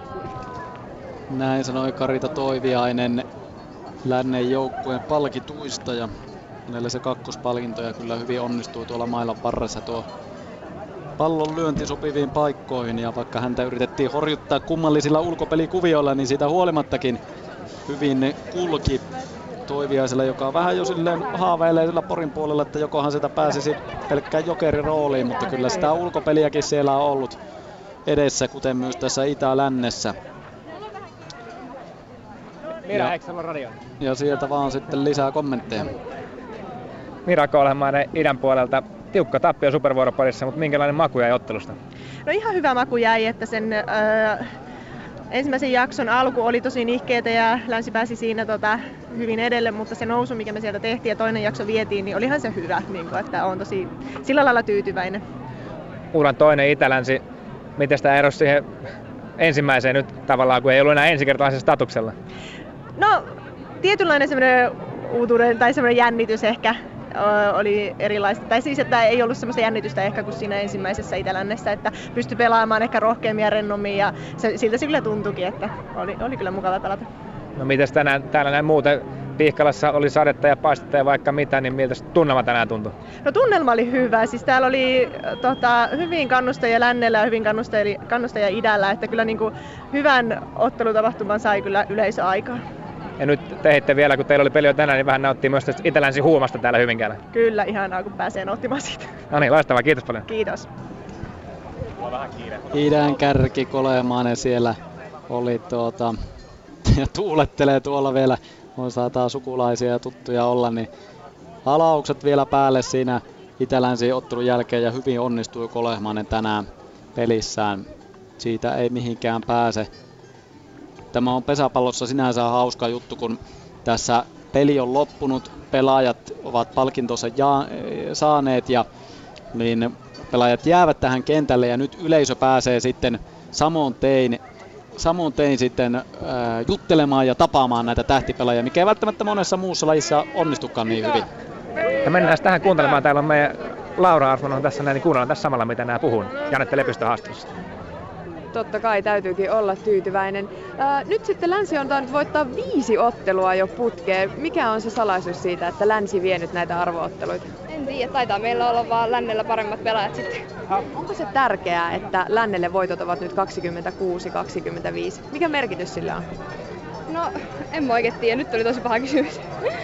Näin sanoi Karita Toiviainen lännen joukkueen palkituista ja hänelle se kakkospalkinto ja kyllä hyvin onnistuu tuolla mailan varressa tuo pallon lyönti sopiviin paikkoihin ja vaikka häntä yritettiin horjuttaa kummallisilla ulkopelikuvioilla, niin siitä huolimattakin hyvin kulki Toiviaisella, joka vähän jo silleen haaveilee sillä Porin puolella, että jokohan sitä pääsisi pelkkään jokerin rooliin, mutta kyllä sitä ulkopeliäkin siellä on ollut edessä, kuten myös tässä Itä-Lännessä. Mira, eikö se ole radio? Ja sieltä vaan sitten lisää kommentteja. Mira Kolehmainen idän puolelta. Tiukka tappio supervuoroparissa, mutta minkälainen maku jäi ottelusta? No ihan hyvä maku jäi, että sen äh, ensimmäisen jakson alku oli tosi nihkeetä ja Länsi pääsi siinä tota, hyvin edelle, mutta se nousu, mikä me sieltä tehtiin ja toinen jakso vietiin, niin olihan se hyvä, niin kun, että on tosi sillä lailla tyytyväinen. Uran toinen Itä-Länsi, miten sitä erosi siihen ensimmäiseen nyt tavallaan, kun ei ollut enää ensikertalaisen statuksella? No tietynlainen semmoinen uutuuden tai semmoinen jännitys ehkä oli erilaista. Tai siis, että ei ollut semmoista jännitystä ehkä kuin siinä ensimmäisessä Itä-Lännessä, että pystyi pelaamaan ehkä rohkeammin ja rennommin ja se, siltä se kyllä tuntuikin, että oli, oli kyllä mukava pelata. No mites tänään, täällä näin muuten Pihkalassa oli sadetta ja paistetta ja vaikka mitä, niin miltä tunnelma tänään tuntui? No tunnelma oli hyvä, siis täällä oli tota, hyvin kannustajia lännellä ja hyvin kannustajia, kannustajia idällä, että kyllä niin kuin hyvän ottelutapahtuman sai kyllä yleisöaikaa. Ja nyt te vielä, kun teillä oli peli jo tänään, niin vähän nauttii myös tästä Itä-Länsi huumasta täällä Hyvinkäällä. Kyllä, ihanaa kun pääsee nauttimaan siitä. No niin, loistavaa, kiitos paljon. Kiitos. Idän kärki Kolehmainen siellä oli tuota, ja tuulettelee tuolla vielä, on saattaa sukulaisia ja tuttuja olla, niin halaukset vielä päälle siinä Itä-Länsi ottelun jälkeen ja hyvin onnistui Kolehmainen tänään pelissään. Siitä ei mihinkään pääse. Tämä on pesäpallossa sinänsä hauska juttu, kun tässä peli on loppunut, pelaajat ovat palkintonsa ja- saaneet ja niin pelaajat jäävät tähän kentälle ja nyt yleisö pääsee sitten samoin tein, samoin tein sitten ää, juttelemaan ja tapaamaan näitä tähtipelaajia, mikä ei välttämättä monessa muussa lajissa onnistukaan niin hyvin. Ja mennään tähän kuuntelemaan. Täällä on meidän Laura Arsman on tässä näin, niin kuunnellaan tässä samalla mitä nämä puhun. Janette Lepistö haastattelussa. Totta kai täytyykin olla tyytyväinen. Ää, nyt sitten Länsi on tainnut voittaa viisi ottelua jo putkeen. Mikä on se salaisuus siitä, että Länsi vie nyt näitä arvootteluita? En tiedä, taitaa meillä olla vaan lännellä paremmat pelaajat sitten. Onko se tärkeää, että Lännelle voitot ovat nyt kaksikymmentäkuusi kaksikymmentäviisi? Mikä merkitys sillä on? No, en mä oikein tiedä. Nyt oli tosi paha kysymys.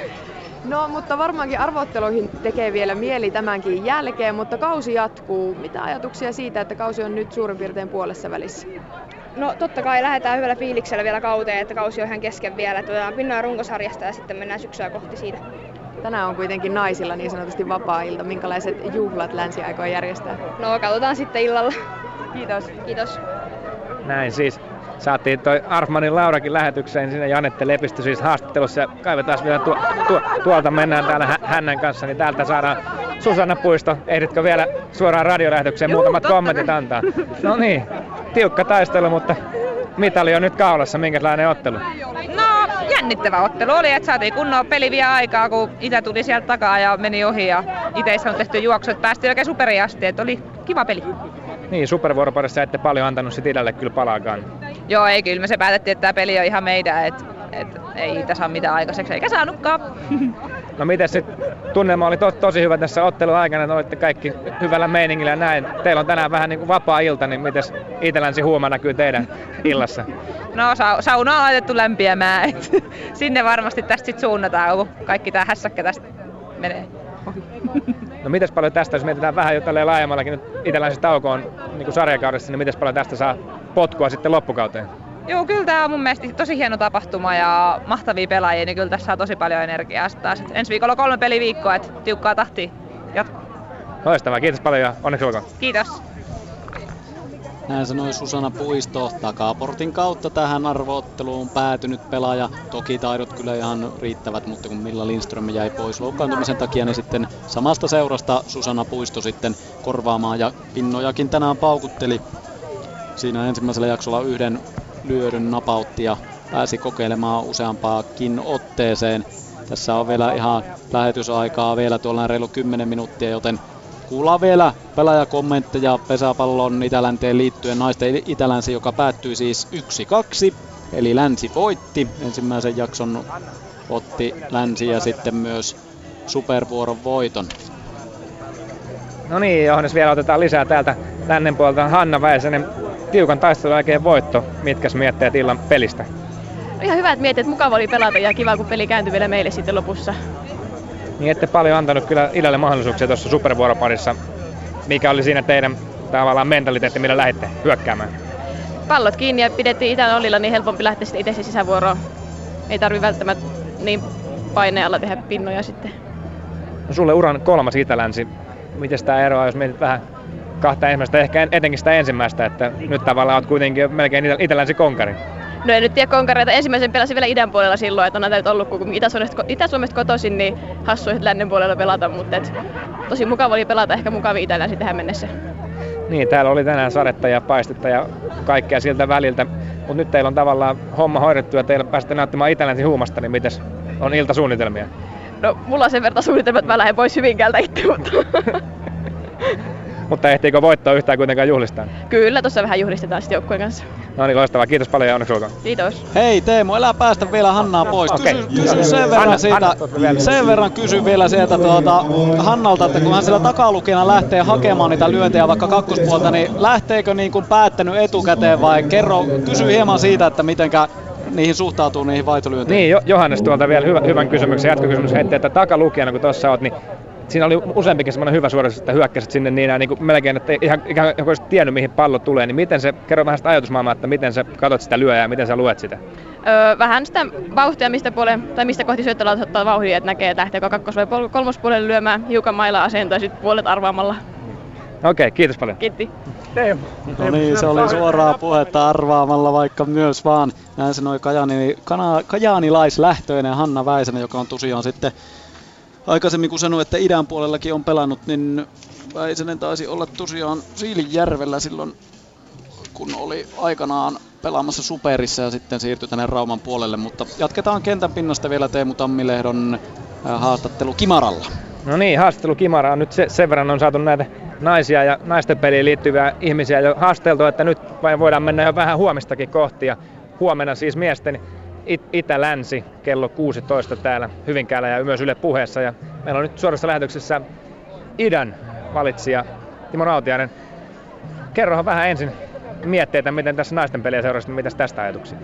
No, mutta varmaankin arvootteluihin tekee vielä mieli tämänkin jälkeen, mutta kausi jatkuu. Mitä ajatuksia siitä, että kausi on nyt suurin piirtein puolessa välissä? No totta kai lähdetään hyvällä fiiliksellä vielä kauteen, että kausi on ihan kesken vielä. Tuodaan pinnoja runkosarjasta ja sitten mennään syksyä kohti siitä. Tänään on kuitenkin naisilla niin sanotusti vapaa-ilta. Minkälaiset juhlat Länsi aikoo järjestää? No katsotaan sitten illalla. Kiitos. Kiitos. Näin siis. Saatiin toi Arfmanin Laurakin lähetykseen, siinä Janette Lepistö siis haastattelussa ja kaivetaan vielä tuo, tuo, tuolta mennään täällä hä- hännän kanssa, niin täältä saadaan Susanna Puisto. Ehditkö vielä suoraan radiolähetykseen Juu, muutamat kommentit kai antaa? No niin, tiukka taistelu, mutta mitali on nyt kaulassa, minkälainen ottelu? No jännittävä ottelu oli, että saatiin kunnon peli vielä aikaa, kun Itä tuli sieltä takaa ja meni ohi ja itse on tehty juoksu, että päästiin oikein superiin asti, että oli kiva peli. Niin, supervuoroparissa ette paljon antanut sit idälle kyllä palaakaan. Joo, ei kyllä me se päätettiin, että tämä peli on ihan meidän, että et, ei Itä saa mitään aikaiseksi, eikä saanutkaan. No miten sit tunnelma oli to, tosi hyvä tässä ottelun aikana, että olitte kaikki hyvällä meiningillä ja näin. Teillä on tänään vähän niin kuin vapaa ilta, niin miten Itä-Länsi huuma näkyy teidän illassa? No sa- sauna on laitettu lämpiämään, että sinne varmasti tästä sit suunnataan, kun kaikki tää hässäkkä tästä menee ohi. No mites paljon tästä, jos mietitään vähän jo tälleen laajemmallakin, nyt Itä-Länsi tauko on niin kuin sarjakaudessa, niin mites paljon tästä saa potkua sitten loppukauteen? Joo, kyllä tää on mun mielestä tosi hieno tapahtuma ja mahtavia pelaajia, niin kyllä tässä saa tosi paljon energiaa taas. Ensi viikolla kolme peliviikkoa, että tiukkaa tahtia jatkuu. Loistavaa, kiitos paljon ja onneksi olkoon. Kiitos. Näin sanoi Susanna Puisto, takaportin kautta tähän arvootteluun päätynyt pelaaja. Toki taidot kyllä ihan riittävät, mutta kun Milla Lindström jäi pois loukkaantumisen takia, niin sitten samasta seurasta Susanna Puisto sitten korvaamaan ja pinnojakin tänään paukutteli. Siinä ensimmäisellä jaksolla yhden lyödyn napautti ja pääsi kokeilemaan useampaakin otteeseen. Tässä on vielä ihan lähetysaikaa vielä tuolla reilu kymmenen minuuttia, joten kuullaan vielä pelaajakommentteja pesäpallon Itälänteen liittyen. Naisten Itälänsi, joka päättyi siis yksi kaksi, eli Länsi voitti. Ensimmäisen jakson otti Länsi ja sitten myös supervuoron voiton. No niin, Johannes, vielä otetaan lisää täältä lännen puolelta. Hanna Väisänen, tiukan taistelun jälkeen voitto. Mitkäs mietteet illan pelistä? Ihan hyvät mietteet, mukava oli pelata ja kiva kun peli kääntyi vielä meille sitten lopussa. Niin ette paljon antanut kyllä Idalle mahdollisuuksia tuossa supervuoroparissa. Mikä oli siinä teidän tavallaan mentaliteetti, millä lähditte hyökkäämään? Pallot kiinni ja pidettiin Itän olilla, niin helpompi lähteä sitten itse sisävuoroon. Ei tarvi välttämättä niin paineella tehdä pinnoja sitten. No sulle uran kolmas Itä-Länsi. Miten tämä eroaa, jos mietit vähän kahta ensimmäistä, ehkä etenkin sitä ensimmäistä, että nyt tavallaan olet kuitenkin melkein Itä-Länsi konkari? No en nyt tiedä konkareita. Ensimmäisen pelasin vielä idän puolella silloin, että on näitä ollut, kun Itä-Suomesta, Itä-Suomesta kotoisin, niin hassu lännen puolella pelata, mutta et, tosi mukava oli pelata, ehkä mukavin Itä-Länsi tähän mennessä. Niin, täällä oli tänään sadetta ja paistetta ja kaikkea siltä väliltä, mutta nyt teillä on tavallaan homma hoidettu ja teillä pääsette nauttimaan Itä-Länsi huumasta, niin mites on iltasuunnitelmia? No mulla on sen verran suunnitelma, että mä lähden pois Hyvinkäältä itse, mutta... Mutta ehtiikö voittoa yhtään kuitenkaan juhlistaa? Kyllä, tuossa vähän juhlistetaan sitten joukkueen kanssa. No niin, loistavaa. Kiitos paljon ja onneksi olkoon. Kiitos. Hei Teemu, elää päästä vielä Hannaa pois. Kysy, okay. kysy sen verran Anna, siitä, Anna, sen verran kysy vielä sieltä tuota Hannalta, että kun hän siellä takalukijana lähtee hakemaan niitä lyöntejä vaikka kakkospuolta, niin lähteekö niin kuin päättänyt etukäteen vai kerro, kysy hieman siitä, että mitenkä niihin suhtautuu niihin vaitolyönteihin. Niin, Johannes tuolta vielä hyvä, hyvän kysymyksen, jatkokysymys heitti, että takalukijana kun tuossa oot, niin siinä oli useampikin semmoinen hyvä suoritus, että hyökkäsit sinne niin, niin kuin melkein, että ihan, ihan olisit tiennyt mihin pallo tulee, niin miten se, kerro vähän sitä ajatusmaailmaa, että miten sä katot sitä lyöjää ja miten sä luet sitä? Öö, vähän sitä vauhtia, mistä, puoleen, tai mistä kohti syöttöllä ottaa vauhtia, että näkee, että lähteekö kakkos- vai kolmospuolelle lyömään hiukan mailla asentoa ja sitten puolet arvaamalla. Okei, okay, kiitos paljon. Kiitti. Teemu. No niin, se oli suoraa puhetta arvaamalla vaikka myös vaan. Näin sanoi Kajaani, kana, kajaanilaislähtöinen Hanna Väisänen, joka on tosiaan sitten aikaisemmin kun sanoin, että idän puolellakin on pelannut, niin Väisänen taisi olla tosiaan Siilinjärvellä silloin, kun oli aikanaan pelaamassa Superissa ja sitten siirtyi tänne Rauman puolelle. Mutta jatketaan kentän pinnasta vielä Teemu Tammilehdon haastattelu Kimaralla. No niin, haastattelu Kimara on nyt se, sen verran on saatu näitä naisia ja naisten peliin liittyviä ihmisiä jo haasteltu, että nyt vain voidaan mennä jo vähän huomistakin kohti. Ja huomenna siis miesten It- Itä-Länsi kello kuusitoista täällä Hyvinkäällä ja myös Yle Puheessa. Ja meillä on nyt suorassa lähetyksessä idän valitsija Timo Rautiainen. Kerrohan vähän ensin mietteitä, miten tässä naisten peliä seurasi, mitäs tästä ajatuksia?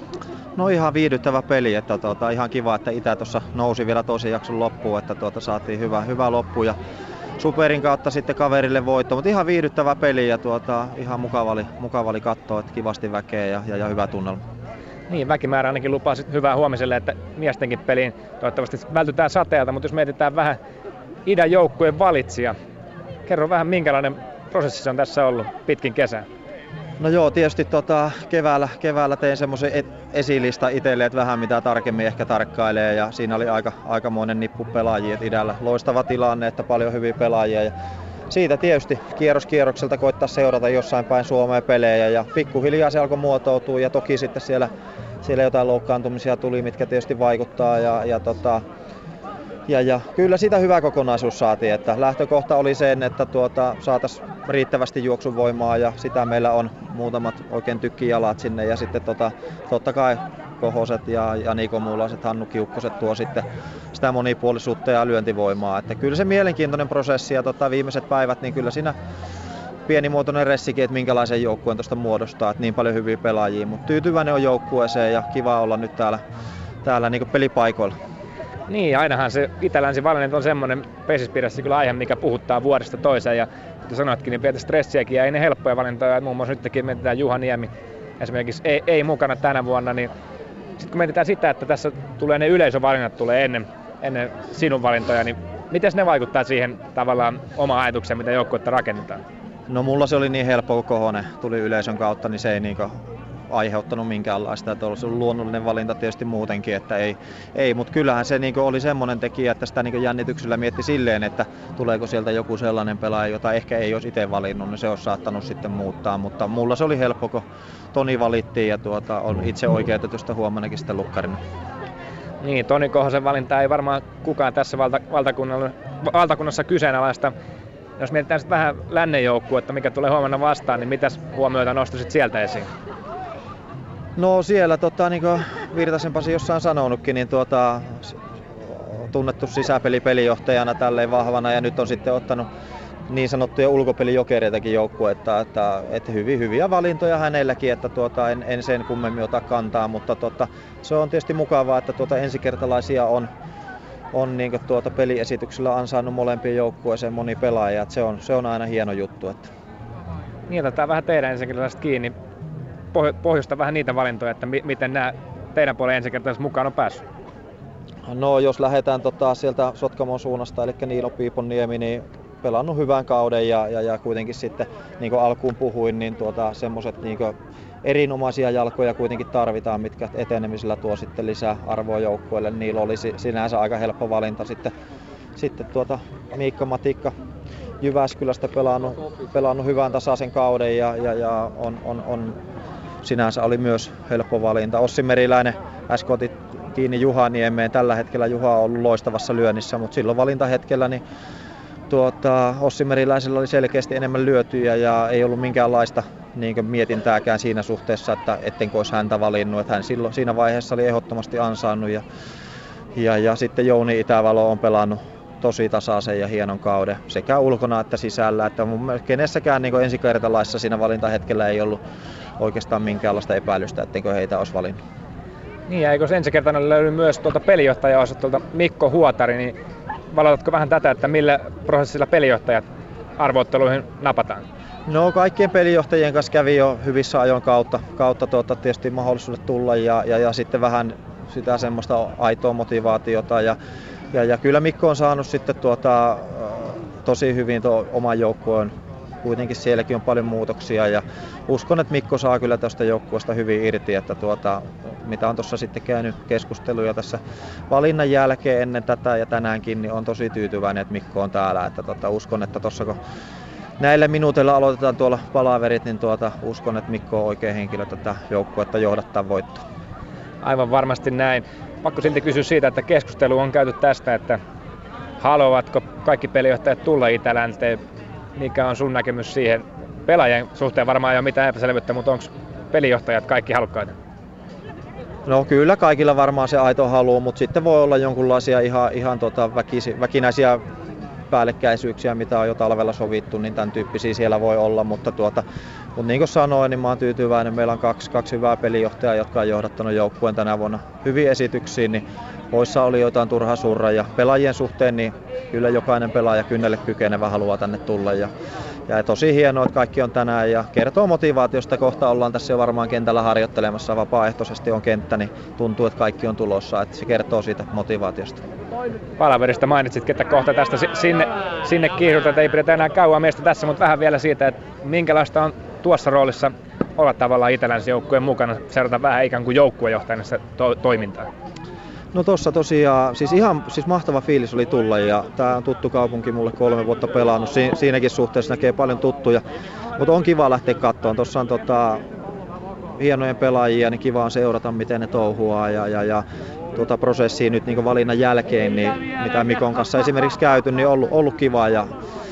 No ihan viihdyttävä peli, että tuota, ihan kiva, että Itä tuossa nousi vielä toisen jakson loppuun, että tuota, saatiin hyvä, hyvä loppu ja Superin kautta sitten kaverille voitto, mutta ihan viihdyttävä peli ja tuota, ihan mukava oli, mukava oli katsoa, että kivasti väkeä ja, ja, ja hyvä tunnelma. Niin, väkimäärä ainakin lupaa sit hyvää huomiselle, että miestenkin peliin toivottavasti vältytään sateelta, mutta jos mietitään vähän idän joukkueen valitsija, kerro vähän minkälainen prosessi se on tässä ollut pitkin kesää. No joo, tietysti tota, keväällä, keväällä tein semmoisen et, esilista itselle, että vähän mitä tarkemmin ehkä tarkkailee ja siinä oli aika, aikamoinen nippu pelaajia, että idällä loistava tilanne, että paljon hyviä pelaajia ja siitä tietysti kierros kierrokselta koittaa seurata jossain päin Suomea pelejä ja pikkuhiljaa se alkoi muotoutua ja toki sitten siellä, siellä jotain loukkaantumisia tuli, mitkä tietysti vaikuttaa ja, ja tota, Ja, ja kyllä sitä hyvä kokonaisuus saatiin, että lähtökohta oli sen, että tuota, saataisiin riittävästi juoksuvoimaa ja sitä meillä on muutamat oikein tykkijalat sinne ja sitten tota, totta kai Kohoset ja, ja Niko Muulaiset, Hannu Kiukkoset tuo sitten sitä monipuolisuutta ja lyöntivoimaa. Että kyllä se mielenkiintoinen prosessi ja tota, viimeiset päivät, niin kyllä siinä pienimuotoinen ressikin, että minkälaisen joukkueen tuosta muodostaa, että niin paljon hyviä pelaajia, mutta tyytyväinen on joukkueeseen ja kiva olla nyt täällä, täällä niin kuin pelipaikoilla. Niin, ainahan se Itä-Länsi valinta on semmoinen pesispiirissä kyllä aihe, mikä puhuttaa vuodesta toiseen. Ja kuten sanoitkin, niin pientä stressiäkin ja ei ne helppoja valintoja. Muun muassa nytkin mietitään Juha Niemi esimerkiksi ei, ei mukana tänä vuonna. Niin sitten kun mietitään sitä, että tässä tulee ne yleisövalinnat tulee ennen, ennen sinun valintoja, niin miten ne vaikuttaa siihen tavallaan omaan ajatukseen, mitä joukkuetta rakennetaan? No mulla se oli niin helppo, kun Kohonen tuli yleisön kautta, niin se ei niinku aiheuttanut minkäänlaista, että olisi ollut luonnollinen valinta tietysti muutenkin, että ei, ei mutta kyllähän se niinku oli semmoinen tekijä, että sitä niinku jännityksellä mietti silleen, että tuleeko sieltä joku sellainen pelaaja, jota ehkä ei olisi itse valinnut, niin se olisi saattanut sitten muuttaa, mutta mulla se oli helppo, kun Toni valittiin ja tuota, on itse oikeutetusta huomennakin sitten lukkarina. Niin, Toni Kohosen valinta ei varmaan kukaan tässä valta, valtakunnassa kyseenalaista. Jos mietitään sitten vähän lännen joukkuetta, mikä tulee huomenna vastaan, niin mitäs huomioita nostaisit sieltä esiin? No siellä, tota, niin kuin Virtasen Pasi jossain sanonutkin, niin tuota, tunnettu sisäpelipelijohtajana tälleen vahvana ja nyt on sitten ottanut niin sanottuja ulkopelijokereitakin joukkuetta, että, että hyvin hyviä valintoja hänelläkin, että tuota, en, en sen kummemmin ota kantaa, mutta tuota, se on tietysti mukavaa, että tuota, ensikertalaisia on, on niin tuota, peliesityksellä ansainnut molempien joukkueeseen moni pelaaja, että se on, se on aina hieno juttu. Että. Niin, otetaan vähän teidän ensikertalaiset kiinni. Pohjusta vähän niitä valintoja, että mi- miten nämä teidän puolen ensikertalaiset mukaan on päässyt? No jos lähdetään tota, sieltä Sotkamon suunnasta, eli Niilo Piiponniemi, niin pelannut hyvän kauden ja, ja, ja kuitenkin sitten, niin kuin alkuun puhuin, niin tuota, semmoiset niin kuin erinomaisia jalkoja kuitenkin tarvitaan, mitkä etenemisellä tuo sitten lisää arvoa joukkueelle. Niilo oli sinänsä aika helppo valinta. Sitten, sitten tuota, Miikka Matikka Jyväskylästä pelannut, pelannut hyvän tasaisen kauden ja, ja, ja on, on, on sinänsä oli myös helppo valinta. Ossi Meriläinen äsken otit kiinni Juha Niemeen. Tällä hetkellä Juha on ollut loistavassa lyönnissä, mutta silloin valintahetkellä niin tuota, Ossi Meriläisellä oli selkeästi enemmän lyötyjä ja ei ollut minkäänlaista niin mietintääkään siinä suhteessa, että ettenkö olisi häntä valinnut. Että hän silloin, siinä vaiheessa oli ehdottomasti ansainnut ja, ja, ja sitten Jouni Itävalo on pelannut tosi tasaisen ja hienon kauden sekä ulkona että sisällä. Että kenessäkään niin ensikertalaisessa siinä valintahetkellä ei ollut oikeastaan minkäänlaista epäilystä, ettenkö heitä olisi valinnut. Niin, ja eikö ensi kertana löydy myös tuolta pelijohtaja-osastolta Mikko Huotari, niin valotatko vähän tätä, että millä prosessilla pelijohtajat arvootteluihin napataan? No kaikkien pelijohtajien kanssa kävi jo hyvissä ajoin kautta, kautta tuota, tietysti mahdollisuudet tulla ja, ja, ja sitten vähän sitä semmoista aitoa motivaatiota ja, ja, ja kyllä Mikko on saanut sitten tuota, tosi hyvin tuon oman joukkueen. Kuitenkin sielläkin on paljon muutoksia ja uskon, että Mikko saa kyllä tästä joukkueesta hyvin irti, että tuota, mitä on tuossa sitten käynyt keskusteluja tässä valinnan jälkeen ennen tätä ja tänäänkin, niin on tosi tyytyväinen, että Mikko on täällä. Että tuota, uskon, että tuossa kun näillä minuuteilla aloitetaan tuolla palaverit, niin tuota, uskon, että Mikko on oikea henkilö tätä joukkuetta johdattaa voittoon. Aivan varmasti näin. Pakko silti kysyä siitä, että keskustelu on käyty tästä, että haluavatko kaikki pelijohtajat tulla Itä-Länteen. Mikä on sun näkemys siihen? Pelaajien suhteen varmaan ei ole mitään epäselvyyttä, mutta onko pelijohtajat kaikki halukkaita? No kyllä kaikilla varmaan se aito halu, mutta sitten voi olla jonkunlaisia ihan, ihan tota väkisi, väkinäisiä päällekkäisyyksiä, mitä on jo talvella sovittu, niin tämän tyyppisiä siellä voi olla, mutta, tuota, mutta niin kuin sanoin, niin mä oon tyytyväinen. Meillä on kaksi, kaksi hyvää pelijohtajaa, jotka on johdattanut joukkueen tänä vuonna hyvin esityksiin, niin poissa oli jotain turha surra ja pelaajien suhteen, niin kyllä jokainen pelaaja kynnelle kykenevä haluaa tänne tulla ja, ja tosi hienoa, että kaikki on tänään ja kertoo motivaatiosta. Kohta ollaan tässä jo varmaan kentällä harjoittelemassa, vapaaehtoisesti on kenttä, niin tuntuu, että kaikki on tulossa, että se kertoo siitä motivaatiosta. Palaverista mainitsit, että kohta tästä sinne, sinne kiihdytään, ei pidetä enää kauan meistä tässä, mutta vähän vielä siitä, että minkälaista on tuossa roolissa olla tavallaan Itä-Länsi joukkueen mukana, seurata vähän ikään kuin joukkuejohtajana to- toimintaa. No tossa tosiaan, siis ihan siis mahtava fiilis oli tulla ja tää on tuttu kaupunki, mulle kolme vuotta pelannut, si- siinäkin suhteessa näkee paljon tuttuja, mutta on kiva lähteä kattoon. Tossa on tota, hienojen pelaajia, niin kiva on seurata miten ne touhuaa ja, ja, ja tuota prosessia nyt niin valinnan jälkeen, niin mitä Mikon kanssa esimerkiksi käyty, niin ollut, ollut kiva ja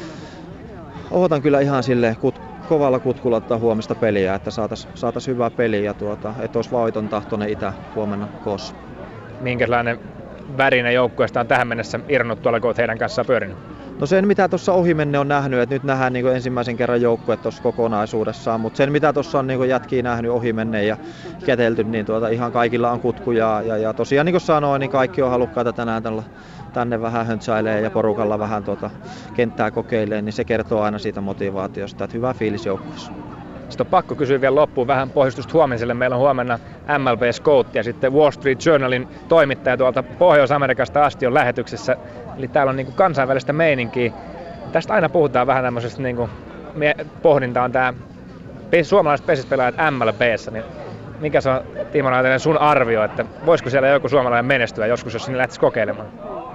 odotan kyllä ihan silleen kut, kovalla kutkulla ottaa huomista peliä, että saatais, saatais hyvää peliä ja tuota, että olisi voiton tahtoinen Itä huomenna koossa. Minkälainen värinen joukkueesta on tähän mennessä irronnut tuolla, kun olet heidän kanssaan pyörinyt? No sen mitä tuossa ohimenne on nähnyt, että nyt nähdään niin ensimmäisen kerran joukkue tuossa kokonaisuudessaan, mutta sen mitä tuossa on niin jätkiä nähnyt ohimenne ja kätelty, niin tuota, ihan kaikilla on kutkuja ja, ja tosiaan niin kuin sanoin, niin kaikki on halukkaita tänään tällä, tänne vähän höntsäilee ja porukalla vähän tuota, kenttää kokeilee, niin se kertoo aina siitä motivaatiosta, että hyvä fiilis joukkueessa. Sitten on pakko kysyä vielä loppuun vähän pohjustusta huomiselle. Meillä on huomenna M L B Scout ja sitten Wall Street Journalin toimittaja tuolta Pohjois-Amerikasta asti on lähetyksessä. Eli täällä on niin kuin kansainvälistä meininkiä. Tästä aina puhutaan vähän tämmöisestä niin kuin pohdinta on tää suomalaiset pesispelaajat M L B:ssä. Niin mikä se on, Timo Rautanen, sun arvio, että voisiko siellä joku suomalainen menestyä joskus, jos sinne lähtisi kokeilemaan?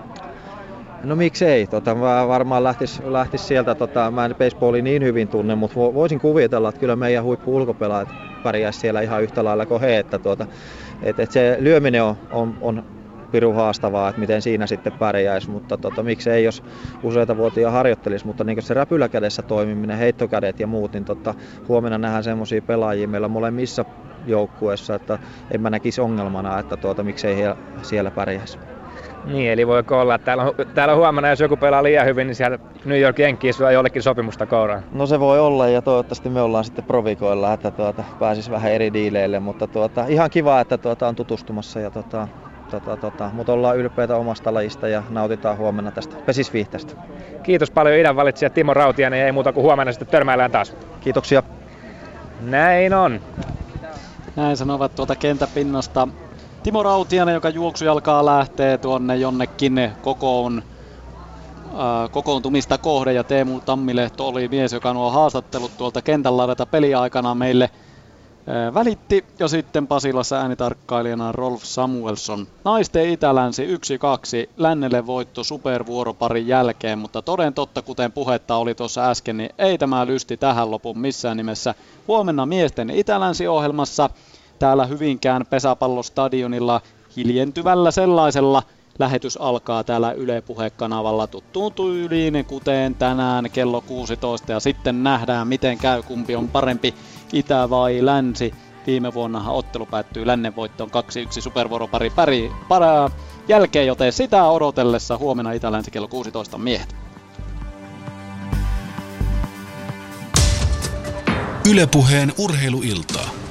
No miksei, tota, mä varmaan lähtis, lähtis sieltä, tota, mä en baseballia niin hyvin tunne, mutta voisin kuvitella, että kyllä meidän huippu-ulkopelaajat pärjäisi siellä ihan yhtä lailla kuin he, että tuota, et, et se lyöminen on, on, on pirun haastavaa, että miten siinä sitten pärjäisi, mutta tota, miksei jos useita vuotia harjoittelisi, mutta niin se räpyläkädessä toimiminen, heittokädet ja muut, niin tota, huomenna nähdään semmoisia pelaajia meillä molemmissa joukkueissa, että en mä näkisi ongelmana, että tuota, miksei he siellä pärjäisi. Niin, eli voiko olla, että täällä on, täällä on huomenna, jos joku pelaa liian hyvin, niin siellä New York Yankees lyö jollekin sopimusta kouraan. No se voi olla, ja toivottavasti me ollaan sitten provikoilla, että tuota, pääsisi vähän eri diileille, mutta tuota, ihan kiva, että tuota, on tutustumassa, ja tuota, tuota, tuota, mutta ollaan ylpeitä omasta lajista ja nautitaan huomenna tästä pesisviihteestä. Kiitos paljon idän valitsija Timo Rautiainen, ja ei muuta kuin huomenna sitten törmäillään taas. Kiitoksia. Näin on. Näin sanovat tuolta kentäpinnasta Timo Rautiainen, joka juoksujalkaa lähtee tuonne jonnekin kokoon, äh, kokoontumista kohde, ja Teemu Tammilehto oli mies, joka nuo haastattelut tuolta kentän laidalta peliaikana meille äh, välitti, ja sitten Pasilassa äänitarkkailijana Rolf Samuelson. Naisten Itä-Länsi yksi kaksi, lännelle voitto supervuoroparin jälkeen, mutta toden totta, kuten puhetta oli tuossa äsken, niin ei tämä lysti tähän lopun missään nimessä. Huomenna miesten Itä-Länsi-ohjelmassa täällä Hyvinkään pesäpallostadionilla hiljentyvällä sellaisella. Lähetys alkaa täällä Yle Puhe-kanavalla tuttuun tyyliin, kuten tänään kello kuusitoista. Ja sitten nähdään, miten käy, kumpi on parempi, Itä vai Länsi. Viime vuonnahan ottelu päättyy lännen voittoon kaksi yksi supervuoropari pari para jälkeen, joten sitä odotellessa huomenna Itä-Länsi kello kuusitoista miehet. Yle Puheen urheiluilta.